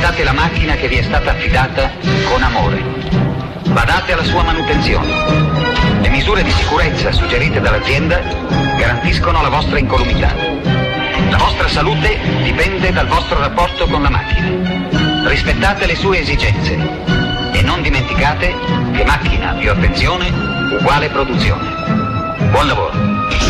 Trattate la macchina che vi è stata affidata con amore. Badate alla sua manutenzione. Le misure di sicurezza suggerite dall'azienda garantiscono la vostra incolumità. La vostra salute dipende dal vostro rapporto con la macchina. Rispettate le sue esigenze e non dimenticate che macchina più attenzione uguale produzione. Buon lavoro.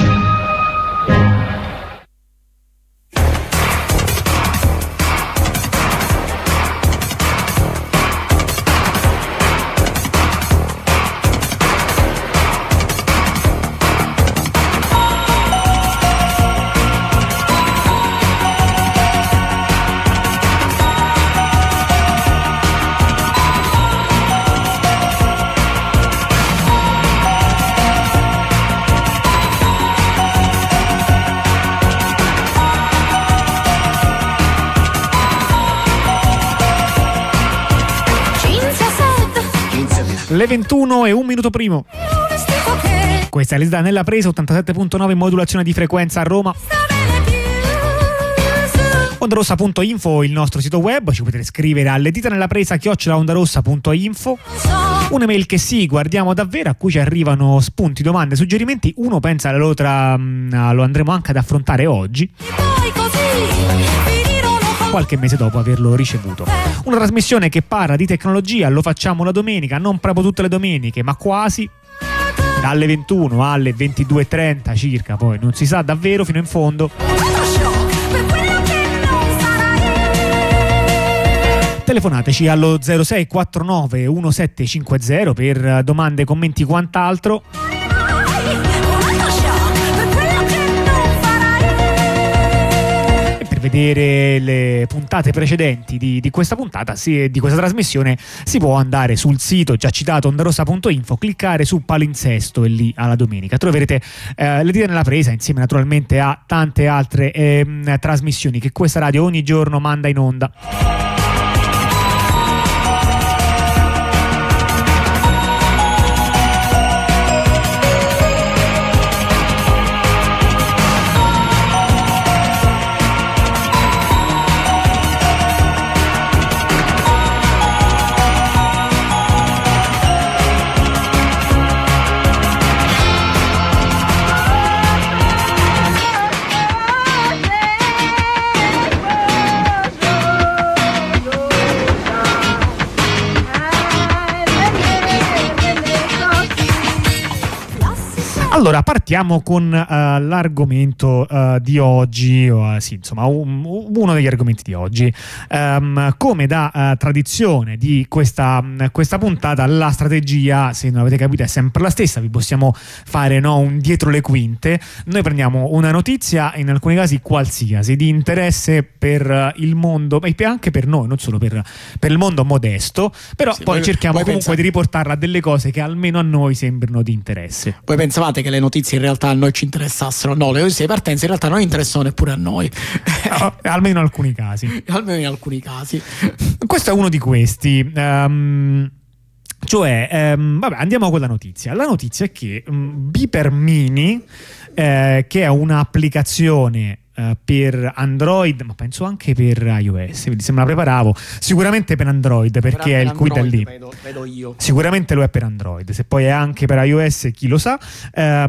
Le 21 e un minuto primo. Questa è l'Isda nella presa 87.9 modulazione di frequenza a Roma. Ondarossa.info il nostro sito web, ci potete scrivere alle dita nella presa @ondarossa.info. Un'email che sì, guardiamo davvero, a cui ci arrivano spunti, domande, suggerimenti. Uno pensa lo andremo anche ad affrontare oggi, qualche mese dopo averlo ricevuto. Una trasmissione che parla di tecnologia, lo facciamo la domenica, non proprio tutte le domeniche, ma quasi, dalle 21 alle 22.30 circa, poi non si sa davvero fino in fondo. Telefonateci allo 0649 1750 per domande, commenti, quant'altro. Vedere le puntate precedenti di questa puntata, di questa trasmissione, si può andare sul sito già citato ondarossa.info, cliccare su palinsesto e lì alla domenica troverete le dita nella presa, insieme naturalmente a tante altre trasmissioni che questa radio ogni giorno manda in onda. Allora, partiamo con l'argomento di oggi, insomma, uno degli argomenti di oggi. Come da tradizione di questa puntata, la strategia, se non avete capito, è sempre la stessa. Vi possiamo fare un dietro le quinte. Noi prendiamo una notizia, in alcuni casi qualsiasi, di interesse per il mondo, e anche per noi, non solo per il mondo modesto, però sì, poi cerchiamo comunque di riportarla a delle cose che almeno a noi sembrano di interesse. Voi pensavate che le notizie in realtà a noi ci interessassero? No, le notizie di partenza in realtà non interessano neppure a noi. No, almeno in alcuni casi. Almeno in alcuni casi. Questo è uno di questi. Andiamo con la notizia. La notizia è che Beeper Mini, che è un'applicazione per Android, ma penso anche per iOS, quindi se me la preparavo, sicuramente per Android, perché è il quid lì. Vedo io. Sicuramente lo è per Android, se poi è anche per iOS chi lo sa. È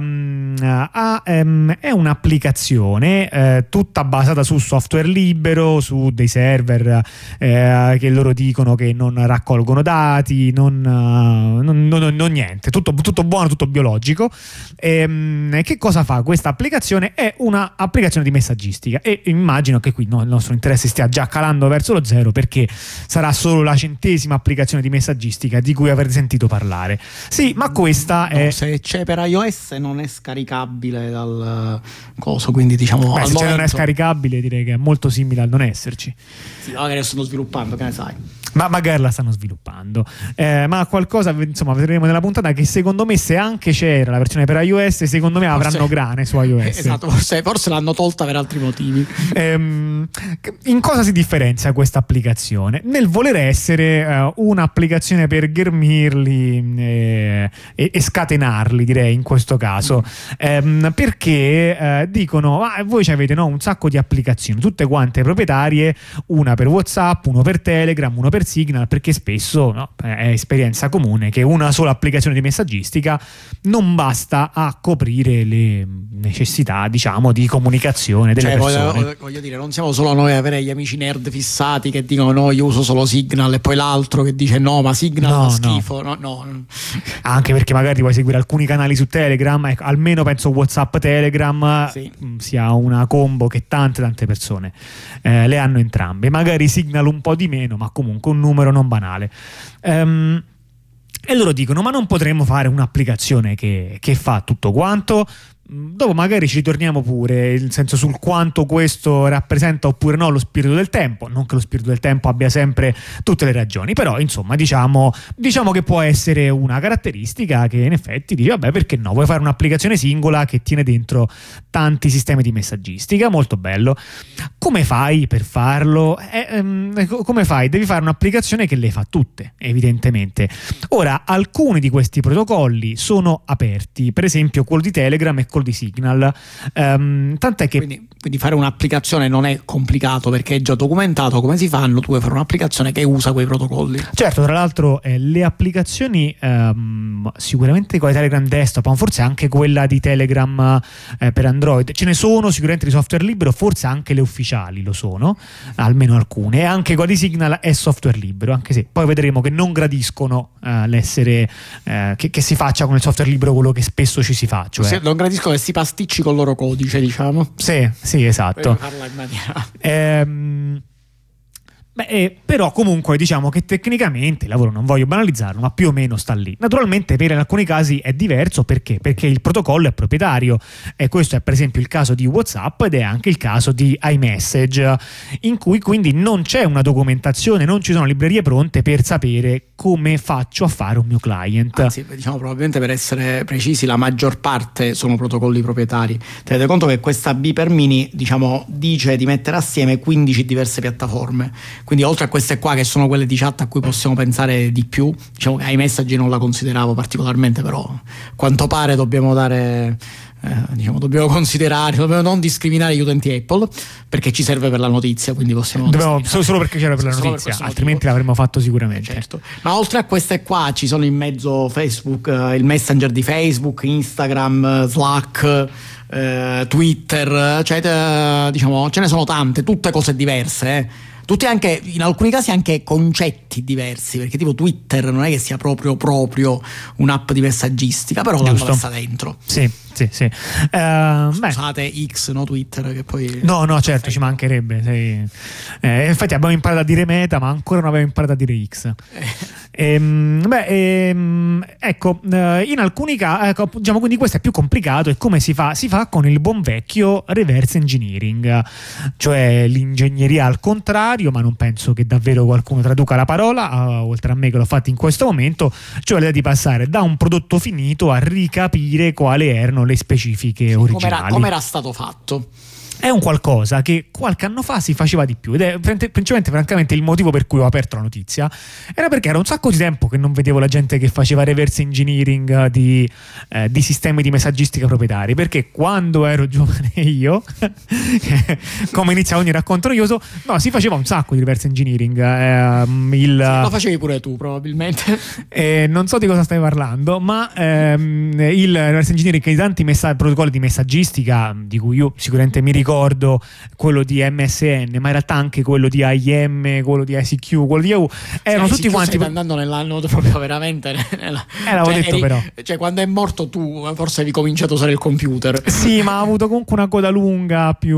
un'applicazione tutta basata su software libero, su dei server che loro dicono che non raccolgono dati, non niente, tutto buono, tutto biologico. Che cosa fa questa applicazione? È un'applicazione di messaggistica, e immagino che qui il nostro interesse stia già calando verso lo zero, perché sarà solo la 100ª applicazione di messaggistica di cui avrete sentito parlare. Sì, ma questa è... Se c'è per iOS non è scaricabile dal coso, quindi diciamo... se non è scaricabile, direi che è molto simile al non esserci. Sì, magari stanno sviluppando, che ne sai. Ma magari la stanno sviluppando. Ma qualcosa, insomma, vedremo nella puntata, che secondo me, se anche c'era la versione per iOS, secondo me avranno grane su iOS. Esatto, forse l'hanno tolta per altri motivi. In cosa si differenzia questa applicazione? Nel voler essere un'applicazione per ghermirli e scatenarli, direi, in questo caso. Perché dicono: voi avete, no, un sacco di applicazioni, tutte quante proprietarie, una per WhatsApp, uno per Telegram, uno per Signal, perché spesso, no, è esperienza comune che una sola applicazione di messaggistica non basta a coprire le necessità, diciamo, di comunicazione delle persone. Voglio dire, non siamo solo noi a avere gli amici nerd fissati che dicono no, io uso solo Signal, e poi l'altro che dice no, ma Signal fa schifo. No. Anche perché magari vuoi seguire alcuni canali su Telegram, ecco, almeno penso WhatsApp Telegram sia una combo che tante persone le hanno entrambe, magari Signal un po' di meno, ma comunque un numero non banale. E loro dicono: ma non potremmo fare un'applicazione che fa tutto quanto? Dopo magari ci ritorniamo pure, nel senso, sul quanto questo rappresenta oppure no lo spirito del tempo. Non che lo spirito del tempo abbia sempre tutte le ragioni, però insomma diciamo che può essere una caratteristica che in effetti dice: vabbè, perché no, vuoi fare un'applicazione singola che tiene dentro tanti sistemi di messaggistica, molto bello. Come fai per farlo? Come fai? Devi fare un'applicazione che le fa tutte, evidentemente. Ora, alcuni di questi protocolli sono aperti, per esempio quello di Telegram e quello di Signal, tant'è che quindi fare un'applicazione non è complicato, perché è già documentato come si fanno. Tu vuoi fare un'applicazione che usa quei protocolli. Certo, tra l'altro le applicazioni, sicuramente quella di Telegram Desktop, ma forse anche quella di Telegram per Android, ce ne sono sicuramente di software libero, forse anche le ufficiali lo sono, almeno alcune, e anche quella di Signal è software libero, anche se poi vedremo che non gradiscono l'essere che si faccia con il software libero quello che spesso ci si fa, cioè non gradisco che si pasticci col loro codice, diciamo. Sì, esatto. Farla in maniera... però comunque diciamo che tecnicamente il lavoro, non voglio banalizzarlo, ma più o meno sta lì. Naturalmente per in alcuni casi è diverso, perché il protocollo è proprietario, e questo è per esempio il caso di WhatsApp ed è anche il caso di iMessage, in cui quindi non c'è una documentazione, non ci sono librerie pronte per sapere come faccio a fare un mio client. Anzi, diciamo, probabilmente, per essere precisi, la maggior parte sono protocolli proprietari. Tenete conto che questa Beeper Mini, diciamo, dice di mettere assieme 15 diverse piattaforme. Quindi oltre a queste qua, che sono quelle di chat a cui possiamo pensare di più, diciamo che iMessage non la consideravo particolarmente, però a quanto pare dobbiamo dare, dobbiamo considerare, dobbiamo non discriminare gli utenti Apple, perché ci serve per la notizia, quindi possiamo solo perché c'era per la notizia, altrimenti l'avremmo fatto sicuramente. Certo. Ma oltre a queste qua ci sono in mezzo Facebook, il Messenger di Facebook, Instagram, Slack, Twitter, cioè diciamo ce ne sono tante, tutte cose diverse, tutti anche, in alcuni casi anche concetti diversi, perché tipo Twitter non è che sia proprio un'app di messaggistica, però l'hanno messa dentro. Sì. Scusate, X, no Twitter, che poi... No, certo, ci mancherebbe. Infatti abbiamo imparato a dire Meta, ma ancora non abbiamo imparato a dire X. Ecco, in alcuni casi, diciamo, quindi questo è più complicato. E come si fa? Si fa con il buon vecchio reverse engineering, cioè l'ingegneria al contrario, ma non penso che davvero qualcuno traduca la parola, oltre a me che l'ho fatto in questo momento, cioè l'idea di passare da un prodotto finito a ricapire quali erano le specifiche originali. Come era stato fatto? È un qualcosa che qualche anno fa si faceva di più, ed è principalmente, francamente, il motivo per cui ho aperto la notizia era perché era un sacco di tempo che non vedevo la gente che faceva reverse engineering di sistemi di messaggistica proprietari, perché quando ero giovane io come iniziava ogni racconto noioso, no, si faceva un sacco di reverse engineering, lo facevi pure tu probabilmente, non so di cosa stai parlando, ma il reverse engineering di tanti protocolli di messaggistica, di cui io sicuramente mi ricordo quello di MSN, ma in realtà anche quello di IM, quello di ICQ, quello di Yahoo, erano tutti quanti. Stai andando nell'anno proprio veramente l'avevo detto, però cioè quando è morto tu forse avevi cominciato a usare il computer. Sì, ma ha avuto comunque una coda lunga, più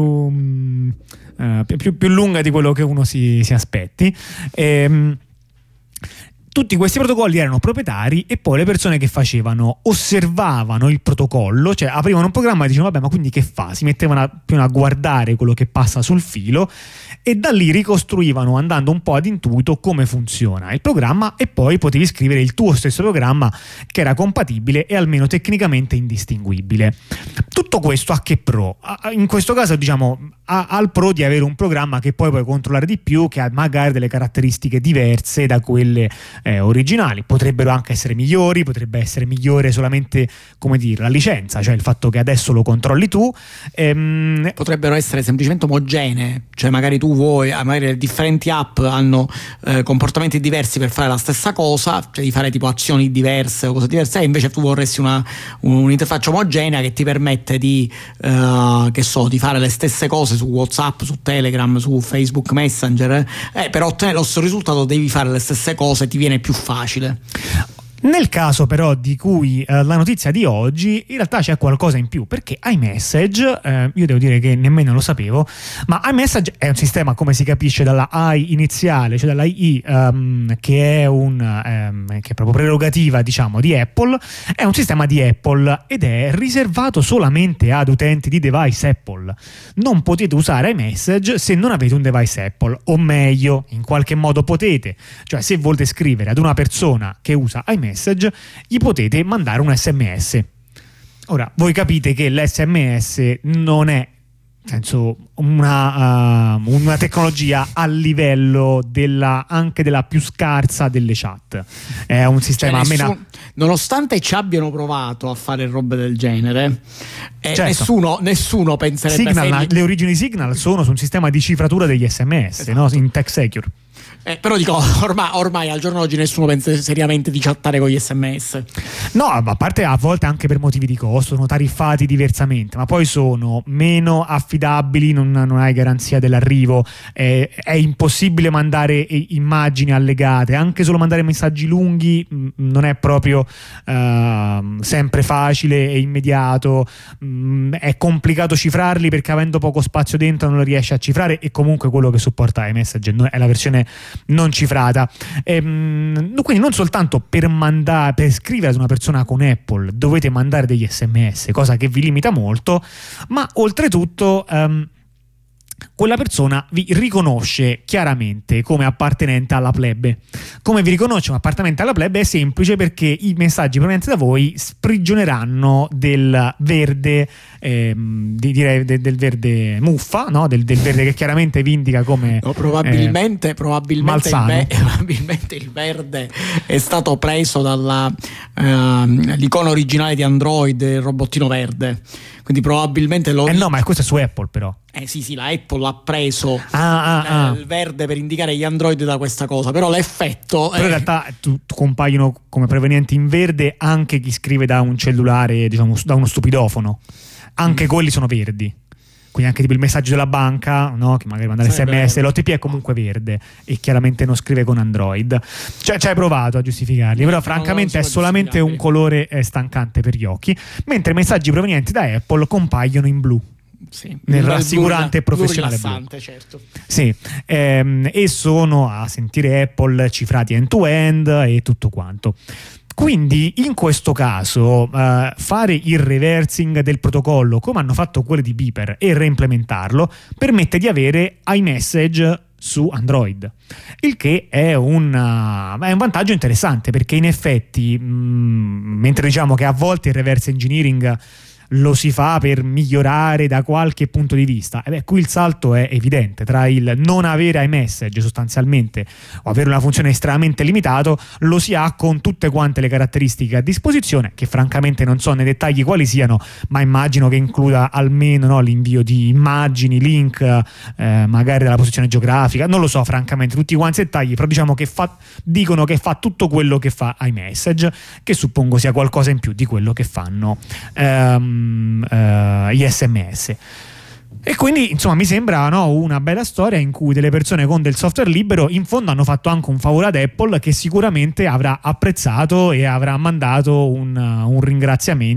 lunga di quello che uno si aspetti. Tutti questi protocolli erano proprietari e poi le persone che facevano osservavano il protocollo, cioè aprivano un programma e dicevano vabbè, ma quindi che fa? Si mettevano più a guardare quello che passa sul filo e da lì ricostruivano, andando un po' ad intuito, come funziona il programma, e poi potevi scrivere il tuo stesso programma che era compatibile e almeno tecnicamente indistinguibile. Tutto questo a che pro? In questo caso diciamo al pro di avere un programma che poi puoi controllare di più, che ha magari delle caratteristiche diverse da quelle originali. Potrebbero anche essere migliori, potrebbe essere migliore solamente, come dire, la licenza, cioè il fatto che adesso lo controlli tu. Potrebbero essere semplicemente omogenee, cioè magari tu vuoi, magari differenti app hanno comportamenti diversi per fare la stessa cosa, cioè di fare tipo azioni diverse o cose diverse, e invece tu vorresti un'interfaccia omogenea che ti permette di di fare le stesse cose su WhatsApp, su Telegram, su Facebook Messenger, per ottenere lo stesso risultato devi fare le stesse cose, ti viene più facile. Nel caso però di cui la notizia di oggi, in realtà c'è qualcosa in più, perché iMessage, io devo dire che nemmeno lo sapevo, ma iMessage è un sistema, come si capisce dalla I iniziale, cioè dalla I, che è che è proprio prerogativa, diciamo, di Apple. È un sistema di Apple ed è riservato solamente ad utenti di device Apple. Non potete usare iMessage se non avete un device Apple, o meglio, in qualche modo potete, cioè se volete scrivere ad una persona che usa iMessage, gli potete mandare un SMS. Ora, voi capite che l'SMS non è, una tecnologia a livello anche della più scarsa delle chat. È un sistema nonostante ci abbiano provato a fare robe del genere, certo, nessuno penserebbe le origini di Signal sono su un sistema di cifratura degli SMS, esatto, no? In TechSecure. Però dico, ormai al giorno d'oggi nessuno pensa seriamente di chattare con gli SMS. No, a parte a volte anche per motivi di costo, sono tariffati diversamente, ma poi sono meno affidabili, non hai garanzia dell'arrivo, è impossibile mandare immagini allegate, anche solo mandare messaggi lunghi non è proprio sempre facile e immediato, è complicato cifrarli perché avendo poco spazio dentro non lo riesci a cifrare, e comunque quello che supporta iMessage è la versione non cifrata, quindi non soltanto per scrivere ad una persona con Apple dovete mandare degli SMS, cosa che vi limita molto, ma oltretutto quella persona vi riconosce chiaramente come appartenente alla plebe. Come vi riconosce come appartenente alla plebe? È semplice, perché i messaggi provenienti da voi sprigioneranno del verde, direi del verde muffa, no? del verde che chiaramente vi indica come probabilmente probabilmente il verde è stato preso dall'icona originale di Android, il robottino verde, quindi probabilmente no, ma questo è su Apple però. Sì, la Apple ha preso il verde per indicare gli Android da questa cosa, però l'effetto in realtà compaiono come provenienti in verde anche chi scrive da un cellulare, diciamo da uno stupidofono, anche quelli sono verdi, quindi anche tipo il messaggio della banca, no? Che magari manda l'SMS, l'OTP è comunque verde e chiaramente non scrive con Android, cioè ci hai provato a giustificarli, però francamente è solamente un colore stancante per gli occhi, mentre i messaggi provenienti da Apple compaiono in blu. Sì, nel rassicurante e professionale blu. Certo. Sì, e sono, a sentire Apple, cifrati end-to-end e tutto quanto. Quindi in questo caso fare il reversing del protocollo come hanno fatto quelli di Beeper e reimplementarlo permette di avere iMessage su Android, il che è un vantaggio interessante, perché in effetti mentre diciamo che a volte il reverse engineering lo si fa per migliorare da qualche punto di vista, qui il salto è evidente tra il non avere iMessage sostanzialmente o avere una funzione estremamente limitato, lo si ha con tutte quante le caratteristiche a disposizione, che francamente non so nei dettagli quali siano, ma immagino che includa almeno l'invio di immagini, link, magari dalla posizione geografica, non lo so francamente tutti quanti i dettagli, però diciamo che dicono che fa tutto quello che fa iMessage, che suppongo sia qualcosa in più di quello che fanno gli SMS. E quindi insomma mi sembra una bella storia in cui delle persone con del software libero in fondo hanno fatto anche un favore ad Apple, che sicuramente avrà apprezzato e avrà mandato un ringraziamento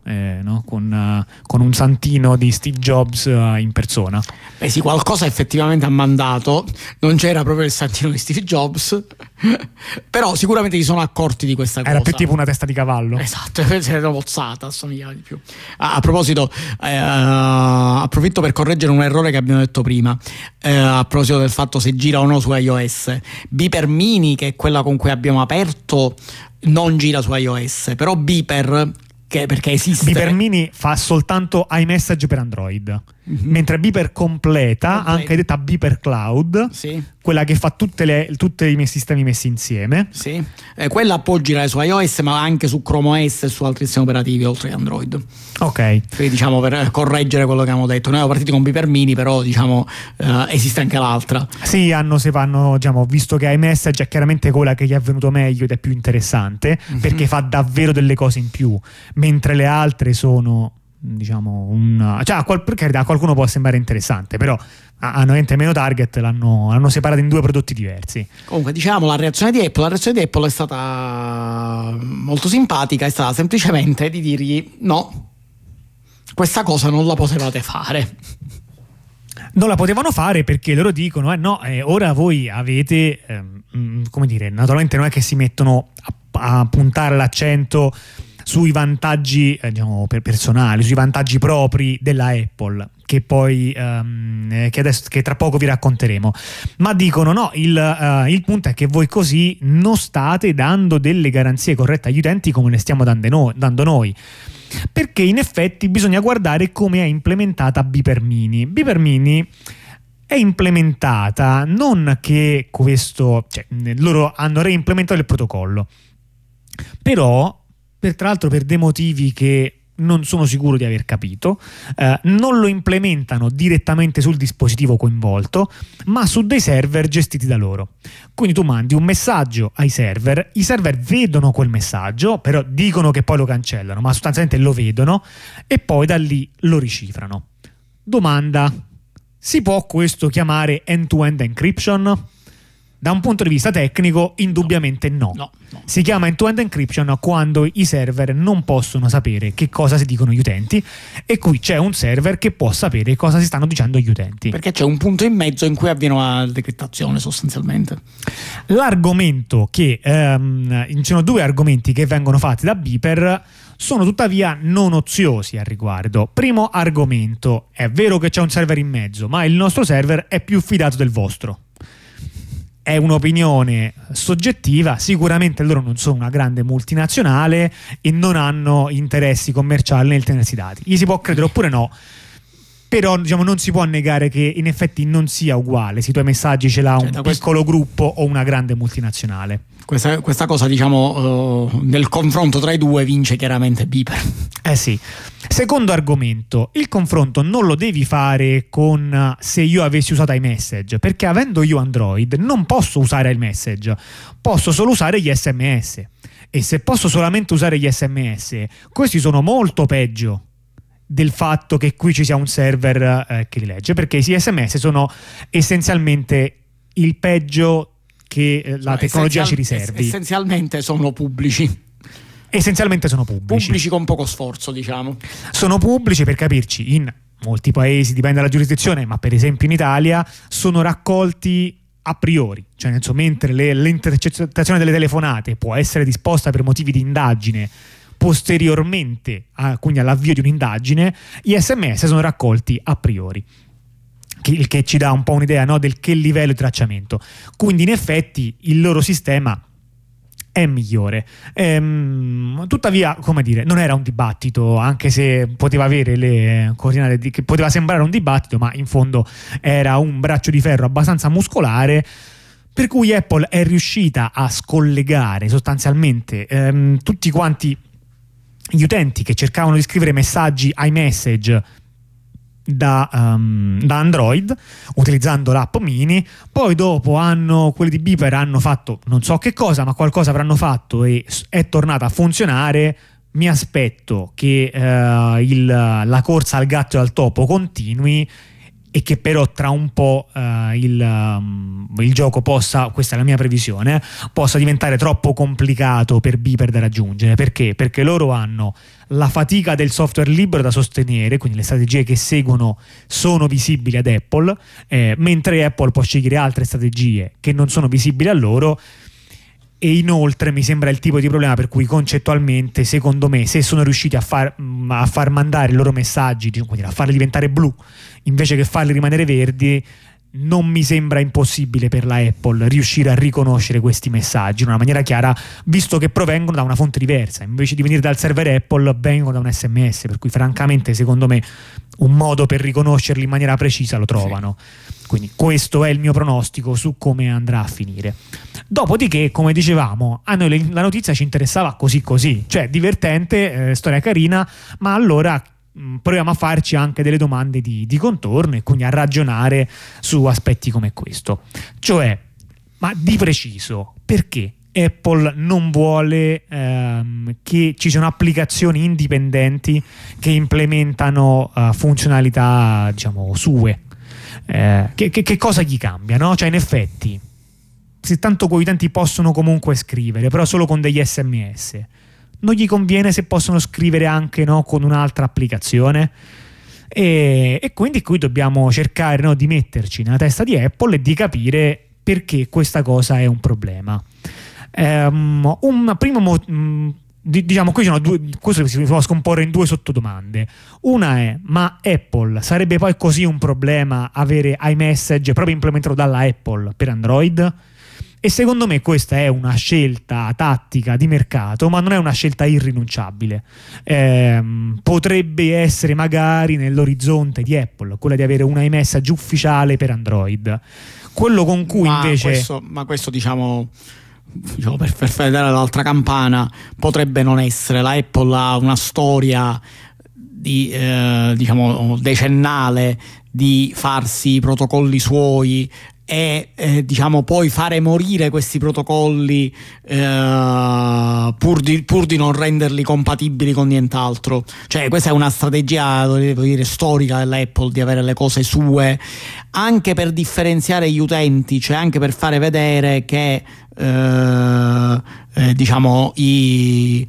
no? Con un santino di Steve Jobs in persona. Beh sì, qualcosa effettivamente ha mandato, non c'era proprio il santino di Steve Jobs, però sicuramente si sono accorti di questa cosa. Era più tipo una testa di cavallo. Esatto, se era mozzata, assomigliava di più. A proposito, approfitto per correggere un errore che abbiamo detto prima, a proposito del fatto se gira o no su iOS. Beeper Mini, che è quella con cui abbiamo aperto, non gira su iOS, però Beeper, perché esiste. Beeper Mini fa soltanto iMessage per Android, mentre Beeper completa, anche detta Beeper Cloud, sì, quella che fa tutti i miei sistemi messi insieme, sì, quella può girare su iOS ma anche su Chrome OS e su altri sistemi operativi oltre che Android. Ok, quindi diciamo, per correggere quello che abbiamo detto, noi siamo partiti con Beeper Mini, però diciamo esiste anche l'altra. sì, hanno diciamo, visto che iMessage è chiaramente quella che gli è venuto meglio ed è più interessante, perché fa davvero delle cose in più, mentre le altre sono, diciamo, cioè per carità, a qualcuno può sembrare interessante, però hanno meno target, l'hanno separato in due prodotti diversi. Comunque, diciamo, la reazione di Apple è stata molto simpatica, è stata semplicemente di dirgli no, questa cosa non la potevate fare. Non la potevano fare perché loro dicono ora voi avete come dire, naturalmente non è che si mettono a puntare l'accento sui vantaggi diciamo personali, sui vantaggi propri della Apple, che poi che tra poco vi racconteremo, ma dicono no, il punto è che voi così non state dando delle garanzie corrette agli utenti come le stiamo dando noi, perché in effetti bisogna guardare come è implementata Beeper Mini. Beeper Mini è implementata non che questo, cioè loro hanno reimplementato il protocollo, però tra l'altro per dei motivi che non sono sicuro di aver capito, non lo implementano direttamente sul dispositivo coinvolto, ma su dei server gestiti da loro. Quindi tu mandi un messaggio ai server, i server vedono quel messaggio, però dicono che poi lo cancellano, ma sostanzialmente lo vedono e poi da lì lo ricifrano. Domanda: si può questo chiamare end-to-end encryption? Da un punto di vista tecnico, indubbiamente no. Si chiama end-to-end encryption quando i server non possono sapere che cosa si dicono gli utenti, e qui c'è un server che può sapere cosa si stanno dicendo gli utenti. Perché c'è un punto in mezzo in cui avviene una decriptazione sostanzialmente. L'argomento ci sono due argomenti che vengono fatti da Beeper, sono tuttavia non oziosi al riguardo. Primo argomento: è vero che c'è un server in mezzo, ma il nostro server è più fidato del vostro. È un'opinione soggettiva, sicuramente loro non sono una grande multinazionale e non hanno interessi commerciali nel tenersi dati. Gli si può credere oppure no, però diciamo non si può negare che in effetti non sia uguale se i tuoi messaggi ce l'ha un piccolo gruppo o una grande multinazionale. Questa cosa, diciamo, nel confronto tra i due vince chiaramente Beeper. Sì. Secondo argomento: il confronto non lo devi fare con se io avessi usato iMessage, perché avendo io Android non posso usare iMessage, posso solo usare gli SMS, e se posso solamente usare gli SMS, questi sono molto peggio del fatto che qui ci sia un server che li legge, perché i SMS sono essenzialmente il peggio che la tecnologia ci riservi. Essenzialmente sono pubblici. Pubblici con poco sforzo, diciamo. Sono pubblici, per capirci, in molti paesi, dipende dalla giurisdizione, ma per esempio in Italia sono raccolti a priori, cioè nel senso, mentre l'intercettazione delle telefonate può essere disposta per motivi di indagine posteriormente quindi all'avvio di un'indagine, gli SMS sono raccolti a priori, il che ci dà un po' un'idea, no, del che livello di tracciamento. Quindi in effetti il loro sistema è migliore. Tuttavia, come dire, non era un dibattito, anche se poteva avere le coordinate che poteva sembrare un dibattito, ma in fondo era un braccio di ferro abbastanza muscolare, per cui Apple è riuscita a scollegare sostanzialmente tutti quanti gli utenti che cercavano di scrivere messaggi iMessage da Android utilizzando l'app Mini. Poi dopo quelli di Beeper hanno fatto non so che cosa, ma qualcosa avranno fatto e è tornata a funzionare. Mi aspetto che la corsa al gatto e al topo continui e che però tra un po' il gioco possa, questa è la mia previsione, possa diventare troppo complicato per Beeper da raggiungere. Perché? Perché loro hanno la fatica del software libero da sostenere, quindi le strategie che seguono sono visibili ad Apple, mentre Apple può scegliere altre strategie che non sono visibili a loro. E inoltre mi sembra il tipo di problema per cui concettualmente, secondo me, se sono riusciti a far mandare i loro messaggi, diciamo, a farli diventare blu invece che farli rimanere verdi, non mi sembra impossibile per la Apple riuscire a riconoscere questi messaggi in una maniera chiara, visto che provengono da una fonte diversa. Invece di venire dal server Apple, vengono da un SMS, per cui francamente secondo me un modo per riconoscerli in maniera precisa lo trovano. Sì. Quindi questo è il mio pronostico su come andrà a finire. Dopodiché, come dicevamo, a noi la notizia ci interessava così, cioè divertente, storia carina, ma allora proviamo a farci anche delle domande di contorno e quindi a ragionare su aspetti come questo. Cioè, ma di preciso, perché Apple non vuole che ci siano applicazioni indipendenti che implementano funzionalità, diciamo, sue? Che cosa gli cambia, no? Cioè, in effetti, se tanto quei utenti possono comunque scrivere, però solo con degli SMS, non gli conviene se possono scrivere anche, no, con un'altra applicazione? E quindi qui dobbiamo cercare, no, di metterci nella testa di Apple e di capire perché questa cosa è un problema. Diciamo, qui sono questo si può scomporre in due sottodomande. Una è: ma Apple sarebbe poi così un problema avere iMessage proprio implementato dalla Apple per Android? E secondo me questa è una scelta tattica di mercato, ma non è una scelta irrinunciabile. Potrebbe essere magari nell'orizzonte di Apple quella di avere un iMessage ufficiale per Android. Quello con cui invece... questo diciamo per fare l'altra campana, potrebbe non essere. La Apple ha una storia di diciamo decennale di farsi i protocolli suoi e diciamo poi fare morire questi protocolli pur di non renderli compatibili con nient'altro. Cioè, questa è una strategia, devo dire, storica dell'Apple, di avere le cose sue, anche per differenziare gli utenti, cioè anche per fare vedere che diciamo gli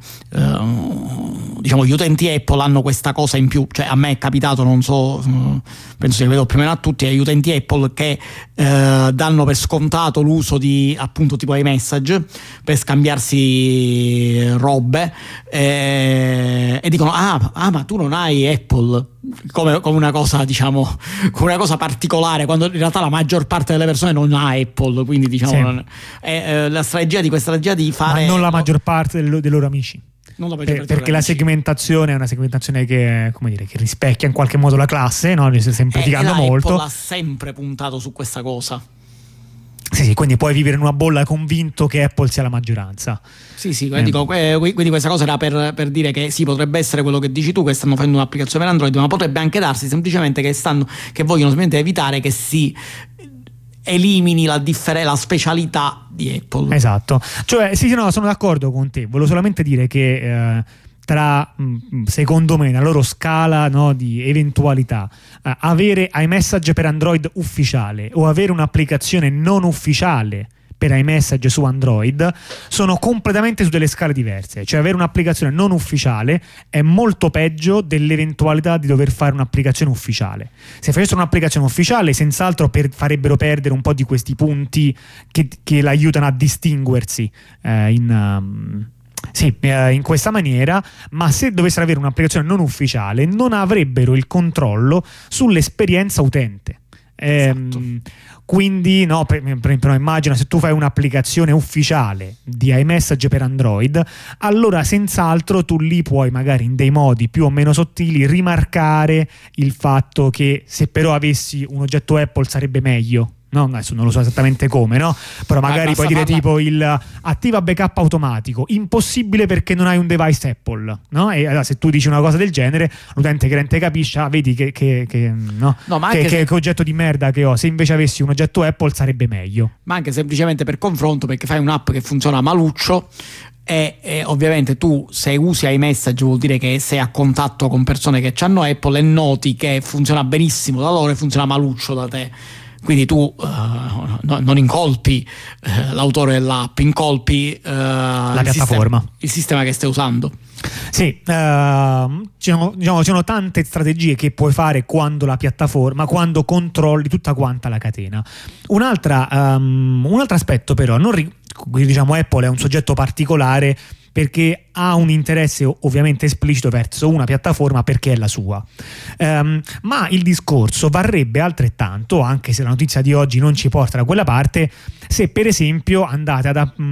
utenti Apple hanno questa cosa in più. Cioè, a me è capitato, non so, penso che vedo più o meno a tutti, agli utenti Apple che danno per scontato l'uso di, appunto, tipo iMessage per scambiarsi robe e dicono ma tu non hai Apple, come una cosa, diciamo, come una cosa particolare, quando in realtà la maggior parte delle persone non ha Apple. Quindi, diciamo, sì, la strategia di fare, ma non la maggior parte dei loro amici, perché la segmentazione è una segmentazione che, come dire, che rispecchia in qualche modo la classe, no? Semplificando molto. Apple ha sempre puntato su questa cosa. Sì, quindi puoi vivere in una bolla convinto che Apple sia la maggioranza. Sì, dico, quindi questa cosa era per dire che sì, potrebbe essere quello che dici tu, che stanno facendo un'applicazione per Android, ma potrebbe anche darsi semplicemente che vogliono semplicemente evitare che si elimini la specialità di Apple. Esatto. Cioè, sì, no, sono d'accordo con te. Volevo solamente dire che secondo me, nella loro scala, no, di eventualità, avere iMessage per Android ufficiale o avere un'applicazione non ufficiale per iMessage su Android sono completamente su delle scale diverse. Cioè, avere un'applicazione non ufficiale è molto peggio dell'eventualità di dover fare un'applicazione ufficiale. Se facessero un'applicazione ufficiale, senz'altro farebbero perdere un po' di questi punti che l'aiutano a distinguersi in questa maniera. Ma se dovessero avere un'applicazione non ufficiale, non avrebbero il controllo sull'esperienza utente. Esatto. Quindi, no, però immagina se tu fai un'applicazione ufficiale di iMessage per Android, allora senz'altro tu lì puoi, magari in dei modi più o meno sottili, rimarcare il fatto che se però avessi un oggetto Apple sarebbe meglio. no? Adesso non lo so esattamente come, no? Però magari puoi dire tipo il attiva backup automatico, impossibile perché non hai un device Apple, no? E allora se tu dici una cosa del genere, l'utente credente capisce, vedi che oggetto di merda che ho, se invece avessi un oggetto Apple sarebbe meglio. Ma anche semplicemente per confronto, perché fai un'app che funziona maluccio e ovviamente tu, se usi iMessage, vuol dire che sei a contatto con persone che hanno Apple e noti che funziona benissimo da loro e funziona maluccio da te. Quindi tu non incolpi l'autore dell'app, incolpi la piattaforma, il sistema che stai usando. Sì, ci sono tante strategie che puoi fare quando quando controlli tutta quanta la catena. Un altro aspetto però, diciamo Apple è un soggetto particolare perché ha un interesse ovviamente esplicito verso una piattaforma perché è la sua, ma il discorso varrebbe altrettanto, anche se la notizia di oggi non ci porta da quella parte, se per esempio andate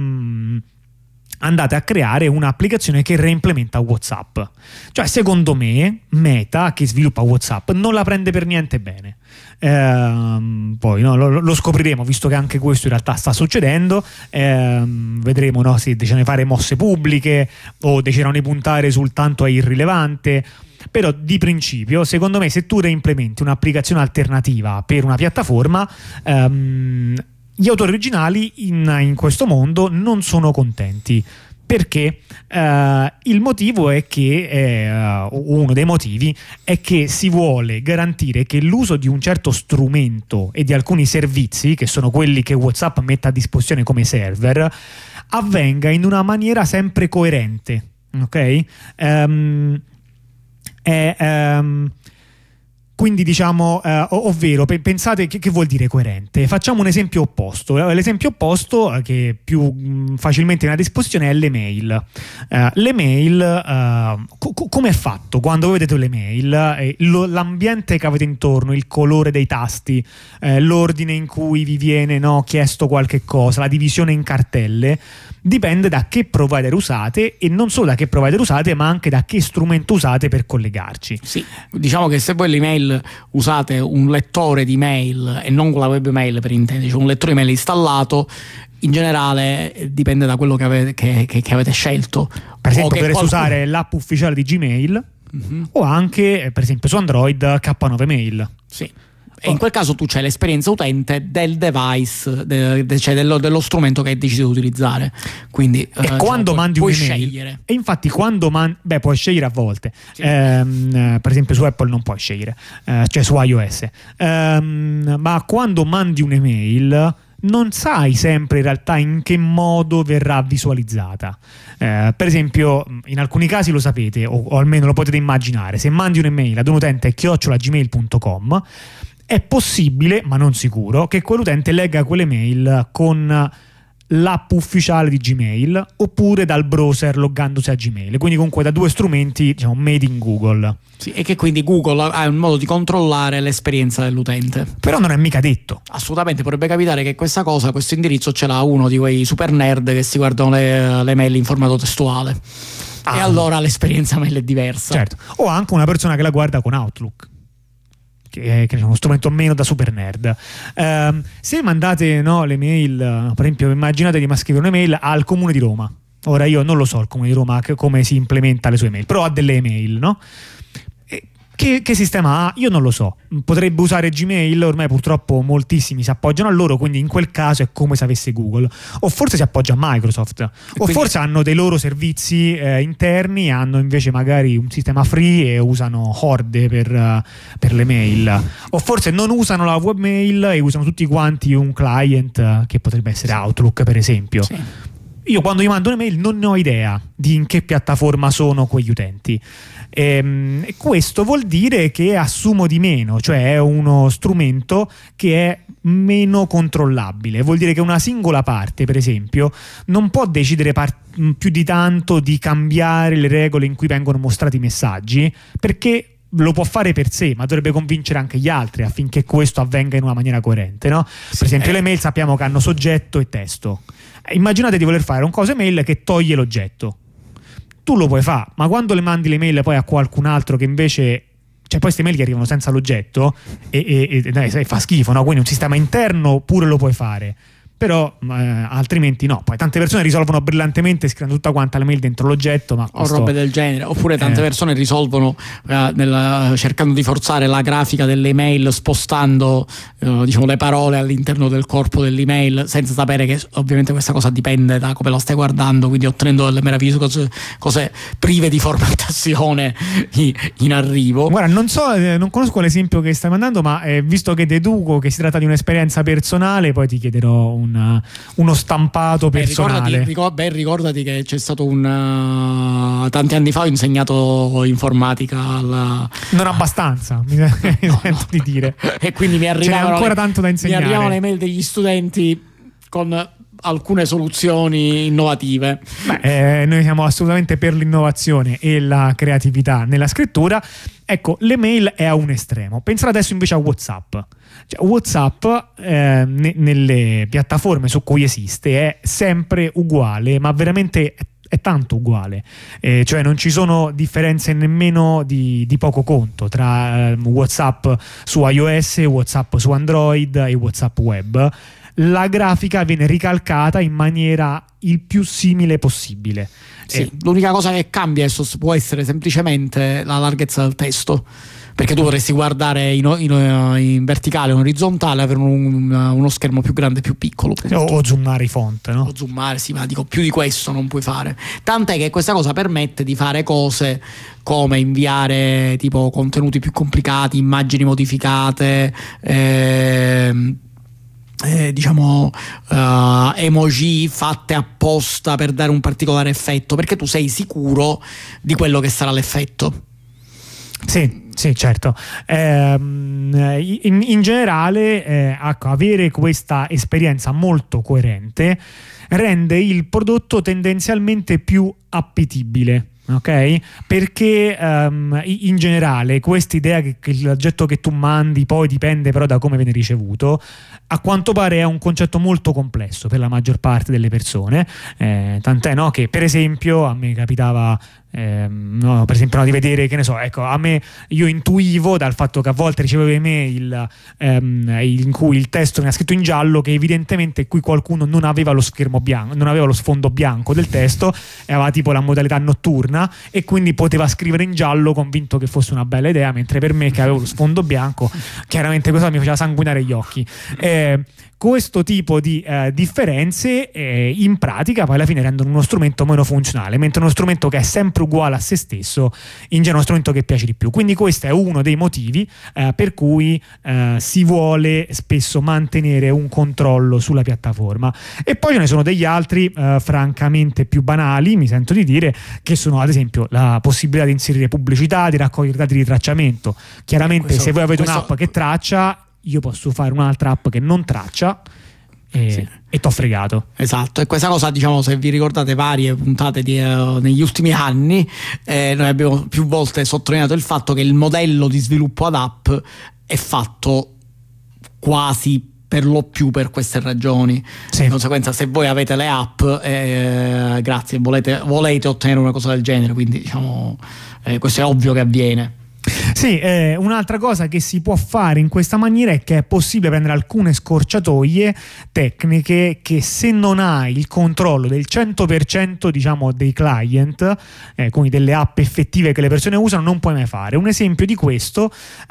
a creare un'applicazione che reimplementa WhatsApp. Cioè, secondo me, Meta, che sviluppa WhatsApp, non la prende per niente bene. Poi lo scopriremo, visto che anche questo in realtà sta succedendo. Vedremo se decidono di fare mosse pubbliche o decidono di puntare soltanto a irrilevante. Però di principio, secondo me, se tu reimplementi un'applicazione alternativa per una piattaforma, gli autori originali in questo mondo non sono contenti. Perché il motivo è che uno dei motivi è che si vuole garantire che l'uso di un certo strumento e di alcuni servizi, che sono quelli che WhatsApp mette a disposizione come server, avvenga in una maniera sempre coerente, ok? Quindi diciamo, ovvero pensate che vuol dire coerente. Facciamo un esempio opposto. L'esempio opposto che più facilmente viene a disposizione è l'email. L'email, come è fatto? Quando voi vedete l'email, l'ambiente che avete intorno, il colore dei tasti, l'ordine in cui vi viene chiesto qualche cosa, la divisione in cartelle, dipende da che provider usate, e non solo da che provider usate, ma anche da che strumento usate per collegarci. Sì, diciamo che se voi l'email usate un lettore di mail e non con la webmail, per intenderci, cioè un lettore di mail installato, in generale dipende da quello che avete scelto. Per esempio, potreste usare l'app ufficiale di Gmail, o anche per esempio su Android K9 Mail. Sì. E in quel caso tu c'hai l'esperienza utente del device, cioè dello strumento che hai deciso di utilizzare. Quindi quando mandi puoi un'email, scegliere. E infatti quando puoi scegliere a volte, sì. Per esempio su Apple non puoi scegliere, cioè su iOS, ma quando mandi un'email non sai sempre in realtà in che modo verrà visualizzata. Per esempio, in alcuni casi lo sapete, o almeno lo potete immaginare: se mandi un'email ad un utente @gmail.com, è possibile, ma non sicuro, che quell'utente legga quelle mail con l'app ufficiale di Gmail oppure dal browser loggandosi a Gmail, quindi comunque da due strumenti, diciamo, made in Google. Sì, e che quindi Google ha un modo di controllare l'esperienza dell'utente. Però non è mica detto. Assolutamente, potrebbe capitare che questo indirizzo ce l'ha uno di quei super nerd che si guardano le mail in formato testuale. E allora l'esperienza mail è diversa. Certo. O anche una persona che la guarda con Outlook, che è uno strumento meno da super nerd. Se mandate le mail, per esempio, immaginate di scrivere un'email al Comune di Roma. Ora io non lo so il Comune di Roma come si implementa le sue mail, però ha delle email, no? Che sistema ha? Io non lo so. Potrebbe usare Gmail, ormai purtroppo moltissimi si appoggiano a loro, quindi in quel caso è come se avesse Google, o forse si appoggia a Microsoft, o forse hanno dei loro servizi interni, hanno invece magari un sistema free e usano Horde per le mail, o forse non usano la webmail e usano tutti quanti un client che potrebbe essere Outlook, per esempio. Sì. Io quando gli mando un'email non ne ho idea di in che piattaforma sono quegli utenti. E questo vuol dire che assumo di meno, cioè è uno strumento che è meno controllabile. Vuol dire che una singola parte, per esempio, non può decidere più di tanto di cambiare le regole in cui vengono mostrati i messaggi, perché lo può fare per sé, ma dovrebbe convincere anche gli altri affinché questo avvenga in una maniera coerente, no? Sì, per esempio le mail sappiamo che hanno soggetto e testo. Immaginate di voler fare un coso email che toglie l'oggetto. Tu lo puoi fare, ma quando le mandi le mail poi a qualcun altro che invece cioè poi queste mail che arrivano senza l'oggetto e fa schifo, no? Quindi un sistema interno pure lo puoi fare, però altrimenti no. Poi tante persone risolvono brillantemente scrivendo tutta quanta la mail dentro l'oggetto, ma o robe del genere, oppure tante persone risolvono cercando di forzare la grafica delle email spostando diciamo le parole all'interno del corpo dell'email, senza sapere che ovviamente questa cosa dipende da come la stai guardando, quindi ottenendo delle meravigliose cose prive di formattazione in arrivo. Guarda, non conosco l'esempio che stai mandando, ma visto che deduco che si tratta di un'esperienza personale, poi ti chiederò uno stampato personale. Ricordati che c'è stato tanti anni fa ho insegnato informatica non abbastanza, mi sento di dire, e quindi mi arrivavano ancora tanto da insegnare. Mi arrivavano le mail degli studenti con alcune soluzioni innovative. Noi siamo assolutamente per l'innovazione e la creatività nella scrittura. Ecco, l'email è a un estremo. Pensate adesso invece a WhatsApp. Cioè, WhatsApp nelle piattaforme su cui esiste è sempre uguale, ma veramente è tanto uguale, cioè non ci sono differenze nemmeno di poco conto tra WhatsApp su iOS, WhatsApp su Android e WhatsApp web. La grafica viene ricalcata in maniera il più simile possibile. Sì, l'unica cosa che cambia può essere semplicemente la larghezza del testo, perché tu vorresti guardare in verticale o in orizzontale, avere uno schermo più grande, più piccolo, o zoomare i font, no? O zoomare, sì, ma dico, più di questo non puoi fare. Tant'è che questa cosa permette di fare cose come inviare tipo contenuti più complicati, immagini modificate, diciamo emoji fatte apposta per dare un particolare effetto, perché tu sei sicuro di quello che sarà l'effetto. Sì, certo. In generale, avere questa esperienza molto coerente rende il prodotto tendenzialmente più appetibile. Ok? Perché in generale questa idea che l'oggetto che tu mandi poi dipende però da come viene ricevuto, a quanto pare è un concetto molto complesso per la maggior parte delle persone, tant'è, no, che per esempio a me capitava di vedere, che ne so, ecco, io intuivo dal fatto che a volte ricevevo email in cui il testo mi ha scritto in giallo, che evidentemente qui qualcuno non aveva lo schermo bianco, non aveva lo sfondo bianco del testo e aveva tipo la modalità notturna, e quindi poteva scrivere in giallo convinto che fosse una bella idea, mentre per me, che avevo lo sfondo bianco, chiaramente questo mi faceva sanguinare gli occhi. Questo tipo di differenze in pratica poi alla fine rendono uno strumento meno funzionale, mentre uno strumento che è sempre uguale a se stesso in genere è uno strumento che piace di più. Quindi questo è uno dei motivi per cui si vuole spesso mantenere un controllo sulla piattaforma. E poi ce ne sono degli altri francamente più banali, mi sento di dire, che sono ad esempio la possibilità di inserire pubblicità, di raccogliere dati di tracciamento. Chiaramente se voi avete un'app che traccia, io posso fare un'altra app che non traccia e t'ho fregato. Esatto, e questa cosa, diciamo, se vi ricordate varie puntate negli ultimi anni, noi abbiamo più volte sottolineato il fatto che il modello di sviluppo ad app è fatto quasi per lo più per queste ragioni. Di conseguenza, se voi avete le app, grazie, volete ottenere una cosa del genere, quindi diciamo questo è ovvio che avviene. Sì, un'altra cosa che si può fare in questa maniera è che è possibile prendere alcune scorciatoie tecniche che, se non hai il controllo del 100% diciamo dei client, quindi delle app effettive che le persone usano, non puoi mai fare. Un esempio di questo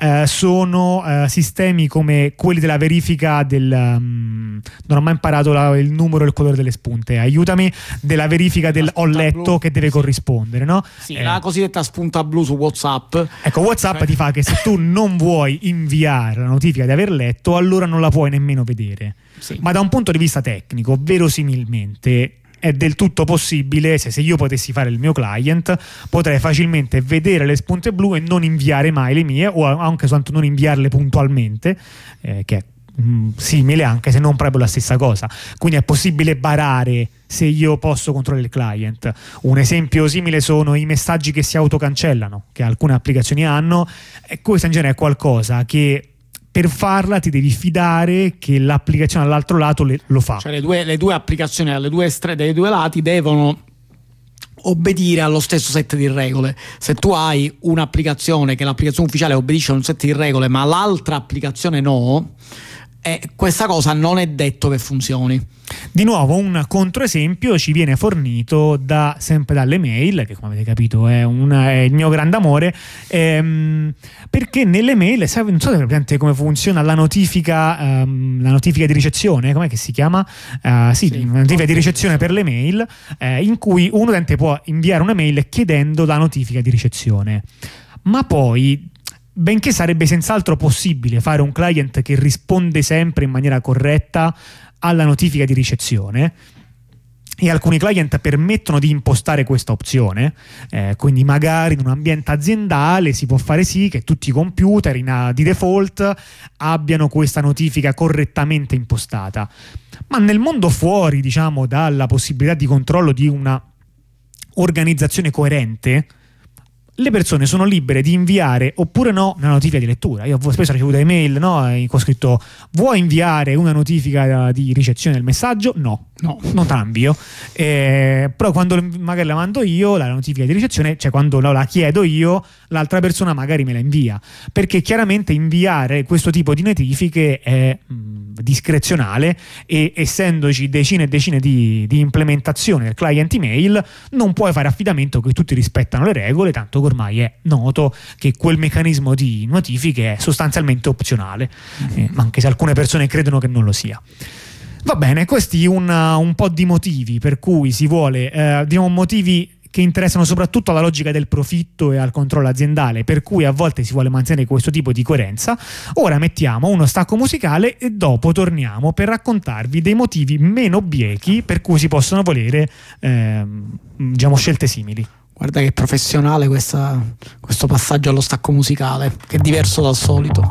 sono sistemi come quelli della verifica non ho mai imparato il numero e il colore delle spunte, aiutami, della verifica del ho letto blu, che deve corrispondere, no? Sì, la cosiddetta spunta blu su WhatsApp. Ecco, WhatsApp ti fa che se tu non vuoi inviare la notifica di aver letto, allora non la puoi nemmeno vedere. Sì. Ma da un punto di vista tecnico, verosimilmente è del tutto possibile. Se io potessi fare il mio client, potrei facilmente vedere le spunte blu e non inviare mai le mie, o anche soltanto non inviarle puntualmente, che è simile, anche se non proprio la stessa cosa. Quindi è possibile barare se io posso controllare il client. Un esempio simile sono i messaggi che si autocancellano, che alcune applicazioni hanno, e questo in genere è qualcosa che per farla ti devi fidare che l'applicazione all'altro lato lo fa. Cioè le due applicazioni dai due lati devono obbedire allo stesso set di regole. Se tu hai un'applicazione che l'applicazione ufficiale obbedisce a un set di regole ma l'altra applicazione no, questa cosa non è detto che funzioni. Di nuovo un controesempio ci viene fornito sempre dalle mail, che come avete capito è il mio grande amore, perché nelle mail, non so se sapete come funziona la notifica di ricezione, com'è che si chiama? Sì, la notifica di ricezione per le mail, in cui un utente può inviare una mail chiedendo la notifica di ricezione, ma poi, benché sarebbe senz'altro possibile fare un client che risponde sempre in maniera corretta alla notifica di ricezione, e alcuni client permettono di impostare questa opzione, quindi magari in un ambiente aziendale si può fare sì che tutti i computer di default abbiano questa notifica correttamente impostata, ma nel mondo fuori, diciamo, dalla possibilità di controllo di una organizzazione coerente, le persone sono libere di inviare oppure no una notifica di lettura. Io spesso ho ricevuto email, no, ho scritto: vuoi inviare una notifica di ricezione del messaggio? No, non te la invio. Però quando magari la mando io la notifica di ricezione, cioè quando la chiedo io, l'altra persona magari me la invia, perché chiaramente inviare questo tipo di notifiche è discrezionale, e essendoci decine e decine di implementazioni del client email, non puoi fare affidamento che tutti rispettano le regole, tanto che ormai è noto che quel meccanismo di notifiche è sostanzialmente opzionale, anche se alcune persone credono che non lo sia. Va bene, questi un po' di motivi per cui si vuole, motivi che interessano soprattutto alla logica del profitto e al controllo aziendale, per cui a volte si vuole mantenere questo tipo di coerenza. Ora mettiamo uno stacco musicale e dopo torniamo per raccontarvi dei motivi meno biechi per cui si possono volere scelte simili. Guarda che professionale questo passaggio allo stacco musicale, che è diverso dal solito.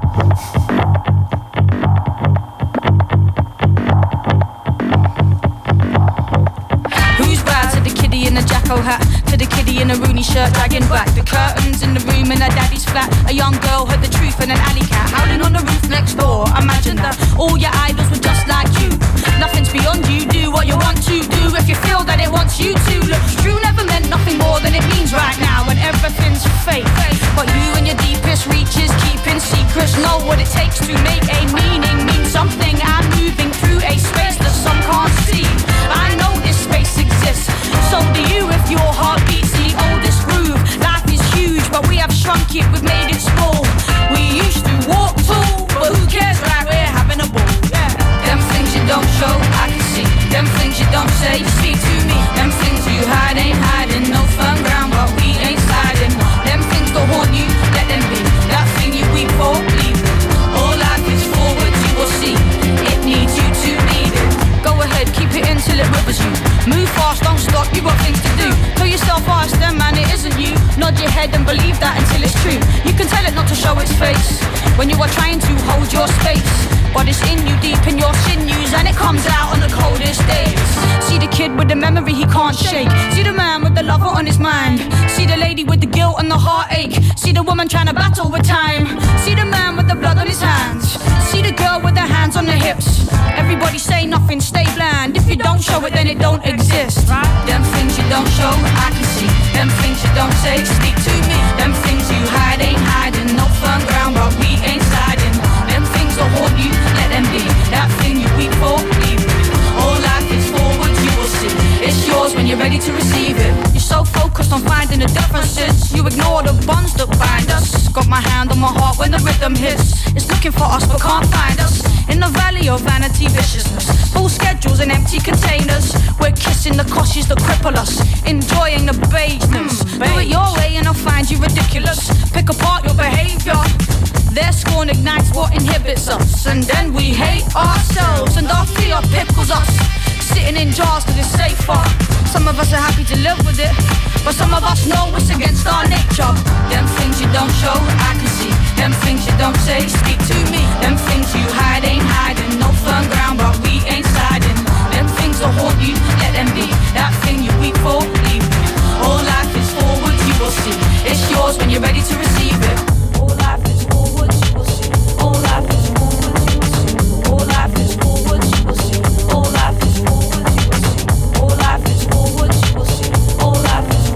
In a jacko hat, to the kiddie in a Rooney shirt, dragging back the curtains in the room in her daddy's flat. A young girl heard the truth in an alley cat howling on the roof next door. Imagine that all your idols were just like you. Nothing's beyond you. Do what you want to do if you feel that it wants you to. Look, true never meant nothing more than it means right now, and everything's fake. But you and your deepest reaches, keeping secrets, know what it takes to make a meaning mean something. I'm moving through a space that some can't see. I know this space exists. So do you if your heart beats the oldest groove. Life is huge, but we have shrunk it, we've made it small. We used to walk tall, but who cares, right? We're having a ball. Yeah. Them things you don't show, I can see. Them things you don't say, speak to me. Them things you hide ain't hiding. No firm ground, but we ain't sliding. Them things go haunt you, let them be. That thing you weep for, leave it. All life is forward, you will see. It needs you to lead it. Go ahead, keep it in till it rivers you. Move fast, don't stop, you got things to do. Tell yourself, ask them, man, it isn't you. Nod your head and believe that until it's true. You can tell it not to show its face when you are trying to hold your space. But it's in you, deep in your sinews, and it comes out on the coldest days. See the kid with the memory he can't shake. See the man with the lover on his mind. See the lady with the guilt and the heartache. See the woman trying to battle with time. See the man with the blood on his hands. See the girl with her hands on the hips. Everybody say nothing, stay bland. If you don't show it, then it don't exist. Them things you don't show, I can see. Them things you don't say, speak to me. Them things you hide ain't hiding. No firm ground, but we ain't sliding. Them things will haunt you, let them be. That thing you weep for, leave it. All life is forward, you will see. It's yours when you're ready to receive it. You're so focused on finding the differences, you ignore the bonds that bind us. Got my hand on my heart when the rhythm hits. It's looking for us but can't find us. In the valley of vanity viciousness, full schedules and empty containers. We're kissing the coshes that cripple us, enjoying the beighness. Do it your way and I'll find you ridiculous. Pick apart your behavior. Their scorn ignites what inhibits us, and then we hate ourselves, and our fear pickles us. Sitting in jars cause it's safer. Some of us are happy to live with it, but some of us know it's against our nature. Them things you don't show, I can see. Them things you don't say, speak to me. Them things you hide ain't hiding. No firm ground, but we ain't sliding. Them things will haunt you, let them be. That thing you weep for, leave it. All life is forward, you will see. It's yours when you're ready to receive it. All life is forward, you will see. All life is forward, you will see. All life is forward, you will see. All life is forward, you will see. All life is forward, you will see. All life is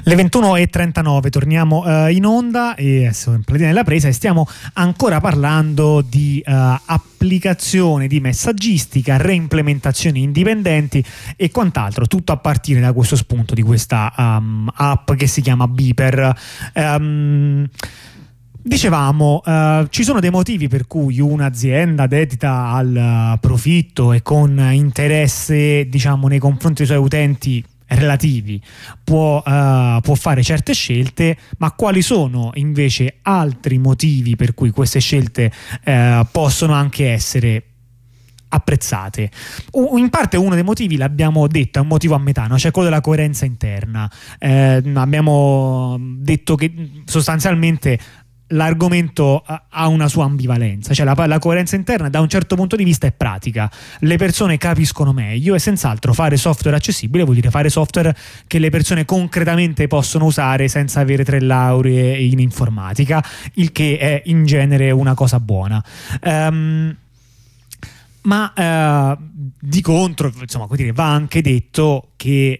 Le 21:39 torniamo in onda e in Platina della Presa e stiamo ancora parlando di applicazione di messaggistica, reimplementazioni indipendenti e quant'altro, tutto a partire da questo spunto di questa app che si chiama Beeper. Dicevamo, ci sono dei motivi per cui un'azienda dedita al profitto e con interesse, diciamo, nei confronti dei suoi utenti relativi può fare certe scelte, ma quali sono invece altri motivi per cui queste scelte possono anche essere apprezzate? In parte uno dei motivi, l'abbiamo detto, è un motivo a metà, no? Cioè quello della coerenza interna. Abbiamo detto che sostanzialmente l'argomento ha una sua ambivalenza, cioè la coerenza interna da un certo punto di vista è pratica, le persone capiscono meglio e senz'altro fare software accessibile vuol dire fare software che le persone concretamente possono usare senza avere 3 lauree in informatica, il che è in genere una cosa buona. Ma di contro, insomma, va anche detto che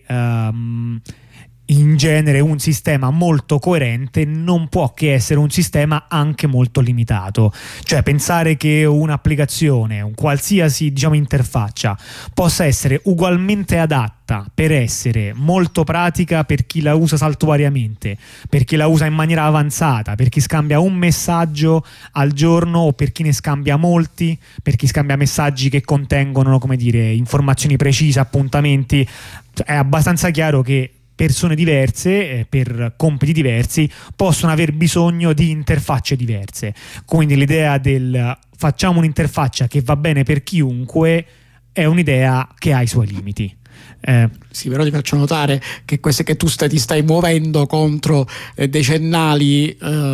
in genere un sistema molto coerente non può che essere un sistema anche molto limitato, cioè pensare che un'applicazione, un qualsiasi, diciamo, interfaccia possa essere ugualmente adatta per essere molto pratica per chi la usa saltuariamente, per chi la usa in maniera avanzata, per chi scambia un messaggio al giorno o per chi ne scambia molti, per chi scambia messaggi che contengono, come dire, informazioni precise, appuntamenti. È abbastanza chiaro che persone diverse per compiti diversi possono aver bisogno di interfacce diverse, quindi l'idea del facciamo un'interfaccia che va bene per chiunque è un'idea che ha i suoi limiti. Sì, però ti faccio notare che tu ti stai muovendo contro decennali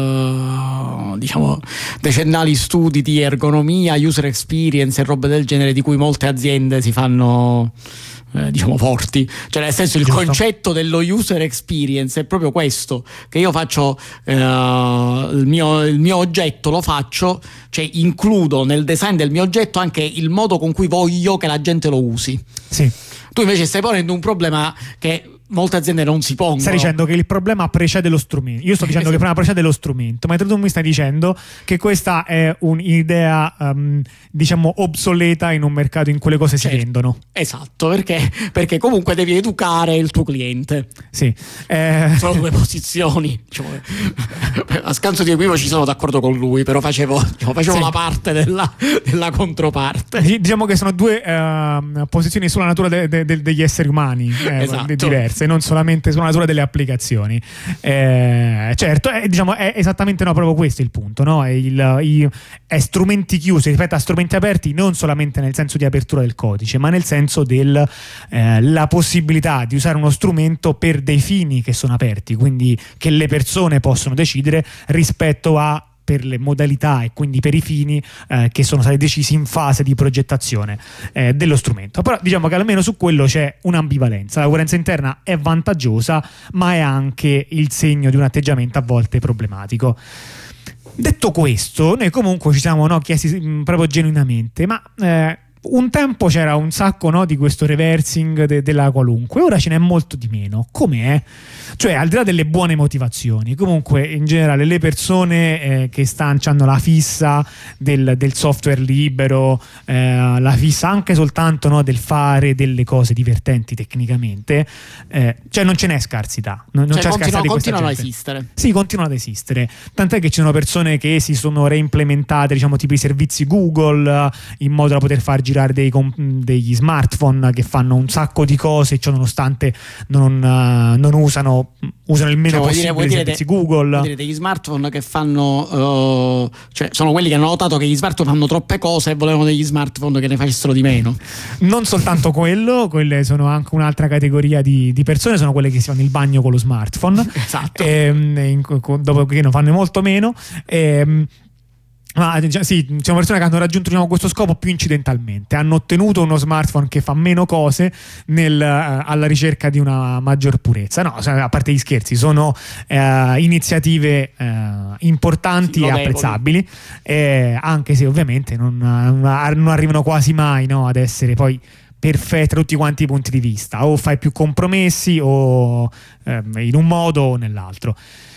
studi di ergonomia, user experience e robe del genere di cui molte aziende si fanno forti, cioè nel senso il concetto dello user experience è proprio questo, che io faccio il mio oggetto, lo faccio, cioè includo nel design del mio oggetto anche il modo con cui voglio che la gente lo usi. Sì. Tu invece stai ponendo un problema che molte aziende non si pongono. Stai dicendo che il problema precede lo strumento. Io sto dicendo che il problema precede lo strumento, mentre tu mi stai dicendo che questa è un'idea obsoleta in un mercato in cui le cose si vendono. Esatto, perché comunque devi educare il tuo cliente. Sì. Sono 2 posizioni. A scanso di equivoco ci sono d'accordo con lui, però facevo sì, la parte della controparte. Diciamo che sono 2 posizioni sulla natura degli esseri umani, esatto, diverse, non solamente sulla natura delle applicazioni. Certo, è esattamente proprio questo il punto, no? È strumenti chiusi rispetto a strumenti aperti, non solamente nel senso di apertura del codice, ma nel senso la possibilità di usare uno strumento per dei fini che sono aperti, quindi che le persone possono decidere rispetto a per le modalità e quindi per i fini che sono stati decisi in fase di progettazione dello strumento. Però diciamo che almeno su quello c'è un'ambivalenza. La coerenza interna è vantaggiosa, ma è anche il segno di un atteggiamento a volte problematico. Detto questo, noi comunque ci siamo chiesti proprio genuinamente, ma un tempo c'era un sacco di questo reversing della qualunque, ora ce n'è molto di meno. Com'è? Cioè, al di là delle buone motivazioni, comunque in generale le persone che hanno la fissa del software libero, la fissa anche soltanto del fare delle cose divertenti tecnicamente, cioè non ce n'è scarsità, non c'è scarsità di questa continuano gente. ad esistere. Sì, continuano ad esistere, tant'è che ci sono persone che si sono reimplementate, tipo i servizi Google, in modo da poter far girare degli smartphone che fanno un sacco di cose, cioè nonostante non usano il meno possibile i servizi Google. Vuol dire degli smartphone che fanno cioè sono quelli che hanno notato che gli smartphone fanno troppe cose e volevano degli smartphone che ne facessero di meno. Non soltanto quelle sono anche un'altra categoria di persone, sono quelle che si fanno il bagno con lo smartphone. Esatto. Dopo che ne fanno molto meno. Ma sì, ci sono persone che hanno raggiunto questo scopo più incidentalmente, hanno ottenuto uno smartphone che fa meno cose alla ricerca di una maggior purezza. No, a parte gli scherzi, sono iniziative importanti e apprezzabili, anche se ovviamente non arrivano quasi mai ad essere poi perfetta da tutti quanti i punti di vista, o fai più compromessi o in un modo o nell'altro.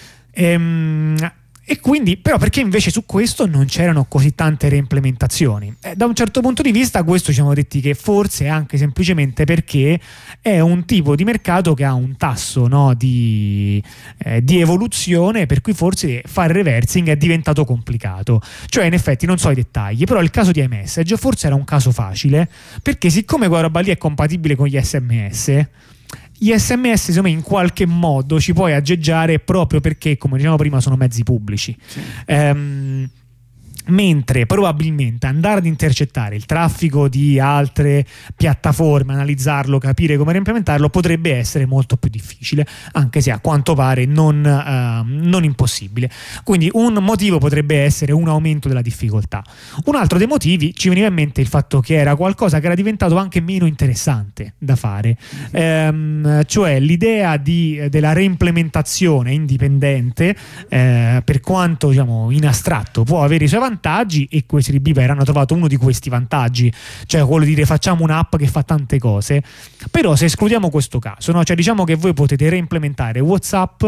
E quindi, però, perché invece su questo non c'erano così tante reimplementazioni? Da un certo punto di vista, questo ci siamo detti che forse è anche semplicemente perché è un tipo di mercato che ha un tasso, no, di evoluzione, per cui forse fare reversing è diventato complicato. Cioè, in effetti, non so i dettagli, però il caso di iMessage forse era un caso facile, perché siccome quella roba lì è compatibile con gli SMS, gli SMS secondo me in qualche modo ci puoi aggeggiare proprio perché, come dicevamo prima, sono mezzi pubblici. Sì. Mentre probabilmente andare ad intercettare il traffico di altre piattaforme, analizzarlo, capire come reimplementarlo potrebbe essere molto più difficile, anche se a quanto pare non impossibile. Quindi un motivo potrebbe essere un aumento della difficoltà. Un altro dei motivi ci veniva in mente il fatto che era qualcosa che era diventato anche meno interessante da fare, cioè l'idea della reimplementazione indipendente, per quanto diciamo in astratto può avere i suoi vantaggi, e questi di Beeper hanno trovato uno di questi vantaggi, cioè quello di dire facciamo un'app che fa tante cose. Però se escludiamo questo caso, no? Cioè diciamo che voi potete reimplementare WhatsApp,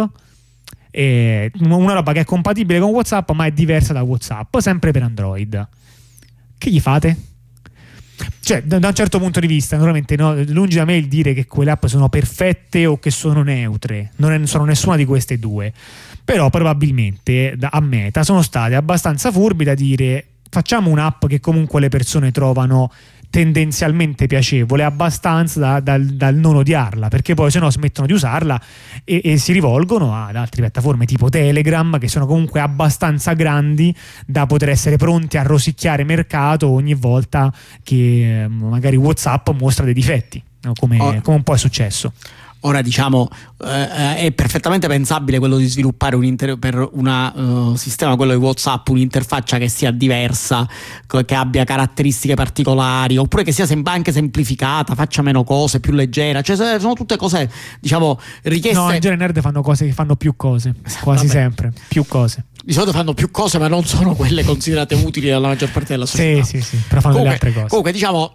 una roba che è compatibile con WhatsApp ma è diversa da WhatsApp, sempre per Android, che gli fate? Cioè da un certo punto di vista naturalmente lungi da me il dire che quelle app sono perfette o che sono neutre, non sono nessuna di queste due, però probabilmente a Meta sono state abbastanza furbi da dire facciamo un'app che comunque le persone trovano tendenzialmente piacevole abbastanza dal non odiarla, perché poi se no smettono di usarla e si rivolgono ad altre piattaforme tipo Telegram, che sono comunque abbastanza grandi da poter essere pronti a rosicchiare mercato ogni volta che magari WhatsApp mostra dei difetti, no? Come un po' è successo. Ora diciamo è perfettamente pensabile quello di sviluppare per un sistema, quello di WhatsApp, un'interfaccia che sia diversa, che abbia caratteristiche particolari, oppure che sia anche semplificata, faccia meno cose, più leggera. Cioè sono tutte cose diciamo richieste. No, in genere nerd fanno cose che fanno più cose, quasi sempre più cose. Di solito fanno più cose, ma non sono quelle considerate utili dalla maggior parte della società. Sì, però fanno delle altre cose. Comunque diciamo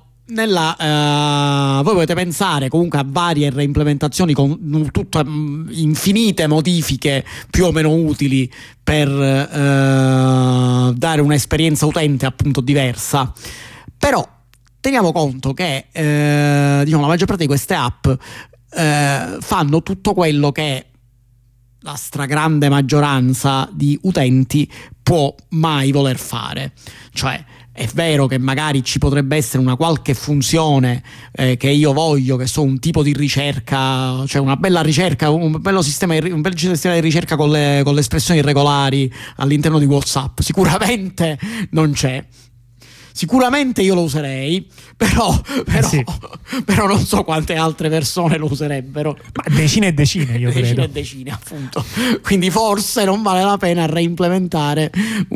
voi potete pensare comunque a varie reimplementazioni con tutte infinite modifiche più o meno utili per dare un'esperienza utente appunto diversa, però teniamo conto che diciamo la maggior parte di queste app fanno tutto quello che la stragrande maggioranza di utenti può mai voler fare. Cioè è vero che magari ci potrebbe essere una qualche funzione che io voglio, che so, un tipo di ricerca, cioè una bella ricerca, un bel sistema di ricerca con le espressioni irregolari all'interno di WhatsApp, sicuramente non c'è. Sicuramente io lo userei, però non so quante altre persone lo userebbero. Ma decine e decine, io credo. Decine e decine, appunto. Quindi forse non vale la pena reimplementare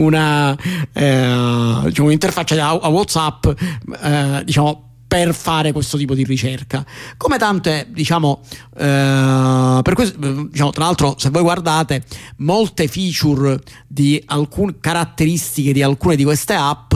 un'interfaccia a WhatsApp, diciamo, per fare questo tipo di ricerca. Come tante, diciamo, per questo, diciamo, tra l'altro, se voi guardate molte feature di alcune caratteristiche di alcune di queste app,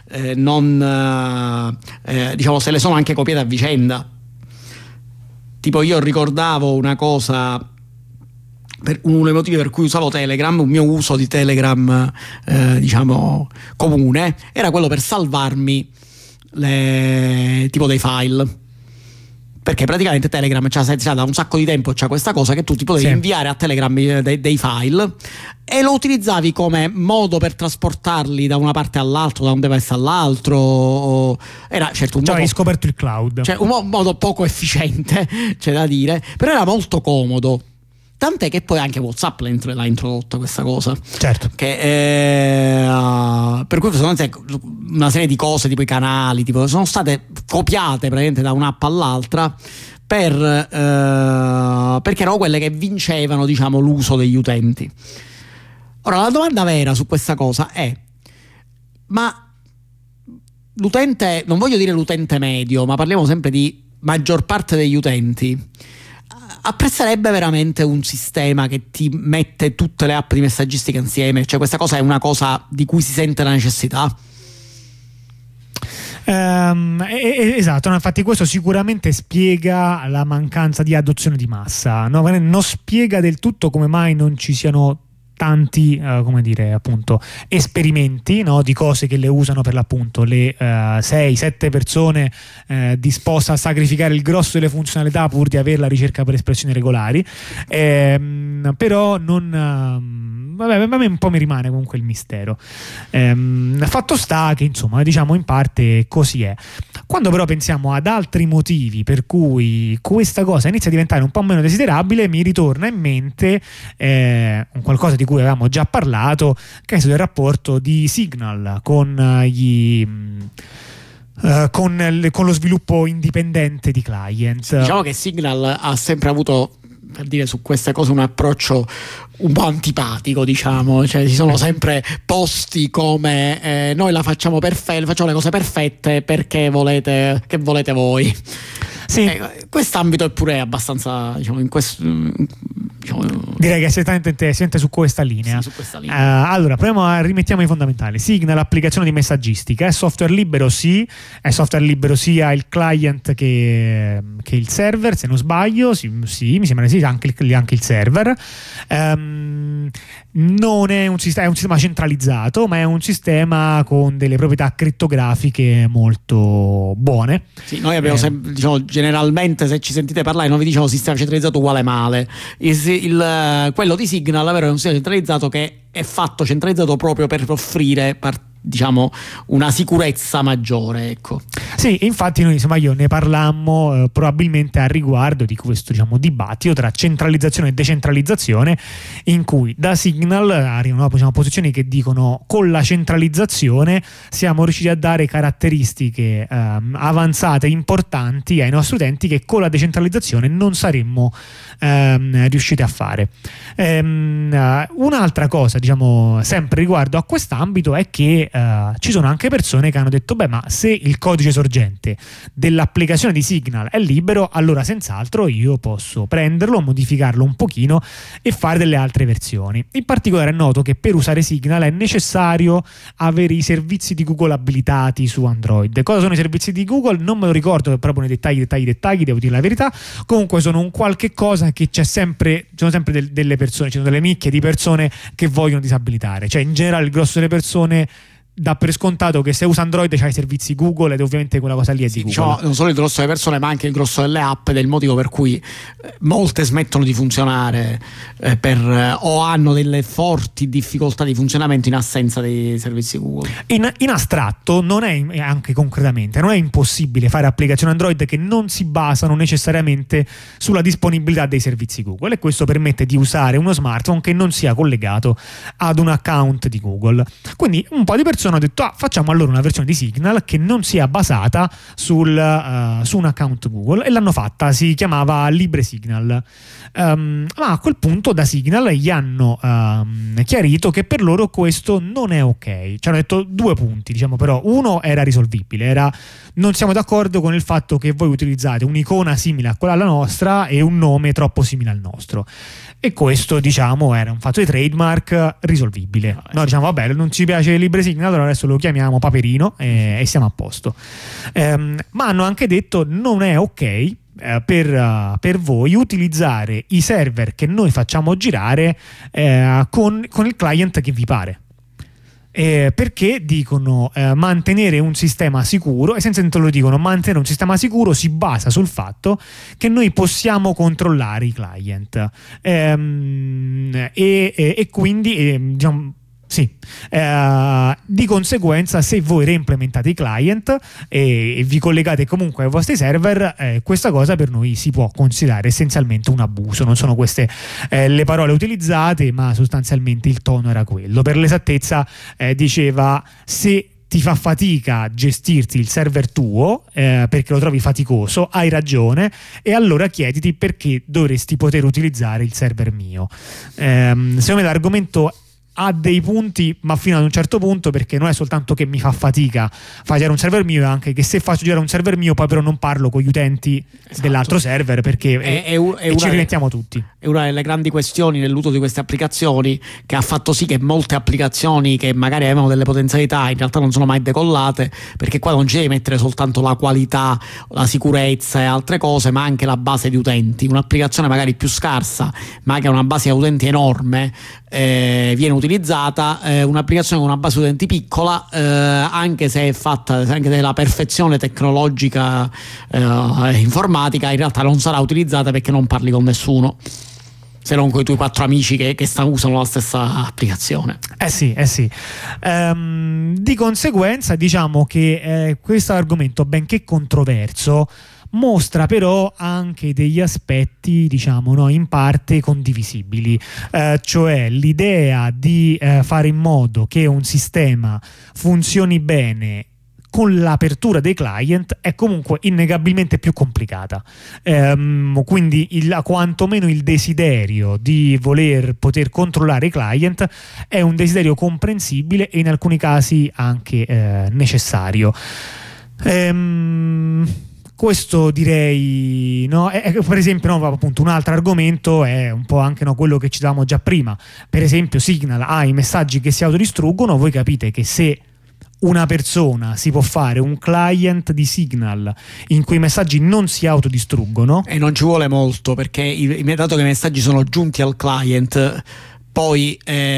diciamo, se le sono anche copiate a vicenda. Tipo, io ricordavo una cosa, uno dei motivi per cui usavo Telegram, un mio uso di Telegram diciamo comune, era quello per salvarmi tipo dei file, perché praticamente Telegram c'ha da un sacco di tempo, c'ha questa cosa che tu ti potevi inviare a Telegram dei file e lo utilizzavi come modo per trasportarli da una parte all'altra, da un device all'altro. Era certo un modo, hai scoperto il cloud, cioè un modo poco efficiente, c'è da dire, però era molto comodo. Tant'è che poi anche WhatsApp l'ha introdotta questa cosa. Certo. Che per cui una serie di cose, tipo i canali, tipo, sono state copiate praticamente da un'app all'altra perché erano quelle che vincevano, diciamo, l'uso degli utenti. Ora la domanda vera su questa cosa è: ma l'utente, non voglio dire l'utente medio, ma parliamo sempre di maggior parte degli utenti, apprezzerebbe veramente un sistema che ti mette tutte le app di messaggistica insieme? Cioè questa cosa è una cosa di cui si sente la necessità? Esatto, no, infatti questo sicuramente spiega la mancanza di adozione di massa, no? Non spiega del tutto come mai non ci siano tanti come dire, appunto, esperimenti, no, di cose che le usano per l'appunto le 6-7 persone disposte a sacrificare il grosso delle funzionalità pur di avere la ricerca per espressioni regolari, però non vabbè, a me un po' mi rimane comunque il mistero. Fatto sta che insomma, diciamo, in parte così è. Quando però pensiamo ad altri motivi per cui questa cosa inizia a diventare un po' meno desiderabile, mi ritorna in mente un qualcosa di cui avevamo già parlato, che è del rapporto di Signal con lo sviluppo indipendente di client. Diciamo che Signal ha sempre avuto, per dire, su queste cose un approccio un po' antipatico, diciamo, cioè si sono sempre posti come noi la facciamo facciamo le cose perfette perché che volete voi. Sì. Quest'ambito è pure abbastanza, diciamo, in questo, diciamo, direi che siete su questa linea. Sì, su questa linea. Allora, rimettiamo i fondamentali. Signal, applicazione di messaggistica, è software libero? Sì, è software libero sia il client che il server, se non sbaglio. Sì, mi sembra sì, anche il server. Non è un sistema centralizzato, ma è un sistema con delle proprietà crittografiche molto buone. Sì, noi abbiamo diciamo, generalmente, se ci sentite parlare, noi vi diciamo sistema centralizzato uguale male. Quello di Signal, è un sistema centralizzato che è fatto centralizzato proprio per offrire diciamo una sicurezza maggiore, ecco. Sì, infatti noi, insomma, io ne parlammo probabilmente a riguardo di questo, diciamo, dibattito tra centralizzazione e decentralizzazione, in cui da Signal arrivano, diciamo, posizioni che dicono con la centralizzazione siamo riusciti a dare caratteristiche avanzate, importanti ai nostri utenti che con la decentralizzazione non saremmo riusciti a fare. Un'altra cosa, diciamo, sempre riguardo a quest'ambito è che ci sono anche persone che hanno detto: beh, ma se il codice sorgente dell'applicazione di Signal è libero, allora senz'altro io posso prenderlo, modificarlo un pochino e fare delle altre versioni. In particolare è noto che per usare Signal è necessario avere i servizi di Google abilitati su Android. Cosa sono i servizi di Google? Non me lo ricordo proprio nei dettagli, devo dire la verità. Comunque sono un qualche cosa che ci sono sempre delle persone, ci sono delle nicchie di persone che vogliono disabilitare. Cioè, in generale, il grosso delle persone dà per scontato che se usa Android c'ha i servizi Google, ed ovviamente quella cosa lì è di Google. Diciamo, non solo il grosso delle persone, ma anche il grosso delle app, ed è il motivo per cui molte smettono di funzionare o hanno delle forti difficoltà di funzionamento in assenza dei servizi Google. In astratto, non è, anche concretamente, non è impossibile fare applicazioni Android che non si basano necessariamente sulla disponibilità dei servizi Google, e questo permette di usare uno smartphone che non sia collegato ad un account di Google. Quindi un po' di persone hanno detto: facciamo allora una versione di Signal che non sia basata su un account Google, e l'hanno fatta, si chiamava LibreSignal. Ma a quel punto da Signal gli hanno chiarito che per loro questo non è ok. Ci hanno detto due punti, diciamo, però uno era risolvibile, non siamo d'accordo con il fatto che voi utilizzate un'icona simile a quella alla nostra e un nome troppo simile al nostro. E questo, diciamo, era un fatto di trademark risolvibile. Noi diciamo: vabbè, non ci piace LibreSignal, allora adesso lo chiamiamo Paperino e siamo a posto. Ma hanno anche detto: non è ok per voi utilizzare i server che noi facciamo girare con il client che vi pare. Perché dicono mantenere un sistema sicuro, essenzialmente lo dicono: mantenere un sistema sicuro si basa sul fatto che noi possiamo controllare i client, e quindi diciamo, sì, di conseguenza, se voi reimplementate i client e vi collegate comunque ai vostri server, questa cosa per noi si può considerare essenzialmente un abuso. Non sono queste le parole utilizzate, ma sostanzialmente il tono era quello. Per l'esattezza diceva: se ti fa fatica gestirti il server tuo perché lo trovi faticoso, hai ragione, e allora chiediti perché dovresti poter utilizzare il server mio. Secondo me l'argomento ha dei punti, ma fino ad un certo punto, perché non è soltanto che mi fa fatica far girare un server mio, è anche che se faccio girare un server mio poi però non parlo con gli utenti dell'altro server, perché ci rimettiamo tutti. È una delle grandi questioni nell'uso di queste applicazioni, che ha fatto sì che molte applicazioni che magari avevano delle potenzialità in realtà non sono mai decollate, perché qua non ci devi mettere soltanto la qualità, la sicurezza e altre cose, ma anche la base di utenti. Un'applicazione magari più scarsa ma che ha una base di utenti enorme viene utilizzata, un'applicazione con una base di utenti piccola, anche se è fatta anche della perfezione tecnologica informatica, in realtà non sarà utilizzata perché non parli con nessuno, se non con i tuoi 4 amici che usano la stessa applicazione. Sì. Di conseguenza diciamo che questo argomento, benché controverso, mostra però anche degli aspetti, diciamo, no, in parte condivisibili, cioè l'idea di fare in modo che un sistema funzioni bene con l'apertura dei client è comunque innegabilmente più complicata, quindi quantomeno il desiderio di poter controllare i client è un desiderio comprensibile e in alcuni casi anche necessario. Questo direi, no? Per esempio, no, appunto, un altro argomento è un po' anche, no, quello che citavamo già prima. Per esempio, Signal ha i messaggi che si autodistruggono. Voi capite che se una persona si può fare un client di Signal in cui i messaggi non si autodistruggono, e non ci vuole molto, perché dato che i messaggi sono giunti al client, poi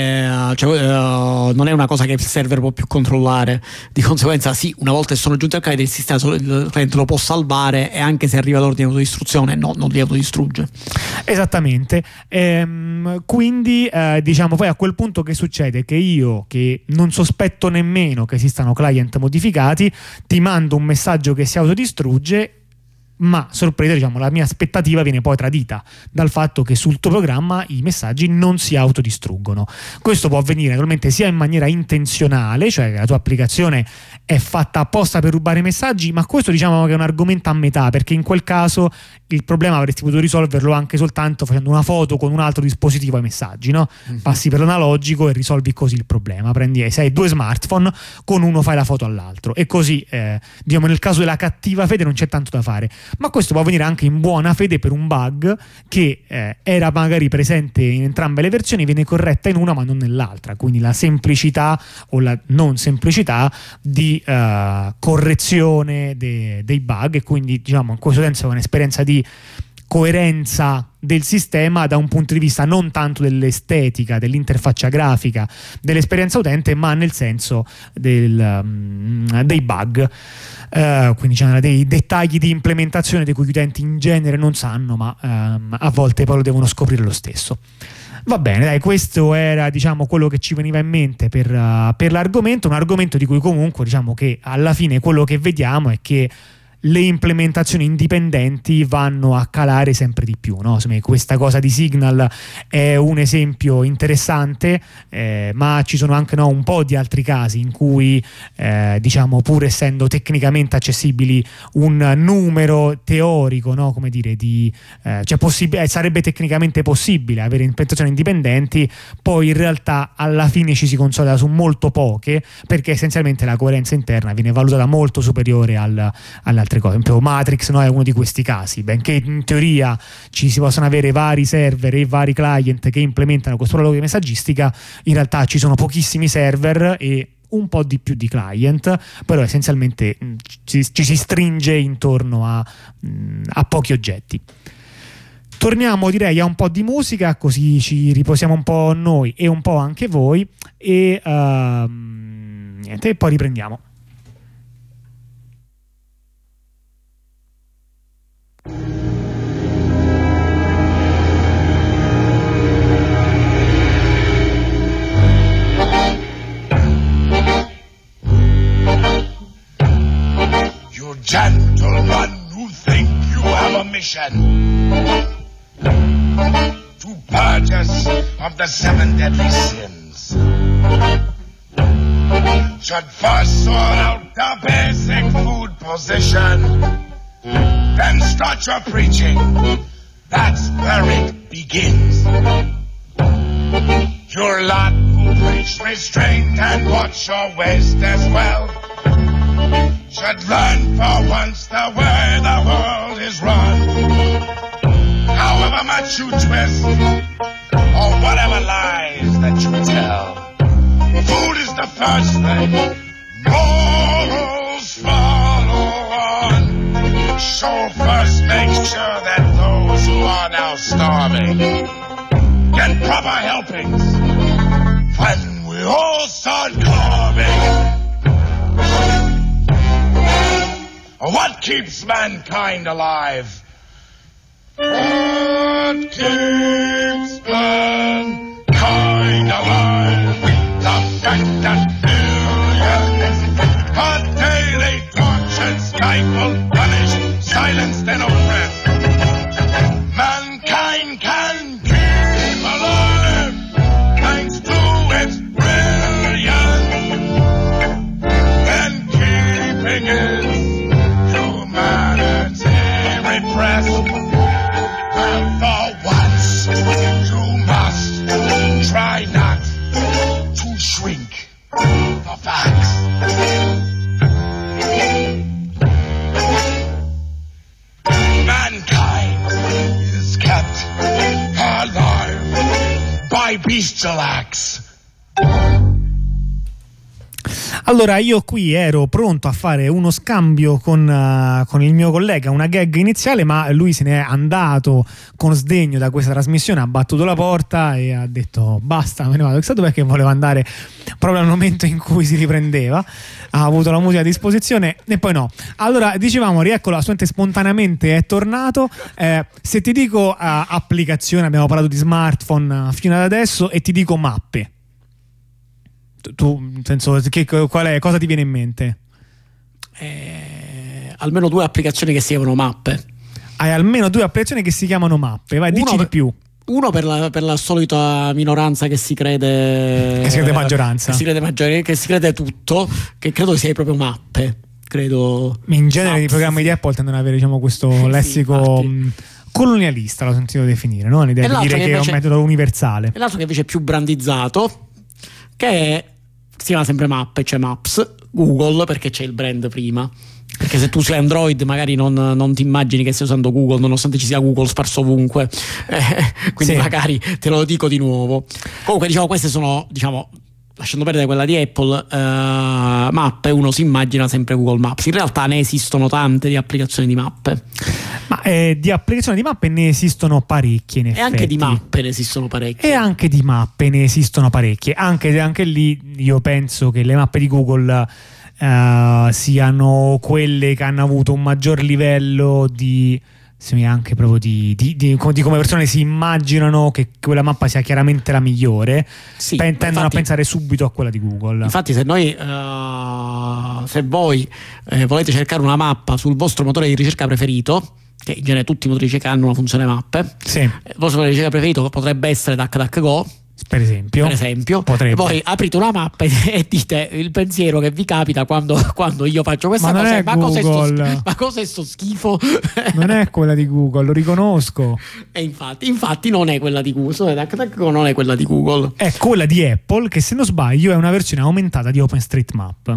non è una cosa che il server può più controllare. Di conseguenza sì, una volta che sono giunti al client, il sistema, il cliente lo può salvare, e anche se arriva l'ordine di autodistruzione non li autodistrugge. Esattamente. Quindi diciamo, poi a quel punto che succede? Che io, che non sospetto nemmeno che esistano client modificati, ti mando un messaggio che si autodistrugge, ma sorpresa, diciamo, la mia aspettativa viene poi tradita dal fatto che sul tuo programma i messaggi non si autodistruggono. Questo può avvenire naturalmente sia in maniera intenzionale, cioè che la tua applicazione è fatta apposta per rubare i messaggi, ma questo diciamo che è un argomento a metà, perché in quel caso il problema avresti potuto risolverlo anche soltanto facendo una foto con un altro dispositivo ai messaggi, no? Passi per l'analogico e risolvi così il problema. Se hai 2 smartphone, con uno fai la foto all'altro, e così diciamo, nel caso della cattiva fede non c'è tanto da fare. Ma questo può avvenire anche in buona fede per un bug che era magari presente in entrambe le versioni, viene corretta in una ma non nell'altra, quindi la semplicità o la non semplicità di correzione dei bug, e quindi diciamo in questo senso è un'esperienza di coerenza del sistema da un punto di vista non tanto dell'estetica, dell'interfaccia grafica, dell'esperienza utente, ma nel senso dei bug. Quindi c'erano dei dettagli di implementazione di cui gli utenti in genere non sanno, ma a volte poi lo devono scoprire lo stesso. Va bene, dai, questo era, diciamo, quello che ci veniva in mente per l'argomento, un argomento di cui comunque diciamo che alla fine quello che vediamo è che le implementazioni indipendenti vanno a calare sempre di più, no? Questa cosa di Signal è un esempio interessante, ma ci sono anche, no, un po' di altri casi in cui diciamo, pur essendo tecnicamente accessibili, un numero teorico, no, come dire, sarebbe tecnicamente possibile avere implementazioni indipendenti, poi in realtà alla fine ci si consolida su molto poche, perché essenzialmente la coerenza interna viene valutata molto superiore alle altre cose. Per esempio Matrix, no, è uno di questi casi, benché in teoria ci si possano avere vari server e vari client che implementano questo ruolo di messaggistica, in realtà ci sono pochissimi server e un po' di più di client, però essenzialmente ci si stringe intorno a pochi oggetti. Torniamo, direi, a un po' di musica, così ci riposiamo un po' noi e un po' anche voi, e niente, e poi riprendiamo. You gentlemen who think you have a mission to purge us of the 7 deadly sins should first sort out the basic food position, then start your preaching. That's where it begins. Your lot who Preach restraint and watch your waist as well. Should learn for once the way the world is run. However much you twist, or whatever lies that you tell, food is the first thing. Morals follow on. So first make sure that those who are now starving get proper helpings when we all start carving. What keeps mankind alive? What keeps mankind alive? The fact that millions are daily tortured, stifled, punished, silenced, and oppressed. Mankind can keep alive thanks to its brilliance and keeping its humanity repressed. And for once, you must try not to shrink the facts. Mankind is kept alive by bestial acts. Allora, io qui ero pronto a fare uno scambio con il mio collega, una gag iniziale, ma lui se n'è andato con sdegno da questa trasmissione, ha battuto la porta e ha detto basta, me ne vado. Chissà dov'è che voleva andare proprio al momento in cui si riprendeva, ha avuto la musica a disposizione e poi no. Allora, dicevamo, rieccolo, assolutamente spontaneamente è tornato. Se ti dico applicazione, abbiamo parlato di smartphone fino ad adesso, e ti dico mappe, tu, nel senso, cosa ti viene in mente? Almeno 2 applicazioni che si chiamano mappe. Hai almeno 2 applicazioni che si chiamano mappe, vai, dici di più. Uno per la solita minoranza che si crede maggioranza, che si crede tutto, che credo sia proprio mappe, credo. In genere i programmi di Apple tendono ad avere, diciamo, questo lessico colonialista, l'ho sentito definire, no? L'idea di dire che è un metodo universale. E l'altro che invece è più brandizzato, che si chiama sempre mappe, c'è Maps, Google, perché c'è il brand prima. Perché se tu sei Android magari non ti immagini che stai usando Google, nonostante ci sia Google sparso ovunque, quindi magari te lo dico di nuovo. Comunque, diciamo, queste sono, diciamo, lasciando perdere quella di Apple, mappe, uno si immagina sempre Google Maps. In realtà ne esistono tante di applicazioni di mappe. Ma di applicazioni di mappe ne esistono parecchie, in effetti. E anche di mappe ne esistono parecchie. Anche lì io penso che le mappe di Google siano quelle che hanno avuto un maggior livello di anche proprio di come persone si immaginano che quella mappa sia chiaramente la migliore. Sì, tendono a pensare subito a quella di Google. Infatti, se voi volete cercare una mappa sul vostro motore di ricerca preferito, che in genere tutti i motori di ricerca hanno una funzione mappe, il vostro motore di ricerca preferito potrebbe essere DuckDuckGo, per esempio, potrebbe. Voi aprite una mappa e dite il pensiero che vi capita quando io faccio questa cosa: ma cos'è sto schifo? Non è quella di Google, lo riconosco. E infatti non è quella di Google. DuckDuckGo non è quella di Google, è quella di Apple, che se non sbaglio è una versione aumentata di OpenStreetMap.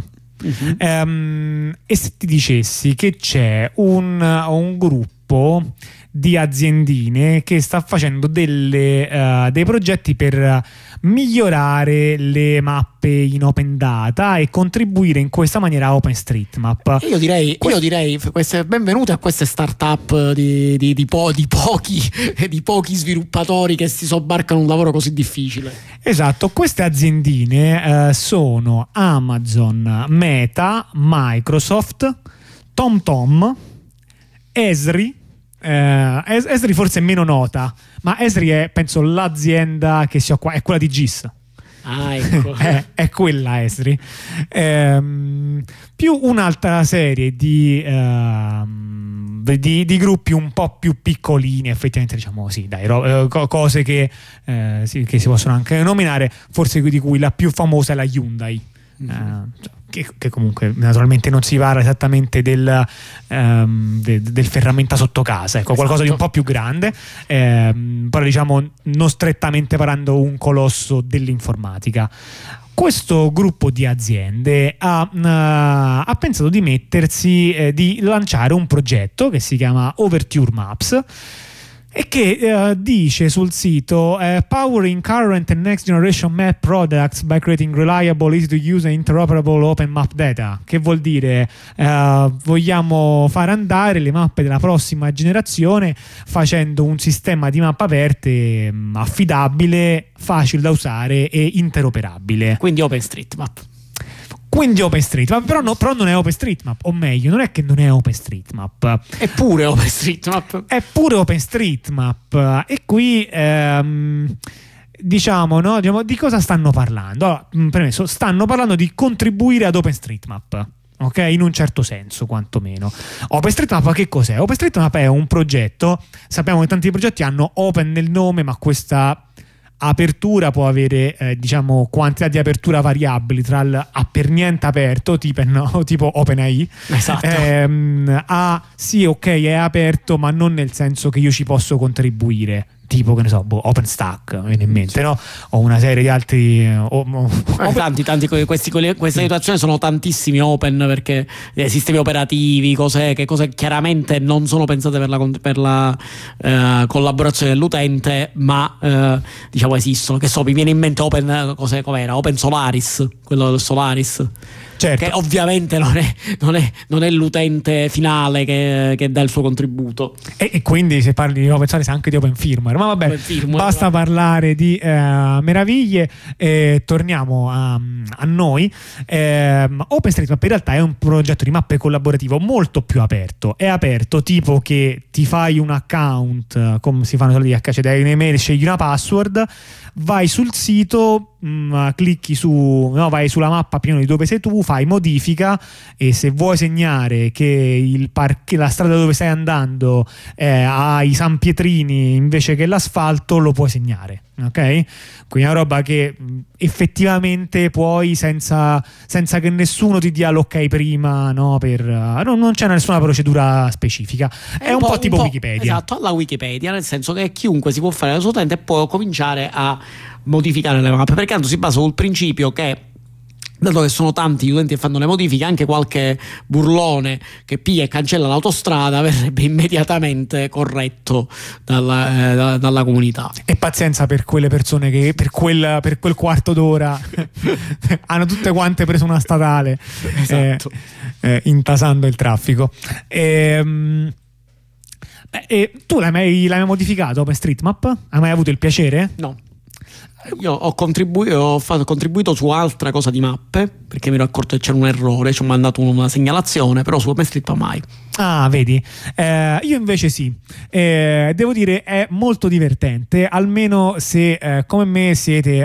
E se ti dicessi che c'è un gruppo di aziendine che sta facendo dei progetti per migliorare le mappe in open data e contribuire in questa maniera a OpenStreetMap. Io direi benvenute a queste startup di pochi sviluppatori che si sobbarcano un lavoro così difficile. Esatto, queste aziendine sono Amazon, Meta, Microsoft, TomTom, Esri. Esri forse è meno nota, ma Esri è, penso, l'azienda che si occupa, è quella di GIS. Ecco. è quella Esri, più un'altra serie di gruppi un po' più piccolini, effettivamente, diciamo, cose che si possono anche nominare, forse di cui la più famosa è la Hyundai. che comunque naturalmente non si parla esattamente del ferramenta sotto casa, ecco, qualcosa di un po' più grande, però diciamo non strettamente parlando un colosso dell'informatica. Questo gruppo di aziende ha pensato di di lanciare un progetto che si chiama Overture Maps e che dice sul sito powering current and next generation map products by creating reliable, easy to use and interoperable open map data, che vuol dire vogliamo fare andare le mappe della prossima generazione facendo un sistema di mappe aperte affidabile, facile da usare e interoperabile. Quindi OpenStreetMap. Però non è OpenStreetMap, o meglio, non è che non è OpenStreetMap, È pure OpenStreetMap. E qui diciamo, no? Di cosa stanno parlando? Allora, premesso, stanno parlando di contribuire ad OpenStreetMap. Ok, in un certo senso, quantomeno. OpenStreetMap che cos'è? OpenStreetMap è un progetto. Sappiamo che tanti progetti hanno open nel nome, ma questa apertura può avere diciamo quantità di apertura variabili tra per niente aperto tipo OpenAI, esatto, a sì, ok, è aperto ma non nel senso che io ci posso contribuire, tipo, che ne so, OpenStack, mi viene in mente, no? O una serie di altri tanti queste situazioni sono tantissimi open, perché sistemi operativi, cose chiaramente non sono pensate per la collaborazione dell'utente, ma diciamo esistono. Che so, mi viene in mente Open Solaris, quello del Solaris. Certo. Che ovviamente non è l'utente finale che dà il suo contributo. E quindi se parli di open source anche di open firmware. Ma vabbè, basta parlare di meraviglie. Torniamo a noi. OpenStreetMap in realtà è un progetto di mappe collaborativo molto più aperto. È aperto tipo che ti fai un account, come si fanno soldi HC, dai un'email, scegli una password, vai sul sito, clicchi vai sulla mappa pieno di dove sei tu, fai modifica, e se vuoi segnare che la strada dove stai andando ha i sanpietrini invece che l'asfalto, lo puoi segnare, ok? Quindi è una roba che effettivamente puoi senza che nessuno ti dia l'ok prima, no? Non c'è nessuna procedura specifica, è un po' tipo Wikipedia. Esatto, alla Wikipedia, nel senso che chiunque si può fare la sua utente e può cominciare a modificare le mappe, perché tanto si basa sul principio che, dato che sono tanti gli utenti che fanno le modifiche, anche qualche burlone che piglia e cancella l'autostrada verrebbe immediatamente corretto dalla comunità. E pazienza per quelle persone che per quel quarto d'ora hanno tutte quante preso una statale, esatto, intasando il traffico. Tu l'hai mai modificato OpenStreetMap? Hai mai avuto il piacere? No. Io ho contribuito su altra cosa di mappe, perché mi ero accorto che c'era un errore, ci ho mandato una segnalazione, però su OpenStreetMap mai. Ah, vedi, io invece sì, devo dire è molto divertente, almeno se come me siete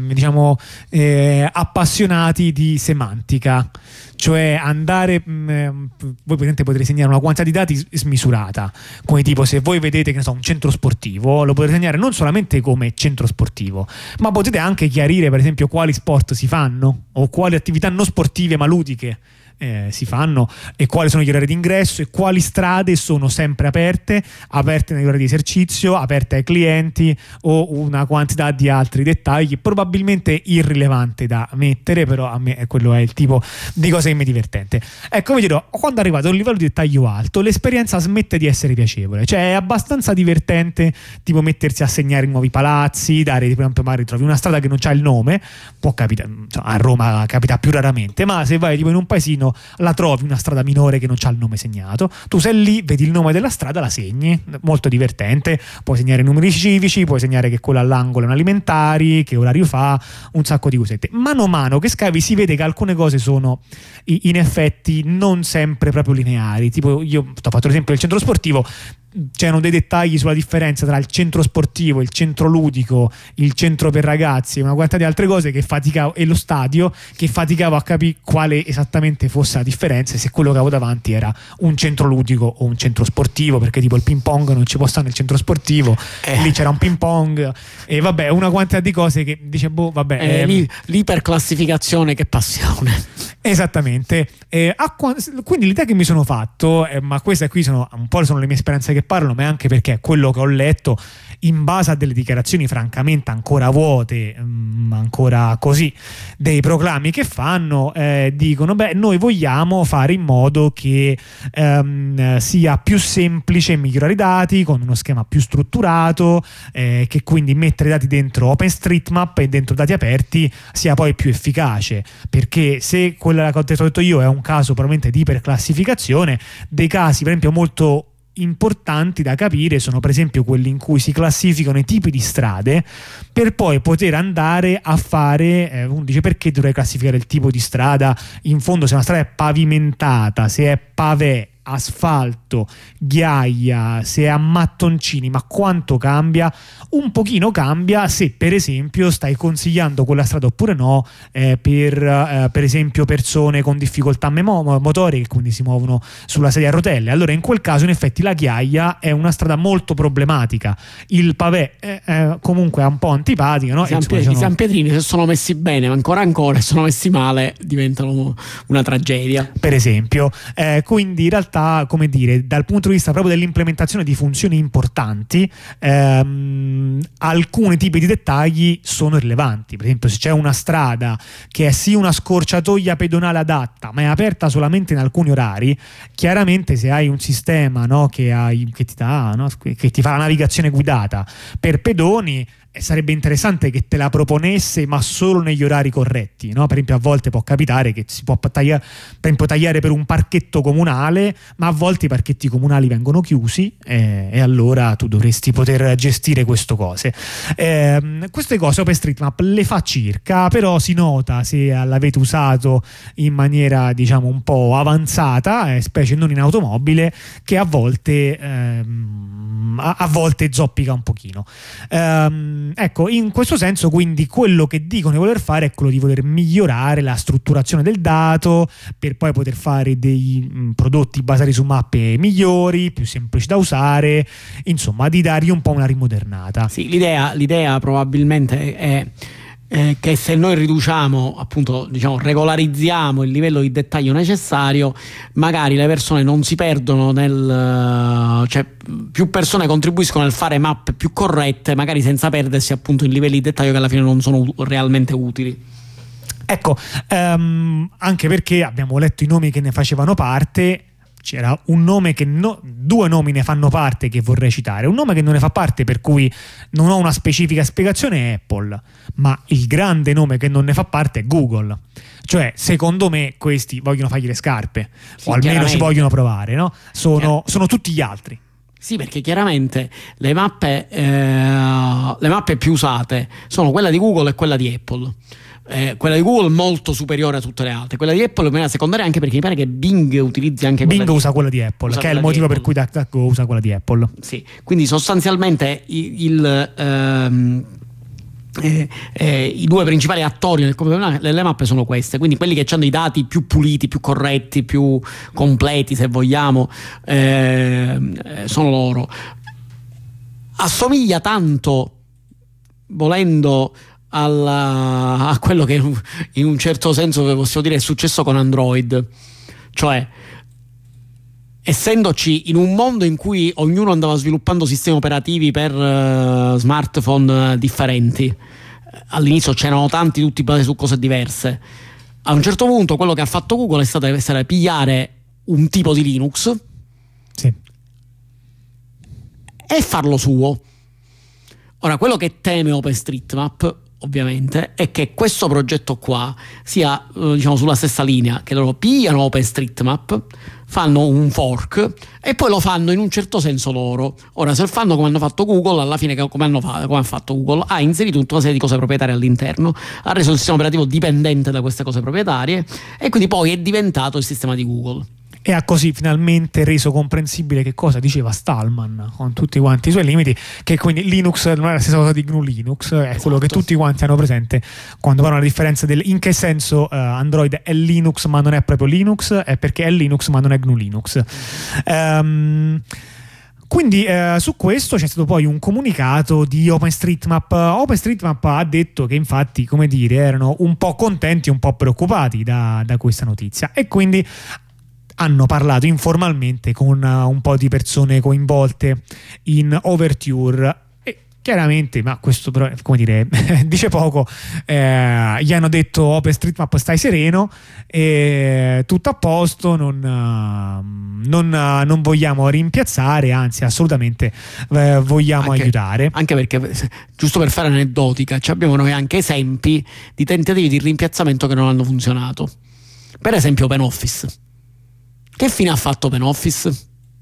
appassionati di semantica. Cioè andare, voi potrete segnare una quantità di dati smisurata, come tipo se voi vedete, che ne so, un centro sportivo, lo potete segnare non solamente come centro sportivo, ma potete anche chiarire per esempio quali sport si fanno o quali attività non sportive ma ludiche si fanno, e quali sono gli orari d'ingresso e quali strade sono sempre aperte negli orari di esercizio, aperte ai clienti, o una quantità di altri dettagli probabilmente irrilevante da mettere, però a me quello è il tipo di cosa che mi è divertente. Ecco, vi dirò, quando arrivate a un livello di dettaglio alto l'esperienza smette di essere piacevole, cioè è abbastanza divertente tipo mettersi a segnare nuovi palazzi, dare, per esempio, magari trovi una strada che non c'ha il nome, può capitare, a Roma capita più raramente, ma se vai tipo in un paesino la trovi una strada minore che non c'ha il nome segnato, tu sei lì, vedi il nome della strada, la segni, molto divertente. Puoi segnare i numeri civici, puoi segnare che quello all'angolo è un alimentari, che orario fa, un sacco di cosette. Mano a mano che scavi si vede che alcune cose sono in effetti non sempre proprio lineari, tipo io ho fatto l'esempio del centro sportivo, c'erano dei dettagli sulla differenza tra il centro sportivo, il centro ludico, il centro per ragazzi e una quantità di altre cose che faticavo, e lo stadio, che faticavo a capire quale esattamente fosse la differenza, e se quello che avevo davanti era un centro ludico o un centro sportivo, perché tipo il ping pong non ci può stare nel centro sportivo, lì c'era un ping pong, e vabbè, una quantità di cose che dice l'iperclassificazione, che passione. Esattamente. Quindi l'idea che mi sono fatto, ma queste qui sono un po' le mie speranze che parlano, ma è anche perché quello che ho letto in base a delle dichiarazioni francamente ancora vuote, ancora così, dei proclami che fanno, dicono noi vogliamo fare in modo che sia più semplice migliorare i dati con uno schema più strutturato, che quindi mettere i dati dentro OpenStreetMap e dentro dati aperti sia poi più efficace, perché se quella che ho detto io è un caso probabilmente di iperclassificazione, dei casi per esempio molto importanti da capire sono per esempio quelli in cui si classificano i tipi di strade per poi poter andare a fare, uno dice perché dovrei classificare il tipo di strada, in fondo se una strada è pavimentata, se è pavé, asfalto, ghiaia, se è a mattoncini, ma quanto cambia? Un pochino cambia se per esempio stai consigliando quella strada oppure no, per esempio persone con difficoltà motorie che quindi si muovono sulla sedia a rotelle. Allora in quel caso in effetti la ghiaia è una strada molto problematica, il pavé comunque è un po' antipatica, no? I San Pietrini se sono messi bene ma ancora sono messi male diventano una tragedia per esempio, quindi in realtà come dire, dal punto di vista proprio dell'implementazione di funzioni importanti, alcuni tipi di dettagli sono rilevanti. Per esempio se c'è una strada che è sì una scorciatoia pedonale adatta ma è aperta solamente in alcuni orari, chiaramente se hai un sistema, no, che ti dà, no, che ti fa la navigazione guidata per pedoni, sarebbe interessante che te la proponesse ma solo negli orari corretti, no? Per esempio a volte può capitare che si può tagliare per un parchetto comunale, ma a volte i parchetti comunali vengono chiusi e allora tu dovresti poter gestire queste cose. Queste cose OpenStreetMap le fa circa, però si nota, se l'avete usato in maniera diciamo un po' avanzata, specie non in automobile, che a volte zoppica un pochino. Ecco, in questo senso quindi quello che dicono di voler fare è quello di voler migliorare la strutturazione del dato per poi poter fare dei prodotti basati su mappe migliori, più semplici da usare, insomma di dargli un po' una rimodernata. Sì, l'idea probabilmente è che se noi riduciamo, appunto, diciamo, regolarizziamo il livello di dettaglio necessario, magari le persone non si perdono cioè più persone contribuiscono nel fare mappe più corrette, magari senza perdersi appunto in livelli di dettaglio che alla fine non sono realmente utili. Ecco, anche perché abbiamo letto i nomi che ne facevano parte. C'era un nome due nomi ne fanno parte che vorrei citare. Un nome che non ne fa parte, per cui non ho una specifica spiegazione, è Apple, ma il grande nome che non ne fa parte è Google. Cioè, secondo me questi vogliono fargli le scarpe, o almeno ci vogliono provare, no? Sono tutti gli altri. Sì, perché chiaramente le mappe più usate sono quella di Google e quella di Apple. Quella di Google molto superiore a tutte le altre, quella di Apple è secondaria, anche perché mi pare che Bing utilizzi anche quella usa quella di Apple, che è il motivo per cui DuckDuckGo usa quella di Apple. Sì, quindi sostanzialmente i due principali attori delle mappe sono queste, quindi quelli che hanno i dati più puliti, più corretti, più completi se vogliamo, sono loro. Assomiglia tanto, volendo, a quello che in un certo senso possiamo dire è successo con Android, cioè essendoci in un mondo in cui ognuno andava sviluppando sistemi operativi per smartphone differenti, all'inizio c'erano tanti tutti basati su cose diverse, a un certo punto quello che ha fatto Google è stato pigliare un tipo di Linux, sì, e farlo suo. Ora, quello che teme OpenStreetMap ovviamente è che questo progetto qua sia diciamo sulla stessa linea, che loro pigliano OpenStreetMap, fanno un fork e poi lo fanno in un certo senso loro. Ora, se fanno come hanno fatto Google, alla fine come ha fatto Google, ha inserito tutta una serie di cose proprietarie all'interno, ha reso il sistema operativo dipendente da queste cose proprietarie e quindi poi è diventato il sistema di Google. E ha così finalmente reso comprensibile che cosa diceva Stallman con tutti quanti i suoi limiti, che quindi Linux non è la stessa cosa di GNU Linux, è esatto, quello che tutti quanti hanno presente quando parlano la differenza in che senso Android è Linux ma non è proprio Linux, è perché è Linux ma non è GNU Linux. Quindi su questo c'è stato poi un comunicato di OpenStreetMap. OpenStreetMap ha detto che infatti, come dire, erano un po' contenti e un po' preoccupati da questa notizia, e quindi hanno parlato informalmente con un po' di persone coinvolte in Overture. Chiaramente, ma questo però, come dire, dice poco, gli hanno detto: OpenStreetMap, stai sereno, tutto a posto, non vogliamo rimpiazzare, anzi assolutamente vogliamo aiutare. Anche perché, giusto per fare aneddotica, abbiamo noi anche esempi di tentativi di rimpiazzamento che non hanno funzionato. Per esempio OpenOffice. Che fine ha fatto OpenOffice?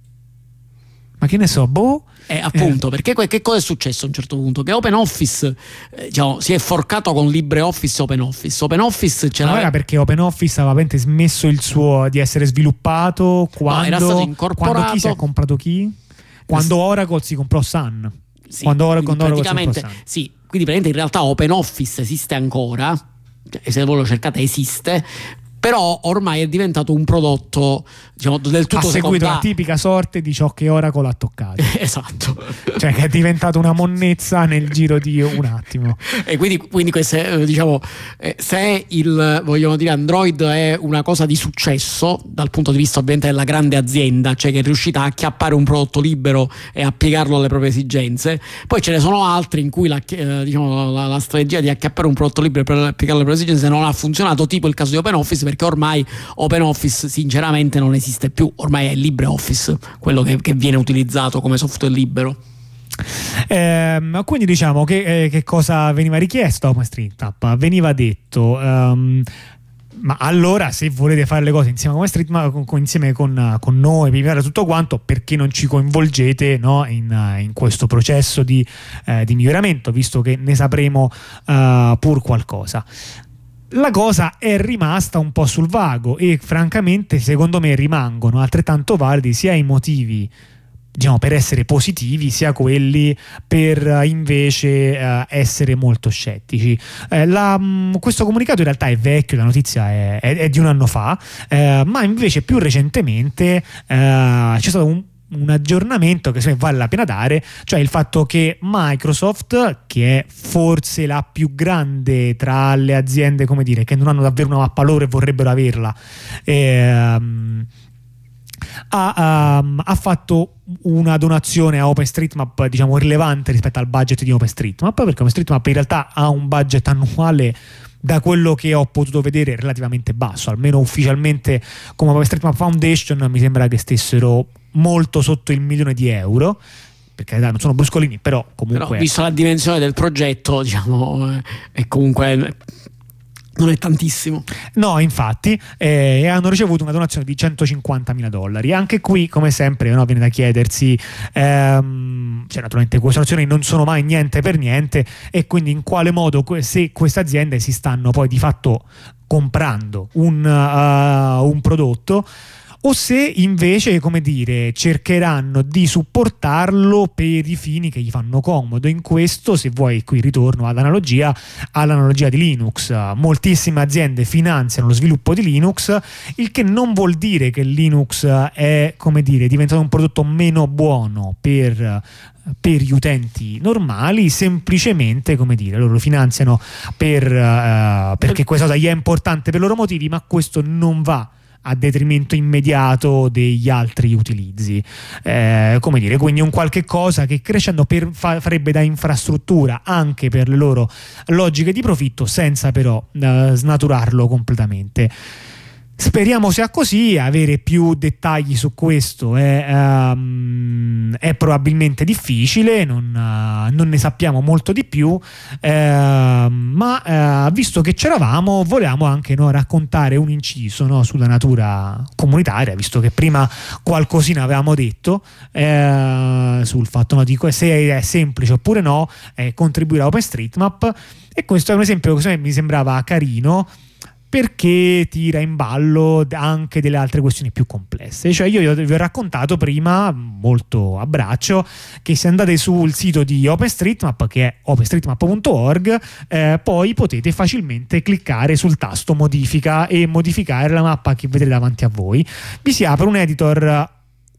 Ma che ne so, appunto, perché che cosa è successo a un certo punto? Che OpenOffice si è forcato con LibreOffice e OpenOffice. OpenOffice era perché OpenOffice aveva smesso il suo di essere sviluppato quando era stato incorporato. Quando chi si è comprato chi? Quando Oracle si comprò Sun. Sì, quando Oracle praticamente sì, quindi praticamente in realtà OpenOffice esiste ancora, e se voi lo cercate esiste, però ormai è diventato un prodotto, diciamo, del tutto ha seguito la tipica sorte di ciò che Oracle ha toccato. Esatto. Cioè che è diventato una monnezza nel giro di un attimo. E quindi queste, diciamo, se vogliamo dire, Android è una cosa di successo dal punto di vista ovviamente della grande azienda, cioè che è riuscita a acchiappare un prodotto libero e a piegarlo alle proprie esigenze, poi ce ne sono altri in cui la strategia di acchiappare un prodotto libero per piegarlo alle proprie esigenze non ha funzionato, tipo il caso di OpenOffice, perché ormai OpenOffice sinceramente non esiste più, ormai è LibreOffice quello che viene utilizzato come software libero. Quindi diciamo che cosa veniva richiesto a OpenStreetMap? Veniva detto: ma allora, se volete fare le cose insieme a OpenStreetMap, insieme con noi, pigliare tutto quanto, perché non ci coinvolgete, no, in questo processo di miglioramento, visto che ne sapremo pur qualcosa. La cosa è rimasta un po' sul vago, e francamente secondo me rimangono altrettanto validi sia i motivi, diciamo, per essere positivi, sia quelli per invece essere molto scettici. Questo comunicato in realtà è vecchio, la notizia è di un anno fa, ma invece più recentemente c'è stato un aggiornamento che secondo me vale la pena dare, cioè il fatto che Microsoft, che è forse la più grande tra le aziende, come dire, che non hanno davvero una mappa loro e vorrebbero averla, ha fatto una donazione a OpenStreetMap, diciamo, rilevante rispetto al budget di OpenStreetMap, perché OpenStreetMap in realtà ha un budget annuale, da quello che ho potuto vedere, relativamente basso, almeno ufficialmente come OpenStreetMap Foundation mi sembra che stessero molto sotto il €1.000.000, perché non sono bruscolini, però comunque, però, visto la dimensione del progetto, diciamo, è comunque non è tantissimo. No, infatti, hanno ricevuto una donazione di $150.000. Anche qui, come sempre, no, viene da chiedersi, cioè, naturalmente queste donazioni non sono mai niente per niente, e quindi in quale modo, se queste aziende si stanno poi di fatto comprando un prodotto, o se invece, come dire, cercheranno di supportarlo per i fini che gli fanno comodo. In questo, se vuoi, qui ritorno all'analogia di Linux. Moltissime aziende finanziano lo sviluppo di Linux, il che non vuol dire che Linux è, come dire, diventato un prodotto meno buono per gli utenti normali, semplicemente, come dire, loro finanziano perché questa cosa gli è importante per i loro motivi, ma questo non va a detrimento immediato degli altri utilizzi, come dire, quindi un qualche cosa che crescendo farebbe da infrastruttura anche per le loro logiche di profitto, senza però snaturarlo completamente. Speriamo sia così. Avere più dettagli su questo è probabilmente difficile, non ne sappiamo molto di più, ma visto che c'eravamo, volevamo anche raccontare un inciso, no, sulla natura comunitaria, visto che prima qualcosina avevamo detto sul fatto, no, di se è semplice oppure no contribuire a OpenStreetMap, e questo è un esempio che mi sembrava carino, perché tira in ballo anche delle altre questioni più complesse. Cioè, io vi ho raccontato prima, molto a braccio, che se andate sul sito di OpenStreetMap, che è openstreetmap.org, poi potete facilmente cliccare sul tasto modifica e modificare la mappa che vedete davanti a voi. Vi si apre un editor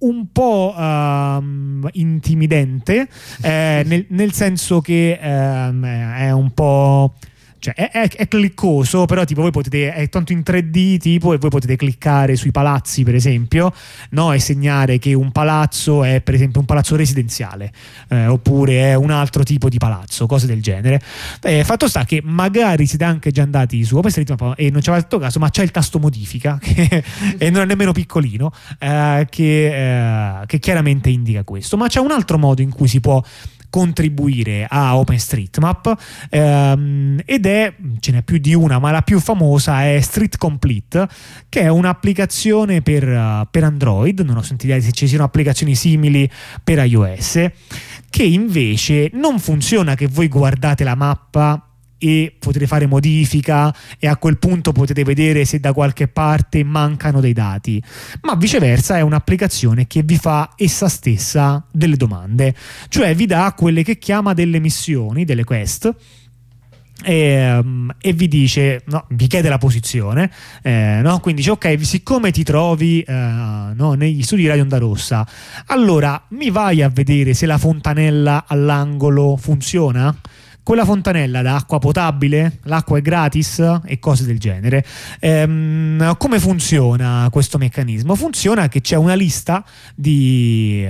un po' intimidente, nel senso che è un po'... Cioè è cliccoso, però tipo voi potete, è tanto in 3D tipo, e voi potete cliccare sui palazzi per esempio, no? E segnare che un palazzo è per esempio un palazzo residenziale, oppure è un altro tipo di palazzo, cose del genere. Fatto sta che magari siete anche già andati su OpenStreetMap e non ci avete fatto caso, ma c'è il tasto modifica e non è nemmeno piccolino, che chiaramente indica questo. Ma c'è un altro modo in cui si può contribuire a OpenStreetMap, ed ce n'è più di una, ma la più famosa è Street Complete, che è un'applicazione per Android. Non ho sentito dire se ci siano applicazioni simili per iOS, che invece non funziona che voi guardate la mappa e potete fare modifica e a quel punto potete vedere se da qualche parte mancano dei dati, ma viceversa è un'applicazione che vi fa essa stessa delle domande, cioè vi dà quelle che chiama delle missioni, delle quest, e vi dice, no, vi chiede la posizione, no? Quindi dice ok, siccome ti trovi negli studi di Radio Onda Rossa, allora mi vai a vedere se la fontanella all'angolo funziona? Quella fontanella da acqua potabile? L'acqua è gratis? E cose del genere. Come funziona questo meccanismo? Funziona che c'è una lista di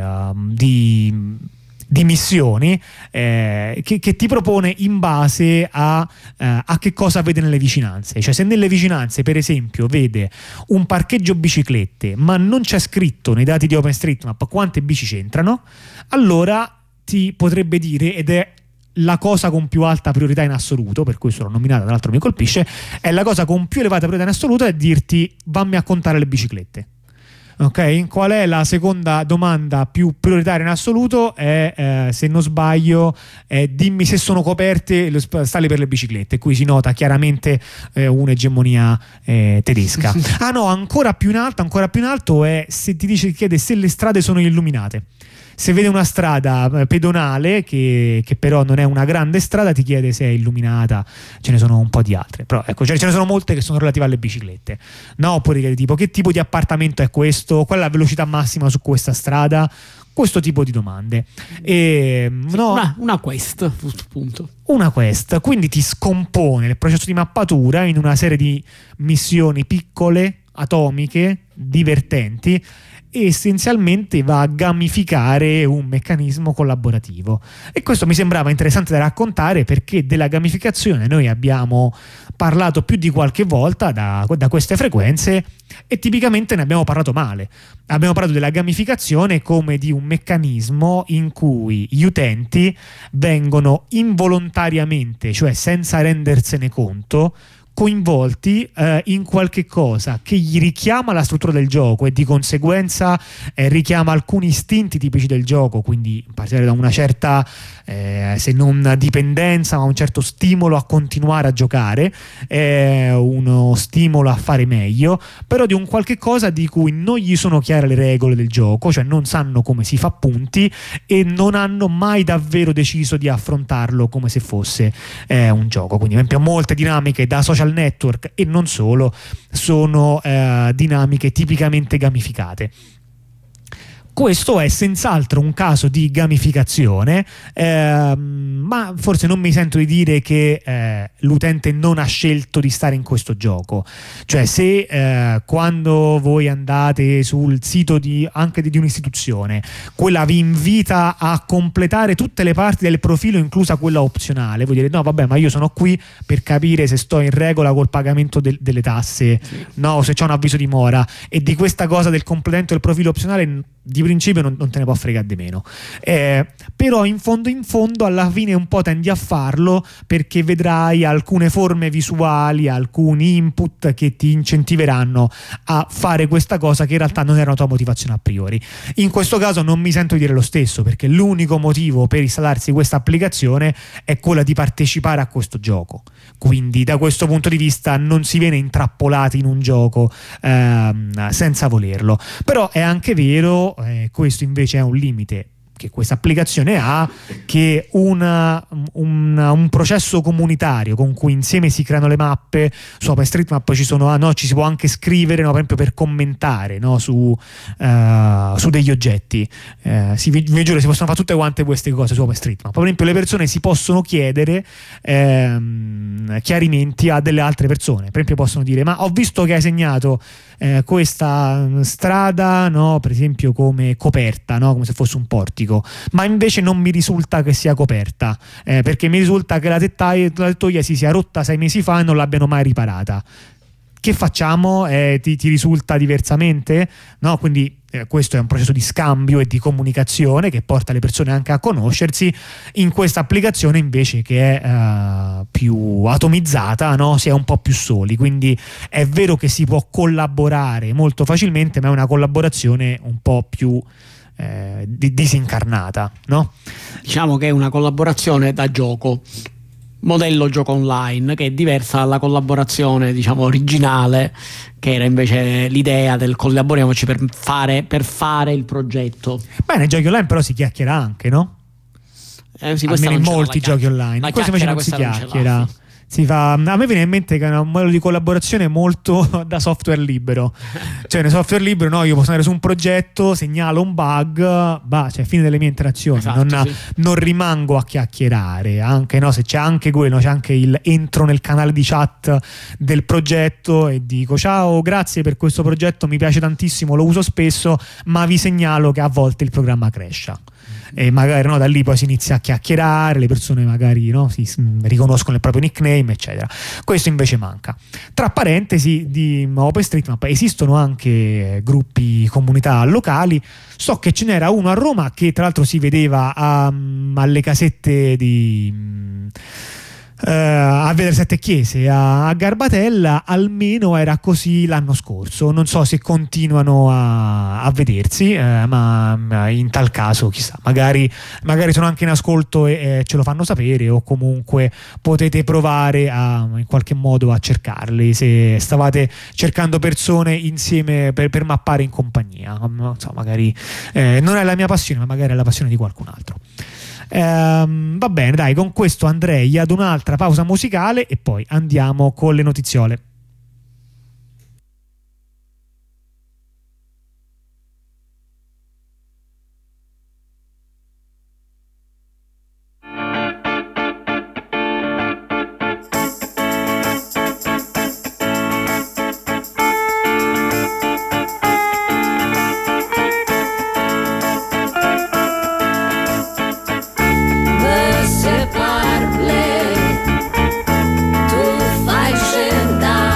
missioni che ti propone in base a che cosa vede nelle vicinanze. Cioè, se nelle vicinanze per esempio vede un parcheggio biciclette ma non c'è scritto nei dati di OpenStreetMap quante bici c'entrano, allora ti potrebbe dire, ed è la cosa con più alta priorità in assoluto, per questo l'ho nominata, tra l'altro mi colpisce, è la cosa con più elevata priorità in assoluto, è dirti vammi a contare le biciclette. Ok? Qual è la seconda domanda più prioritaria in assoluto? È se non sbaglio, dimmi se sono coperte le stalli per le biciclette. Qui si nota chiaramente un'egemonia tedesca. Ah no, ancora più in alto è se ti chiede se le strade sono illuminate. Se vede una strada pedonale che però non è una grande strada, ti chiede se è illuminata. Ce ne sono un po' di altre, però ecco, ce ne sono molte che sono relative alle biciclette, no? Oppure chiede tipo che tipo di appartamento è questo, qual è la velocità massima su questa strada, questo tipo di domande. Una quest, appunto. Una quest, quindi ti scompone il processo di mappatura in una serie di missioni piccole, atomiche, divertenti, e essenzialmente va a gamificare un meccanismo collaborativo. E questo mi sembrava interessante da raccontare, perché della gamificazione noi abbiamo parlato più di qualche volta da queste frequenze, e tipicamente ne abbiamo parlato male. Abbiamo parlato della gamificazione come di un meccanismo in cui gli utenti vengono involontariamente, cioè senza rendersene conto, coinvolti in qualche cosa che gli richiama la struttura del gioco e di conseguenza richiama alcuni istinti tipici del gioco, quindi partire da una certa se non dipendenza, ma un certo stimolo a continuare a giocare, uno stimolo a fare meglio, però di un qualche cosa di cui non gli sono chiare le regole del gioco, cioè non sanno come si fa punti e non hanno mai davvero deciso di affrontarlo come se fosse un gioco. Quindi per esempio molte dinamiche da social network e non solo sono dinamiche tipicamente gamificate. Questo è senz'altro un caso di gamificazione, ma forse non mi sento di dire che l'utente non ha scelto di stare in questo gioco. Cioè, se quando voi andate sul sito anche di un'istituzione, quella vi invita a completare tutte le parti del profilo, inclusa quella opzionale, voi direte no vabbè, ma io sono qui per capire se sto in regola col pagamento delle tasse, sì, no, se c'è un avviso di mora, e di questa cosa del completamento del profilo opzionale di principio non te ne può fregare di meno, però in fondo alla fine un po' tendi a farlo, perché vedrai alcune forme visuali, alcuni input che ti incentiveranno a fare questa cosa che in realtà non era una tua motivazione a priori. In questo caso non mi sento di dire lo stesso, perché l'unico motivo per installarsi questa applicazione è quella di partecipare a questo gioco, quindi da questo punto di vista non si viene intrappolati in un gioco senza volerlo. Però è anche vero, questo invece è un limite che questa applicazione ha, che un processo comunitario con cui insieme si creano le mappe. Su OpenStreetMap ci si può anche scrivere, no, per esempio per commentare, no, su degli oggetti. Vi giuro, si possono fare tutte quante queste cose su OpenStreetMap. Per esempio le persone si possono chiedere chiarimenti a delle altre persone. Per esempio possono dire: ma ho visto che hai segnato questa strada, no, per esempio come coperta, no, come se fosse un portico, ma invece non mi risulta che sia coperta, perché mi risulta che la tettoia si sia rotta 6 mesi fa e non l'abbiano mai riparata. Che facciamo? Ti risulta diversamente? No? Quindi questo è un processo di scambio e di comunicazione che porta le persone anche a conoscersi. In questa applicazione invece, che è più atomizzata, no? Si è un po' più soli, quindi è vero che si può collaborare molto facilmente, ma è una collaborazione un po' più disincarnata, no? Diciamo che è una collaborazione da gioco, modello gioco online, che è diversa dalla collaborazione, diciamo, originale, che era invece l'idea del collaboriamoci per fare il progetto. Beh, nei giochi online però si chiacchiera anche, no? Sì, almeno in molti giochi online. In questo invece non si chiacchiera. A me viene in mente che è un modello di collaborazione molto da software libero. Cioè, nel software libero, no, io posso andare su un progetto, segnalo un bug, cioè fine delle mie interazioni. Esatto, non rimango a chiacchierare. Anche, no, se c'è anche quello, c'è anche entro nel canale di chat del progetto e dico: ciao, grazie per questo progetto, mi piace tantissimo, lo uso spesso, ma vi segnalo che a volte il programma crasha. E magari, no, da lì poi si inizia a chiacchierare, le persone magari, no, si riconoscono il proprio nickname, eccetera. Questo invece manca. Tra parentesi, di OpenStreetMap esistono anche gruppi, comunità locali. So che ce n'era uno a Roma che tra l'altro si vedeva alle casette a Via delle Sette Chiese a Garbatella. Almeno era così l'anno scorso, non so se continuano a vedersi, ma in tal caso chissà, magari sono anche in ascolto e ce lo fanno sapere, o comunque potete provare in qualche modo a cercarli se stavate cercando persone insieme per mappare in compagnia. Non so, magari non è la mia passione, ma magari è la passione di qualcun altro. Va bene, dai, con questo andrei ad un'altra pausa musicale e poi andiamo con le notiziole. Tu fai scendere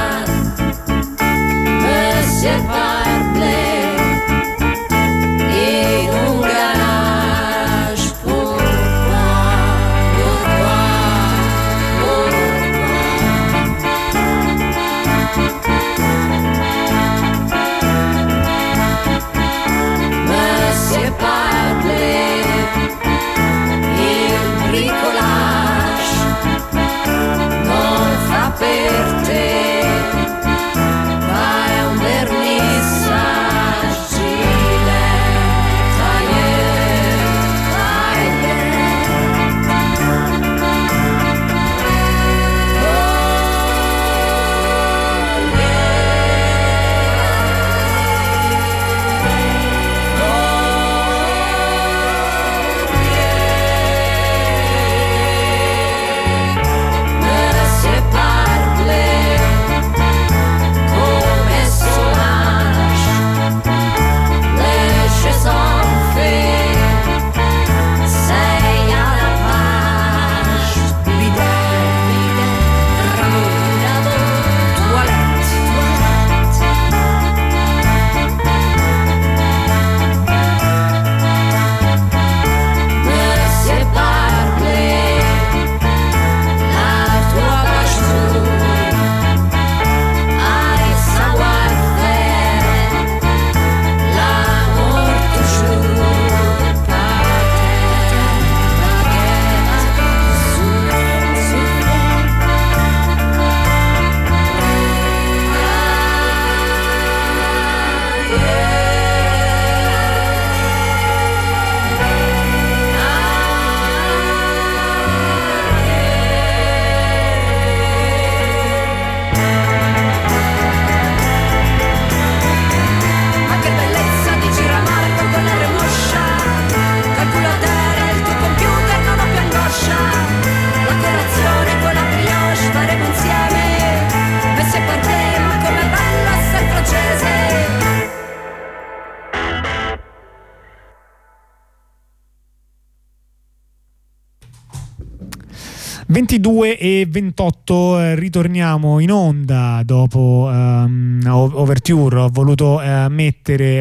22:28, ritorniamo in onda dopo Overture. Ho voluto mettere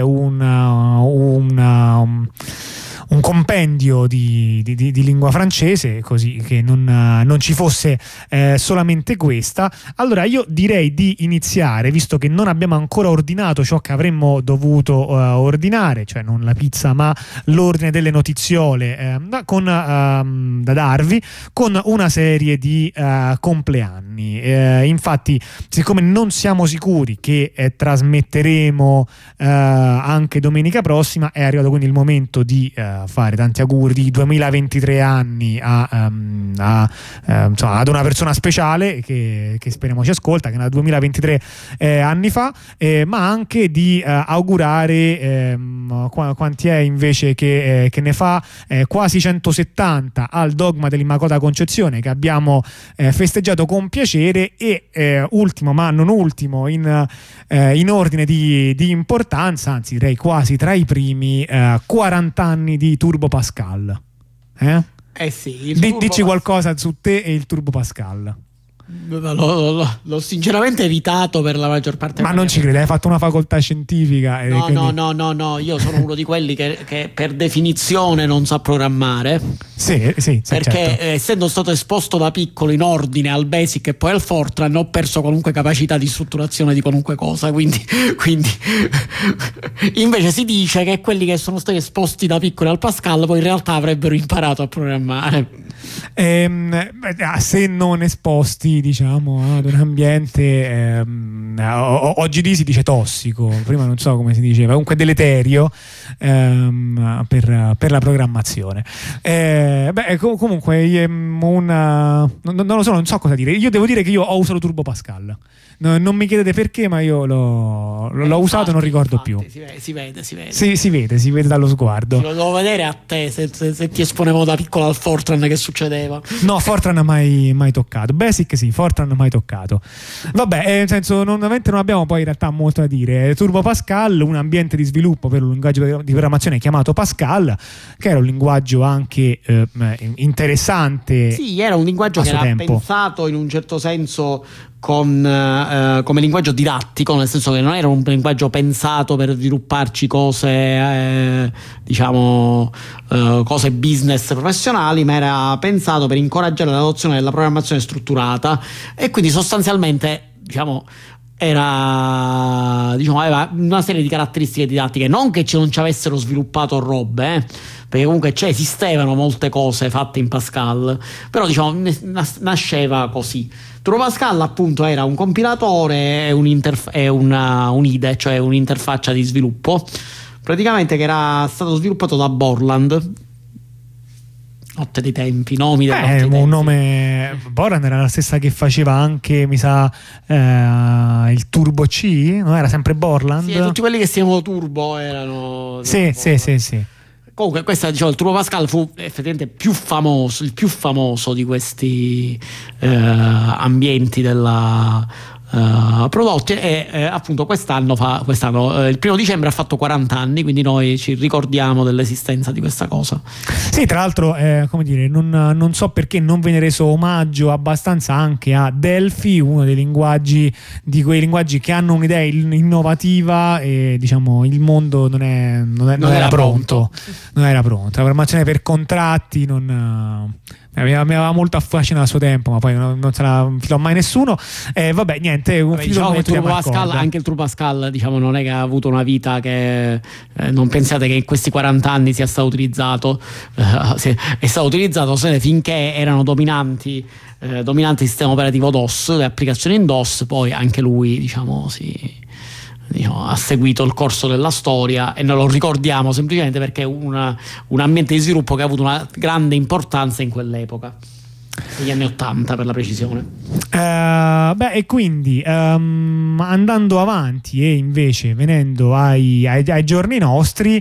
un compendio di lingua francese, così che non ci fosse solamente questa. Allora io direi di iniziare, visto che non abbiamo ancora ordinato ciò che avremmo dovuto ordinare, cioè non la pizza ma l'ordine delle notiziole da darvi, con una serie di compleanni. Infatti, siccome non siamo sicuri che trasmetteremo anche domenica prossima, è arrivato quindi il momento di fare tanti auguri di 2023 anni insomma, ad una persona speciale che speriamo ci ascolta, che è nata 2023 anni fa, ma anche di augurare quanti è invece che ne fa quasi 170 al Dogma dell'Immacolata Concezione, che abbiamo festeggiato con piacere, e ultimo ma non ultimo in ordine di importanza, anzi direi quasi tra i primi, 40 anni di Turbo Pascal. Sì, dici qualcosa su te e il Turbo Pascal. L'ho sinceramente evitato per la maggior parte. Ma non ci credi, hai fatto una facoltà scientifica? No, io sono uno di quelli che per definizione non sa programmare. Sì, perché certo. Essendo stato esposto da piccolo in ordine al Basic e poi al Fortran, ho perso qualunque capacità di strutturazione di qualunque cosa, quindi invece si dice che quelli che sono stati esposti da piccoli al Pascal poi in realtà avrebbero imparato a programmare. Se non esposti, diciamo, ad un ambiente oggi si dice tossico, prima non so come si diceva, comunque deleterio per la programmazione. Comunque non lo so, non so cosa dire. Io devo dire che io ho usato Turbo Pascal. Non mi chiedete perché, ma io l'ho usato e non ricordo più. Si vede. Si vede dallo sguardo. Lo devo vedere a te se ti esponevo da piccolo al Fortran, che succedeva. No, Fortran mai toccato. Basic sì, Fortran mai toccato. Vabbè, nel senso, non abbiamo poi in realtà molto da dire. Turbo Pascal, un ambiente di sviluppo per un linguaggio di programmazione chiamato Pascal, che era un linguaggio anche interessante. Sì, era un linguaggio che era pensato in un certo senso come linguaggio didattico, nel senso che non era un linguaggio pensato per svilupparci cose cose business professionali, ma era pensato per incoraggiare l'adozione della programmazione strutturata, e quindi sostanzialmente aveva una serie di caratteristiche didattiche, non che non ci avessero sviluppato robe, perché comunque esistevano molte cose fatte in Pascal, però nasceva così. Turbo Pascal appunto era un compilatore e un IDE, cioè un'interfaccia di sviluppo, praticamente, che era stato sviluppato da Borland. Notte dei tempi, nomi un nome. Borland era la stessa che faceva anche, mi sa, il Turbo C, non era sempre Borland? Sì, tutti quelli che si chiamano Turbo erano. Sì. Comunque questa, il Turbo Pascal fu effettivamente il più famoso di questi ambienti della prodotti, e appunto quest'anno il 1° dicembre ha fatto 40 anni, quindi noi ci ricordiamo dell'esistenza di questa cosa. Sì, tra l'altro come dire, non so perché non viene reso omaggio abbastanza anche a Delphi, uno dei linguaggi, di quei linguaggi che hanno un'idea innovativa e il mondo non era pronto. Non era pronto. La programmazione per contratti mi aveva molto affascinato a suo tempo, ma poi non se la filò mai nessuno. Vabbè, niente. Il Turbo Pascal, anche il Turbo Pascal, non è che ha avuto una vita che non pensiate che in questi 40 anni sia stato utilizzato. È stato utilizzato finché erano dominanti il sistema operativo DOS, le applicazioni in DOS. Poi anche lui, ha seguito il corso della storia, e noi lo ricordiamo semplicemente perché è un ambiente di sviluppo che ha avuto una grande importanza in quell'epoca, negli anni 80 per la precisione. E quindi andando avanti e invece venendo ai giorni nostri,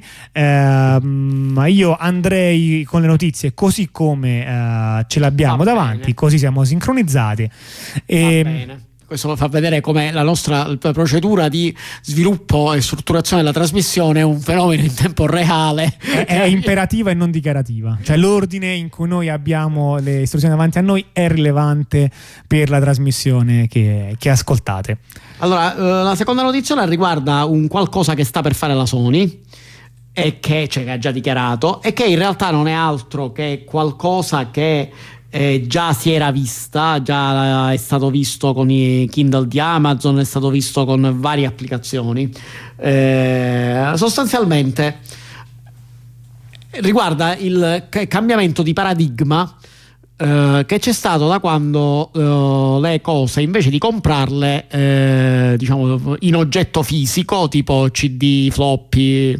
io andrei con le notizie così come ce l'abbiamo davanti, così siamo sincronizzati. Va bene. Questo fa vedere come la nostra procedura di sviluppo e strutturazione della trasmissione è un fenomeno in tempo reale. È imperativa e non dichiarativa, cioè l'ordine in cui noi abbiamo le istruzioni davanti a noi è rilevante per la trasmissione che ascoltate. Allora, la seconda notizia riguarda un qualcosa che sta per fare la Sony e che ha già dichiarato, e che in realtà non è altro che qualcosa che già si era vista, già è stato visto con i Kindle di Amazon, è stato visto con varie applicazioni. Sostanzialmente riguarda il cambiamento di paradigma che c'è stato da quando le cose, invece di comprarle diciamo in oggetto fisico, tipo CD, floppy,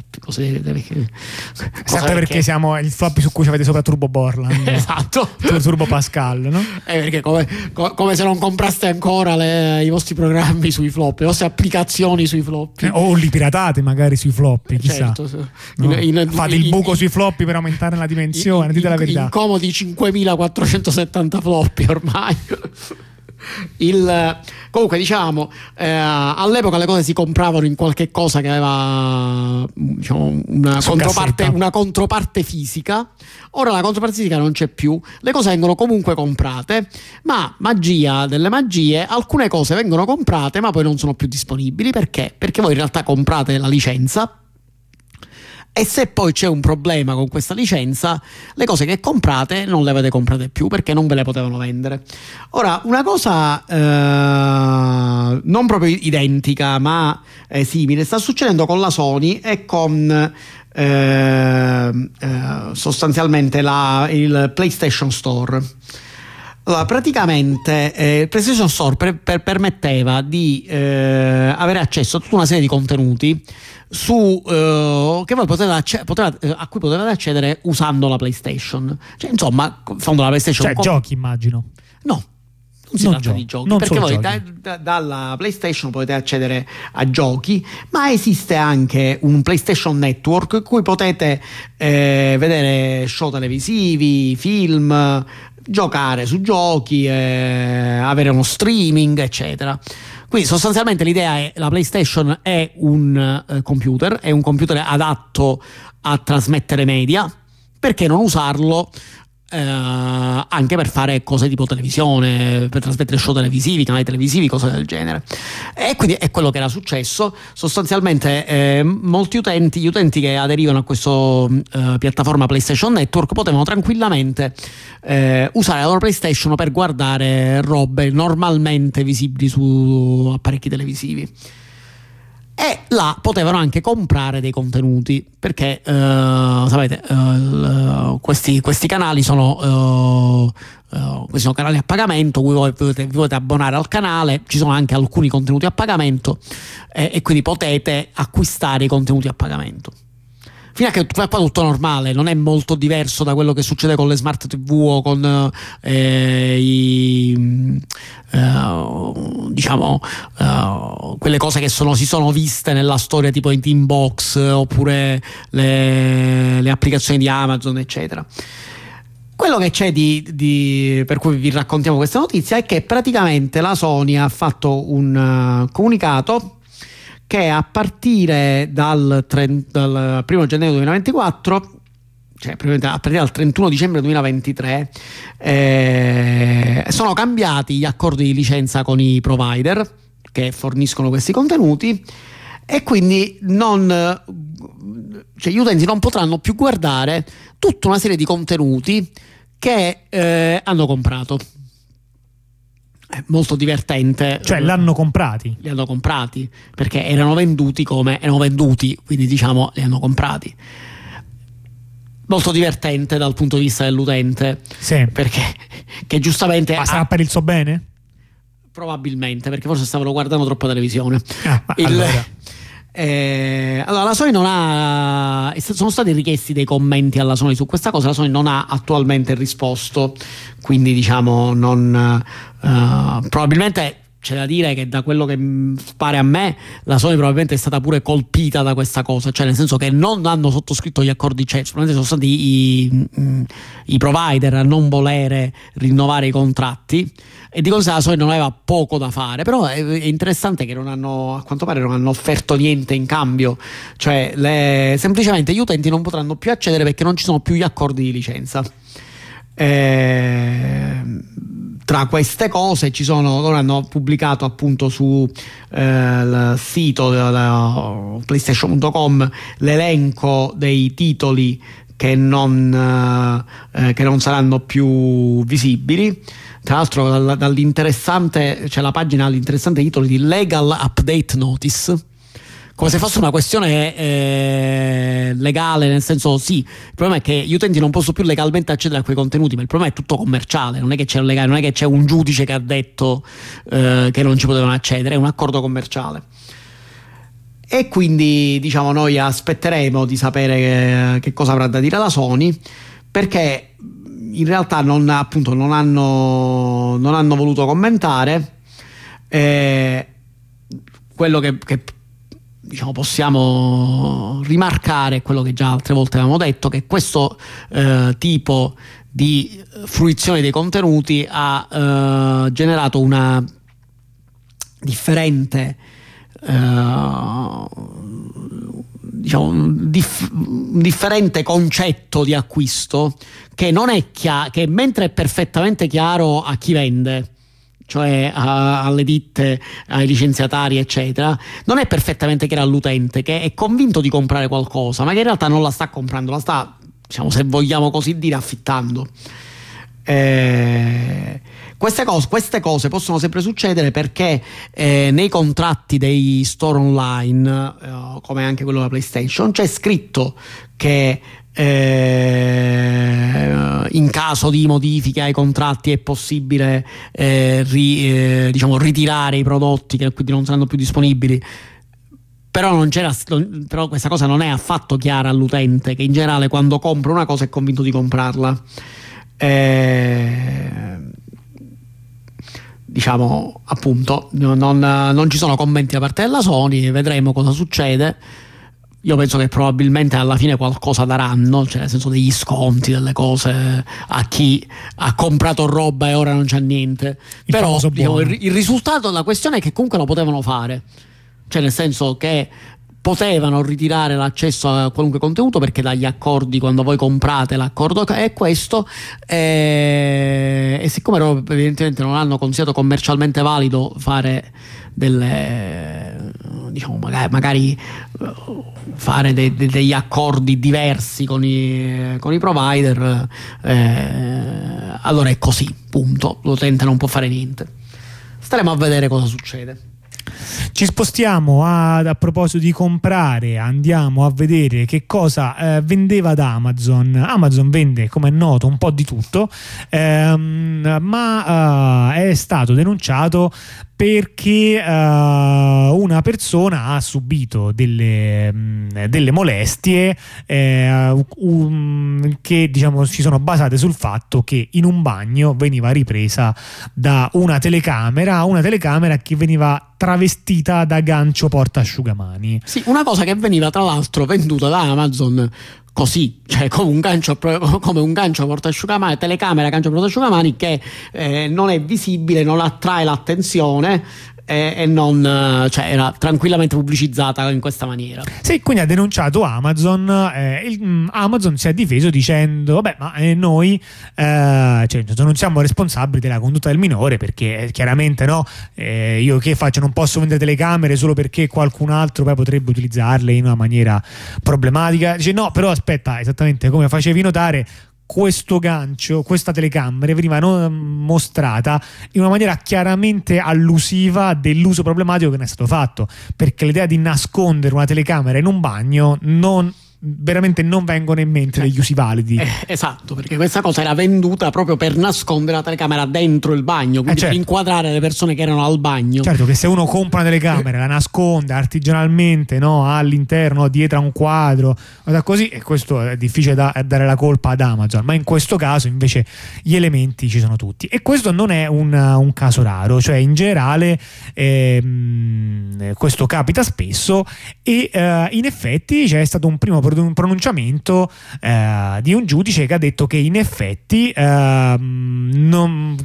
sempre perché siamo il floppy su cui ci avete sopra Turbo Borland. Esatto. Turbo Pascal, no? Perché come se non compraste ancora i vostri programmi sui floppy, le vostre applicazioni sui floppy, o li piratate magari sui floppy, chissà. Certo. No? Fate il buco sui floppy per aumentare la dimensione, dite la verità. Incomodi 5470 floppy ormai. Comunque diciamo all'epoca le cose si compravano in qualche cosa che aveva, diciamo, una controparte fisica. Ora la controparte fisica non c'è più, le cose vengono comunque comprate, ma magia delle magie, alcune cose vengono comprate ma poi non sono più disponibili. Perché voi in realtà comprate la licenza, e se poi c'è un problema con questa licenza, le cose che comprate non le avete comprate più perché non ve le potevano vendere. Ora, una cosa non proprio identica ma simile sta succedendo con la Sony e con sostanzialmente il PlayStation Store. Allora, praticamente il PlayStation Store permetteva di avere accesso a tutta una serie di contenuti che voi a cui potevate accedere usando la PlayStation. Cioè, insomma, fondo la PlayStation. Cioè, giochi, immagino. No, non si tratta di giochi, perché voi dalla PlayStation potete accedere a giochi, ma esiste anche un PlayStation Network in cui potete vedere show televisivi, film, giocare su giochi, avere uno streaming, eccetera. Quindi sostanzialmente l'idea è: la PlayStation è un computer adatto a trasmettere media, perché non usarlo anche per fare cose tipo televisione, per trasmettere show televisivi, canali televisivi, cose del genere. E quindi è quello che era successo. Sostanzialmente molti gli utenti che aderivano a questa piattaforma PlayStation Network potevano tranquillamente usare la loro PlayStation per guardare robe normalmente visibili su apparecchi televisivi. E là potevano anche comprare dei contenuti, perché sapete, questi canali sono canali a pagamento, voi vi potete abbonare al canale, ci sono anche alcuni contenuti a pagamento, e quindi potete acquistare i contenuti a pagamento. Fino a che qua tutto normale, non è molto diverso da quello che succede con le smart TV o con quelle cose che si sono viste nella storia, tipo i Teambox oppure le applicazioni di Amazon, eccetera. Quello che c'è per cui vi raccontiamo questa notizia è che praticamente la Sony ha fatto un comunicato che a partire dal 1 gennaio 2024, cioè a partire dal 31 dicembre 2023, sono cambiati gli accordi di licenza con i provider che forniscono questi contenuti, e quindi gli utenti non potranno più guardare tutta una serie di contenuti che hanno comprato. È molto divertente. Cioè li hanno comprati perché erano venduti, quindi diciamo li hanno comprati. Molto divertente dal punto di vista dell'utente, sì. Perché che giustamente sarà per il suo bene? Probabilmente, perché forse stavano guardando troppa televisione. Allora, la Sony non ha, sono stati richiesti dei commenti alla Sony su questa cosa, la Sony non ha attualmente risposto, quindi diciamo probabilmente c'è da dire che da quello che pare a me la Sony probabilmente è stata pure colpita da questa cosa, cioè nel senso che non hanno sottoscritto gli accordi CED, probabilmente sono stati i provider a non volere rinnovare i contratti, e di cosa la Sony non aveva poco da fare. Però è interessante che a quanto pare non hanno offerto niente in cambio, cioè semplicemente gli utenti non potranno più accedere perché non ci sono più gli accordi di licenza. Tra queste cose loro hanno pubblicato appunto su il sito PlayStation.com l'elenco dei titoli che non saranno più visibili. Tra l'altro dall'interessante c'è la pagina all'interessante titolo di Legal Update Notice, come se fosse una questione legale, nel senso, sì, il problema è che gli utenti non possono più legalmente accedere a quei contenuti, ma il problema è tutto commerciale, non è che c'è un giudice che ha detto che non ci potevano accedere, è un accordo commerciale. E quindi diciamo noi aspetteremo di sapere che cosa avrà da dire la Sony, perché in realtà non hanno voluto commentare. Quello che diciamo possiamo rimarcare, quello che già altre volte avevamo detto, che questo tipo di fruizione dei contenuti ha generato una differente un differente concetto di acquisto, che non è che mentre è perfettamente chiaro a chi vende, cioè alle ditte, ai licenziatari eccetera, non è perfettamente chiaro all'utente che è convinto di comprare qualcosa ma che in realtà non la sta comprando, la sta, diciamo, se vogliamo così dire, affittando. Queste cose possono sempre succedere perché nei contratti dei store online, come anche quello della PlayStation, c'è scritto che in caso di modifiche ai contratti è possibile ritirare i prodotti che quindi non saranno più disponibili. Però questa cosa non è affatto chiara all'utente, che in generale quando compra una cosa è convinto di comprarla. Diciamo appunto non ci sono commenti da parte della Sony, vedremo cosa succede. Io penso che probabilmente alla fine qualcosa daranno, cioè nel senso degli sconti, delle cose a chi ha comprato roba e ora non c'è niente. Però diciamo, il risultato della questione è che comunque lo potevano fare, cioè nel senso che potevano ritirare l'accesso a qualunque contenuto, perché dagli accordi, quando voi comprate, l'accordo è questo, e siccome evidentemente non hanno considerato commercialmente valido fare delle, diciamo, magari fare degli accordi diversi con i provider, allora è così, punto. L'utente non può fare niente. Staremo a vedere cosa succede. Ci spostiamo a proposito di comprare, andiamo a vedere che cosa vendeva ad Amazon. Amazon vende, come è noto, un po' di tutto, ma è stato denunciato perché una persona ha subito delle molestie che diciamo si sono basate sul fatto che in un bagno veniva ripresa da una telecamera che veniva travestita da gancio portaasciugamani. Sì, una cosa che veniva tra l'altro venduta da Amazon così, cioè come un gancio portaasciugamani, telecamera gancio portaasciugamani che non è visibile, non attrae l'attenzione e non, cioè era tranquillamente pubblicizzata in questa maniera. Sì, quindi ha denunciato Amazon. Amazon si è difeso dicendo vabbè, ma noi cioè, non siamo responsabili della condotta del minore, perché chiaramente no, io che faccio, non posso vendere telecamere solo perché qualcun altro poi potrebbe utilizzarle in una maniera problematica. Dice no, però aspetta, esattamente come facevi notare, questo gancio, questa telecamera veniva mostrata in una maniera chiaramente allusiva dell'uso problematico che ne è stato fatto, perché l'idea di nascondere una telecamera in un bagno non veramente non vengono in mente degli usi validi. Esatto, perché questa cosa era venduta proprio per nascondere la telecamera dentro il bagno, quindi per inquadrare le persone che erano al bagno. Certo che se uno compra una telecamera, la nasconde artigianalmente, no, all'interno, dietro a un quadro, così, e questo è difficile da dare la colpa ad Amazon, ma in questo caso invece gli elementi ci sono tutti, e questo non è un caso raro, cioè in generale questo capita spesso, e in effetti c'è stato un primo pronunciamento di un giudice che ha detto che in effetti non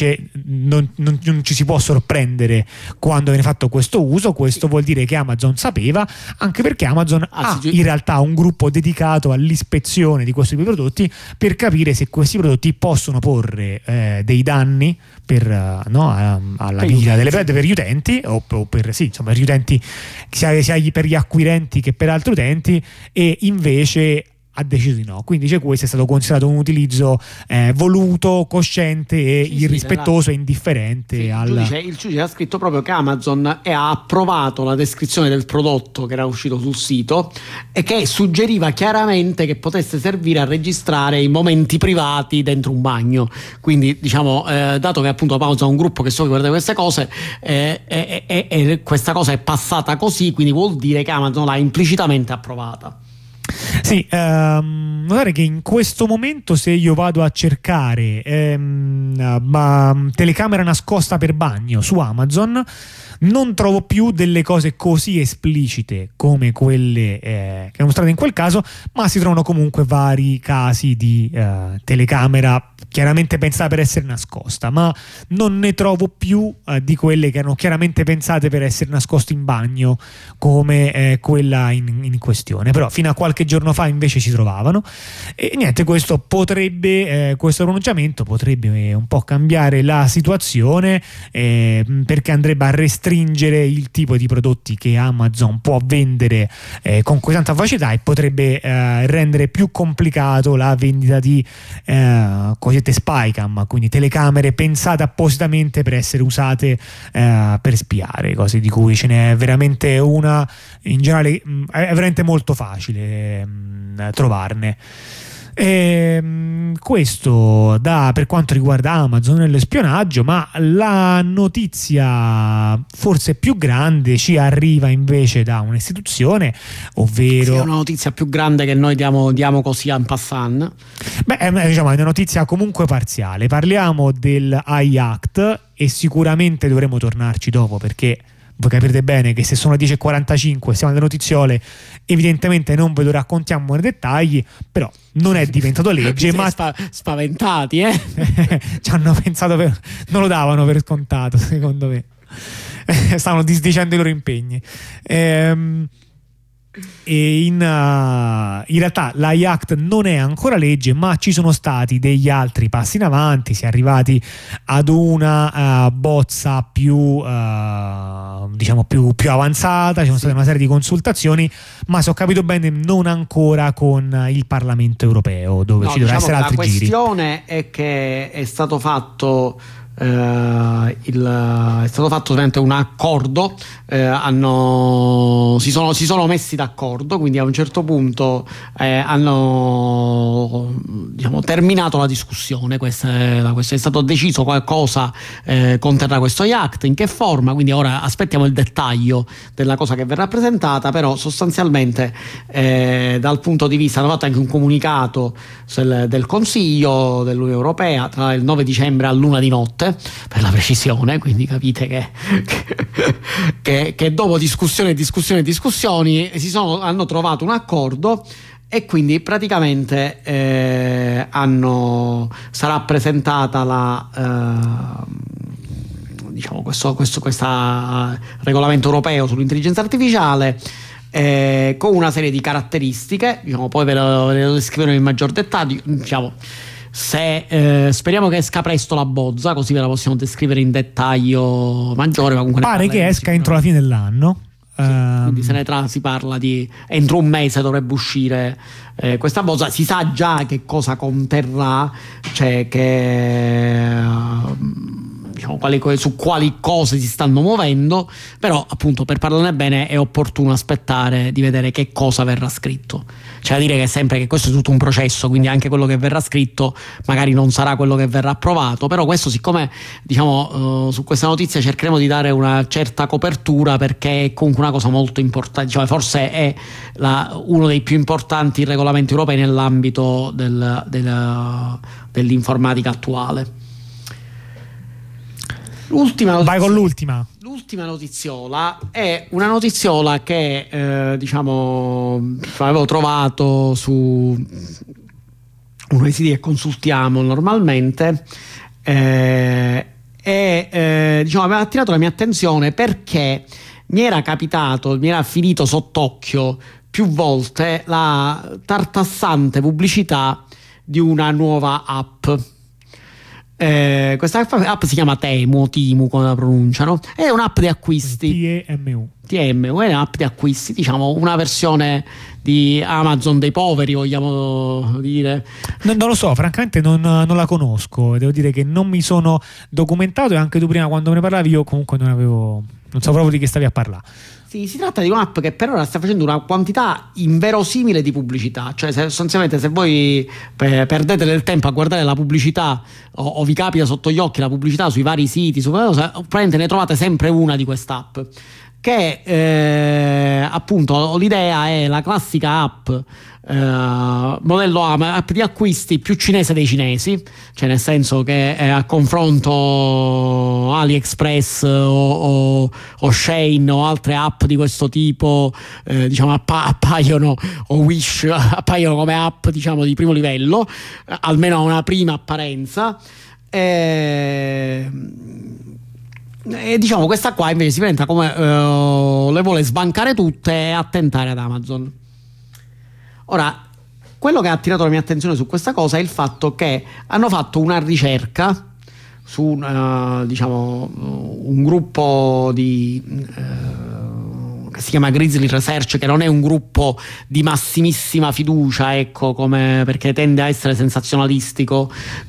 ci si può sorprendere quando viene fatto questo uso. Questo vuol dire che Amazon sapeva, anche perché Amazon ha in realtà un gruppo dedicato all'ispezione di questi prodotti per capire se questi prodotti possono porre dei danni alla vita per gli utenti, o per gli utenti, sia per gli acquirenti che per altri utenti, e invece ha deciso di no. Quindi questo è stato considerato un utilizzo voluto, cosciente e irrispettoso e indifferente. Il giudice ha scritto proprio che Amazon ha approvato la descrizione del prodotto che era uscito sul sito e che suggeriva chiaramente che potesse servire a registrare i momenti privati dentro un bagno. Quindi dato che appunto Amazon è un gruppo che so che guarda queste cose, e questa cosa è passata così, quindi vuol dire che Amazon l'ha implicitamente approvata. Sì, notare che in questo momento, se io vado a cercare telecamera nascosta per bagno su Amazon, non trovo più delle cose così esplicite come quelle che erano mostrate in quel caso, ma si trovano comunque vari casi di telecamera chiaramente pensata per essere nascosta, ma non ne trovo più di quelle che erano chiaramente pensate per essere nascoste in bagno, come quella in questione. Però fino a qualche giorno fa invece si trovavano, e niente, questo pronunciamento potrebbe un po' cambiare la situazione, perché andrebbe a restringere il tipo di prodotti che Amazon può vendere con così tanta facilità, e potrebbe rendere più complicato la vendita di cosiddette spycam, quindi telecamere pensate appositamente per essere usate per spiare, cose di cui ce n'è veramente una, in generale è veramente molto facile trovarne. Questo per quanto riguarda Amazon e l'espionaggio, ma la notizia forse più grande ci arriva invece da un'istituzione, ovvero è una notizia più grande che noi diamo così en passant. È una notizia comunque parziale. Parliamo del AI Act, e sicuramente dovremo tornarci dopo, perché voi capirete bene che se sono 10:45 siamo alle notiziole, evidentemente non ve lo raccontiamo nei dettagli, però non è diventato legge. Ma spaventati, ci hanno pensato, non lo davano per scontato, secondo me. Stavano disdicendo i loro impegni. E in realtà l'AI Act non è ancora legge, ma ci sono stati degli altri passi in avanti. Si è arrivati ad una bozza più avanzata, ci sono state una serie di consultazioni, ma se ho capito bene non ancora con il Parlamento europeo, dove ci dovrà essere altri giri. La questione è che è stato fatto veramente un accordo, si sono messi d'accordo, quindi a un certo punto hanno terminato la discussione. Questo è stato deciso qualcosa conterrà questo Act, in che forma, quindi ora aspettiamo il dettaglio della cosa che verrà presentata. Però sostanzialmente dal punto di vista, hanno fatto anche un comunicato del Consiglio dell'Unione Europea tra il 9 dicembre all'1 di notte, per la precisione, quindi capite che dopo discussioni hanno trovato un accordo, e quindi praticamente sarà presentata questo regolamento europeo sull'intelligenza artificiale, con una serie di caratteristiche, poi ve lo descriverò in maggior dettaglio. Speriamo che esca presto la bozza, così ve la possiamo descrivere in dettaglio maggiore. Ma comunque pare che esca entro la fine dell'anno. Quindi si parla di entro un mese dovrebbe uscire questa bozza. Si sa già che cosa conterrà, cioè che diciamo, su quali cose si stanno muovendo, però appunto per parlarne bene è opportuno aspettare di vedere che cosa verrà scritto. C'è da dire che sempre che questo è tutto un processo, quindi anche quello che verrà scritto magari non sarà quello che verrà approvato, però questo, siccome diciamo su questa notizia cercheremo di dare una certa copertura, perché è comunque una cosa molto importante, cioè forse è uno dei più importanti regolamenti europei nell'ambito dell'informatica attuale. Vai con l'ultima. L'ultima notiziola è una notiziola che diciamo avevo trovato su uno dei siti che consultiamo normalmente e diciamo aveva attirato la mia attenzione perché mi era finito sott'occhio più volte la tartassante pubblicità di una nuova app. Questa app si chiama Temu come la pronunciano, è un'app di acquisti. TMU è un'app di acquisti, diciamo una versione di Amazon dei poveri, vogliamo dire. Non lo so, francamente non la conosco, devo dire che non mi sono documentato, e anche tu prima quando me ne parlavi io comunque non so proprio di che stavi a parlare. Sì, si tratta di un'app che per ora sta facendo una quantità inverosimile di pubblicità, cioè sostanzialmente se voi perdete del tempo a guardare la pubblicità o vi capita sotto gli occhi la pubblicità sui vari siti, probabilmente ne trovate sempre una di quest'app, che appunto l'idea è la classica app modello app di acquisti più cinese dei cinesi, cioè nel senso che a confronto AliExpress o Shein o altre app di questo tipo diciamo appaiono, o Wish appaiono come app diciamo di primo livello, almeno a una prima apparenza. E diciamo questa qua invece si presenta come le vuole sbancare tutte e attentare ad Amazon. Ora, quello che ha attirato la mia attenzione su questa cosa è il fatto che hanno fatto una ricerca su diciamo un gruppo che si chiama Grizzly Research, che non è un gruppo di massimissima fiducia, ecco, perché tende a essere sensazionalistico,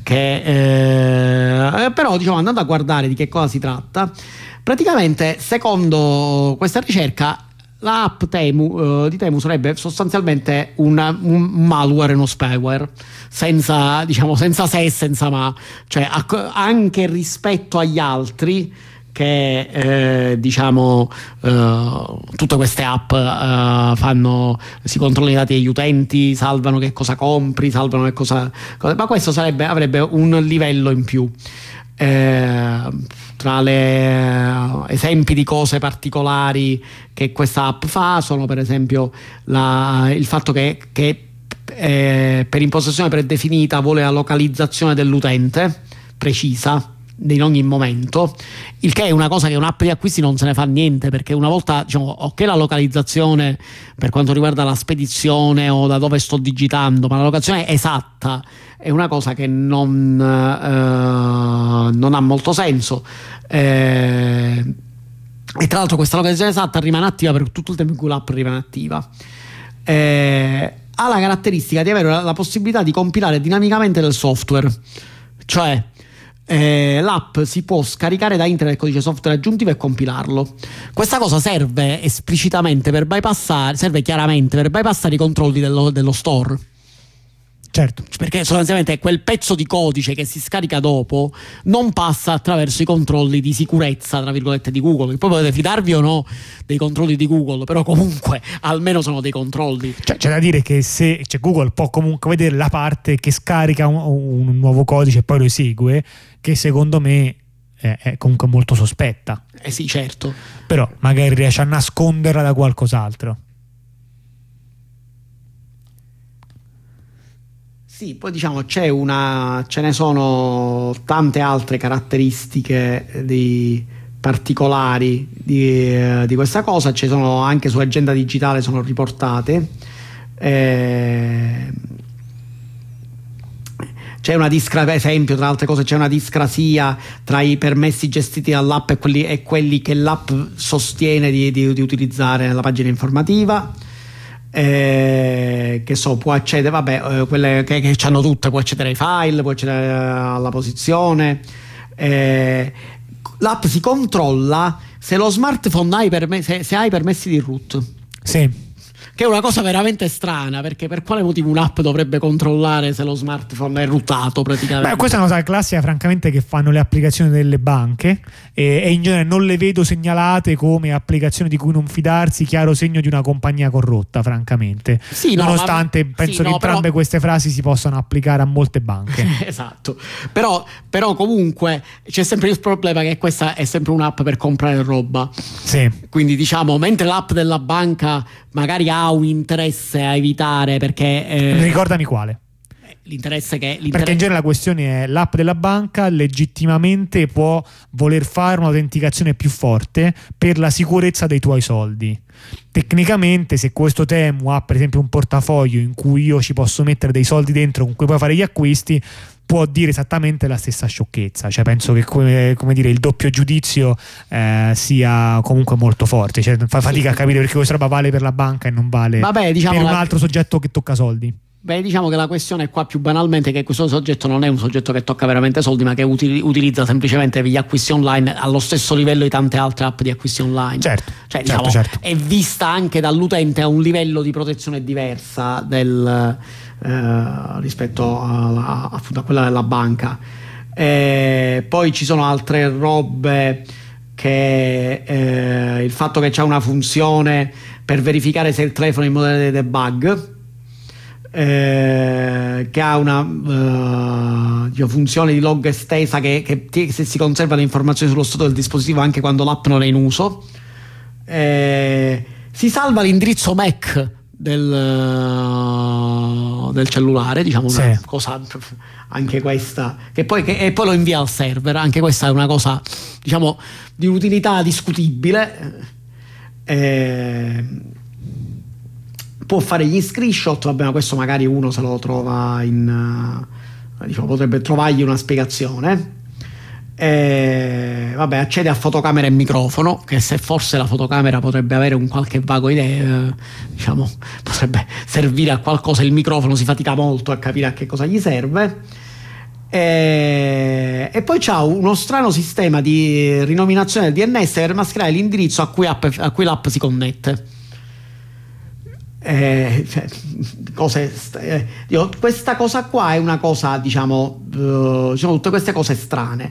però diciamo andando a guardare di che cosa si tratta, praticamente secondo questa ricerca la app di Temu sarebbe sostanzialmente un malware e uno spyware, senza se e senza ma, cioè anche rispetto agli altri che diciamo tutte queste app si controllano i dati degli utenti, salvano che cosa compri, salvano che cosa, ma questo avrebbe un livello in più. Tra le esempi di cose particolari che questa app fa sono per esempio il fatto che per impostazione predefinita vuole la localizzazione dell'utente precisa in ogni momento, il che è una cosa che un'app di acquisti non se ne fa niente, perché una volta diciamo ok la localizzazione per quanto riguarda la spedizione o da dove sto digitando, ma la locazione esatta è una cosa che non ha molto senso, e tra l'altro questa locazione esatta rimane attiva per tutto il tempo in cui l'app rimane attiva. Ha la caratteristica di avere la possibilità di compilare dinamicamente del software, cioè l'app si può scaricare da internet il codice software aggiuntivo e compilarlo. Questa cosa serve chiaramente per bypassare i controlli dello store. Certo. Perché sostanzialmente quel pezzo di codice che si scarica dopo non passa attraverso i controlli di sicurezza, tra virgolette, di Google. Poi potete fidarvi o no dei controlli di Google, però comunque almeno sono dei controlli. C'è da dire che Google può comunque vedere la parte che scarica un nuovo codice e poi lo esegue, che secondo me è comunque molto sospetta. Sì, certo. Però magari riesce a nasconderla da qualcos'altro. Sì, poi diciamo ce ne sono tante altre caratteristiche particolari di questa cosa, ci sono anche su Agenda Digitale, sono riportate. C'è una per esempio, tra altre cose, c'è una discrasia tra i permessi gestiti dall'app e quelli che l'app sostiene di utilizzare nella pagina informativa. Che può accedere, quelle che hanno tutte, può accedere ai file, può accedere alla posizione, l'app si controlla se lo smartphone se hai permessi di root. Sì. Che è una cosa veramente strana, perché per quale motivo un'app dovrebbe controllare se lo smartphone è rootato praticamente? Beh, questa è una cosa classica, francamente, che fanno le applicazioni delle banche e in genere non le vedo segnalate come applicazioni di cui non fidarsi, chiaro segno di una compagnia corrotta, francamente. Sì, nonostante penso che entrambe queste frasi si possano applicare a molte banche. Esatto, però comunque c'è sempre il problema che questa è sempre un'app per comprare roba. Sì. Quindi diciamo, mentre l'app della banca magari ha un interesse a evitare, perché ricordami quale. Perché in genere la questione è: l'app della banca legittimamente può voler fare un'autenticazione più forte per la sicurezza dei tuoi soldi. Tecnicamente, se questo Temu ha per esempio un portafoglio in cui io ci posso mettere dei soldi dentro con cui puoi fare gli acquisti, può dire esattamente la stessa sciocchezza. Cioè penso che come dire, il doppio giudizio sia comunque molto forte, cioè fa fatica a capire perché questa roba vale per la banca e non vale per un altro soggetto che tocca soldi. Beh, diciamo che la questione è qua più banalmente che questo soggetto non è un soggetto che tocca veramente soldi, ma che utilizza semplicemente gli acquisti online allo stesso livello di tante altre app di acquisti online. Certo, cioè, certo, diciamo, certo. È vista anche dall'utente a un livello di protezione diversa rispetto appunto a quella della banca. Poi ci sono altre robe, che il fatto che c'è una funzione per verificare se il telefono è in modello di debug, che ha una funzione di log estesa che se si conserva le informazioni sullo stato del dispositivo anche quando l'app non è in uso. Si salva l'indirizzo MAC del cellulare, diciamo, una cosa anche questa e poi lo invia al server. Anche questa è una cosa, diciamo, di utilità discutibile. Può fare gli screenshot, vabbè, ma questo magari uno se lo trova diciamo, potrebbe trovargli una spiegazione. Vabbè, accede a fotocamera e microfono, che se forse la fotocamera potrebbe avere un qualche vago idea, diciamo, potrebbe servire a qualcosa. Il microfono si fatica molto a capire a che cosa gli serve. E poi c'ha uno strano sistema di rinominazione del DNS per mascherare l'indirizzo a cui l'app si connette. Questa cosa qua è una cosa, diciamo tutte queste cose strane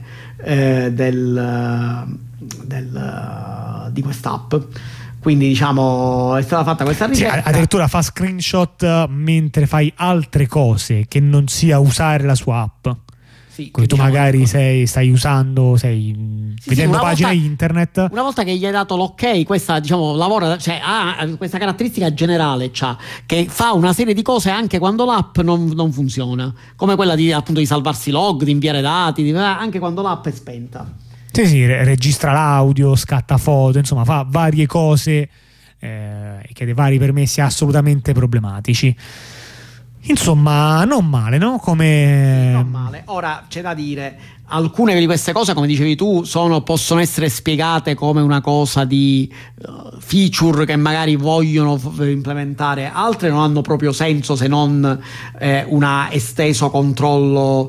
di quest'app. Quindi, diciamo, è stata fatta questa ricerca. Sì, addirittura fa screenshot mentre fai altre cose che non sia usare la sua app. Sì, tu diciamo, magari stai usando, vedendo pagine internet. Una volta che gli hai dato l'ok, questa, diciamo, lavora, cioè ha questa caratteristica generale, che fa una serie di cose anche quando l'app non funziona, come quella appunto di salvarsi log, di inviare dati, anche quando l'app è spenta. Sì, registra l'audio, scatta foto, insomma fa varie cose e chiede vari permessi assolutamente problematici. Insomma, non male, no? Non male. Ora c'è da dire, alcune di queste cose, come dicevi tu, possono essere spiegate come una cosa di feature che magari vogliono implementare, altre non hanno proprio senso se non una esteso controllo,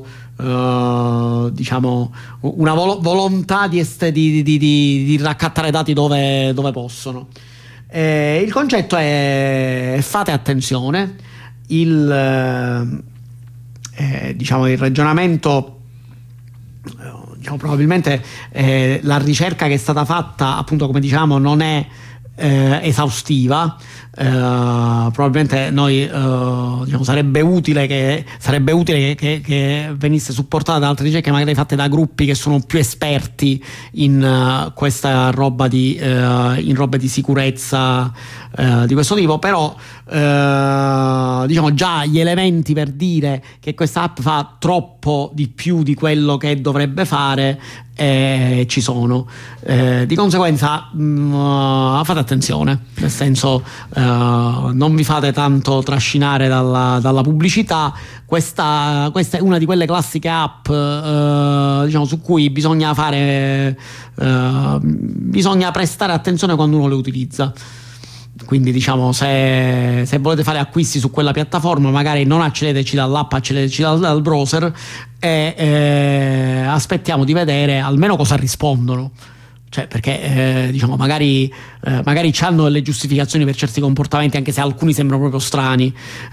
diciamo una volontà di raccattare dati dove possono. Il concetto è: fate attenzione. Il ragionamento, diciamo, probabilmente la ricerca che è stata fatta, appunto, come diciamo, non è esaustiva. Probabilmente noi diciamo, sarebbe utile che venisse supportata da altre ricerche magari fatte da gruppi che sono più esperti in questa roba di sicurezza di questo tipo. Però diciamo, già gli elementi per dire che questa app fa troppo di più di quello che dovrebbe fare ci sono. Di conseguenza fate attenzione, nel senso, non vi fate tanto trascinare dalla pubblicità. Questa è una di quelle classiche app, diciamo, su cui bisogna prestare attenzione quando uno le utilizza. Quindi diciamo se volete fare acquisti su quella piattaforma, magari non accedeteci dall'app, accedeteci dal browser e aspettiamo di vedere almeno cosa rispondono. Cioè, perché diciamo magari c'hanno delle giustificazioni per certi comportamenti, anche se alcuni sembrano proprio strani,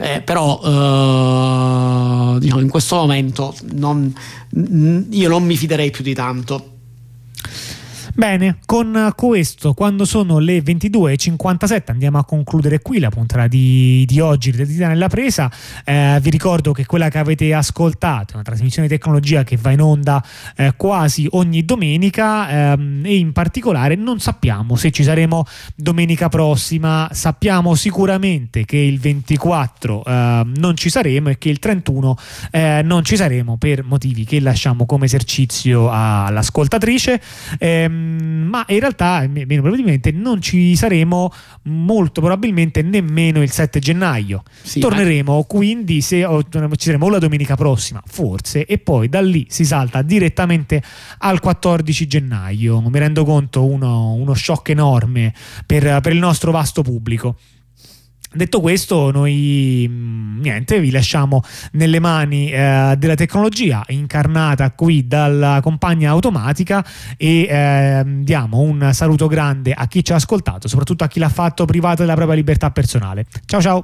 però diciamo in questo momento io non mi fiderei più di tanto. Bene, con questo, quando sono le 22:57, andiamo a concludere qui la puntata di oggi di Dita nella Presa. Vi ricordo che quella che avete ascoltato è una trasmissione di tecnologia che va in onda quasi ogni domenica, e in particolare non sappiamo se ci saremo domenica prossima. Sappiamo sicuramente che il 24 non ci saremo e che il 31 non ci saremo, per motivi che lasciamo come esercizio all'ascoltatrice. Ma in realtà, meno probabilmente, non ci saremo molto probabilmente nemmeno il 7 gennaio. Sì, torneremo quindi ci saremo la domenica prossima forse, e poi da lì si salta direttamente al 14 gennaio. Mi rendo conto, uno shock enorme per il nostro vasto pubblico. Detto questo, noi vi lasciamo nelle mani della tecnologia incarnata qui dalla compagna automatica, e diamo un saluto grande a chi ci ha ascoltato, soprattutto a chi l'ha fatto privato della propria libertà personale. Ciao ciao!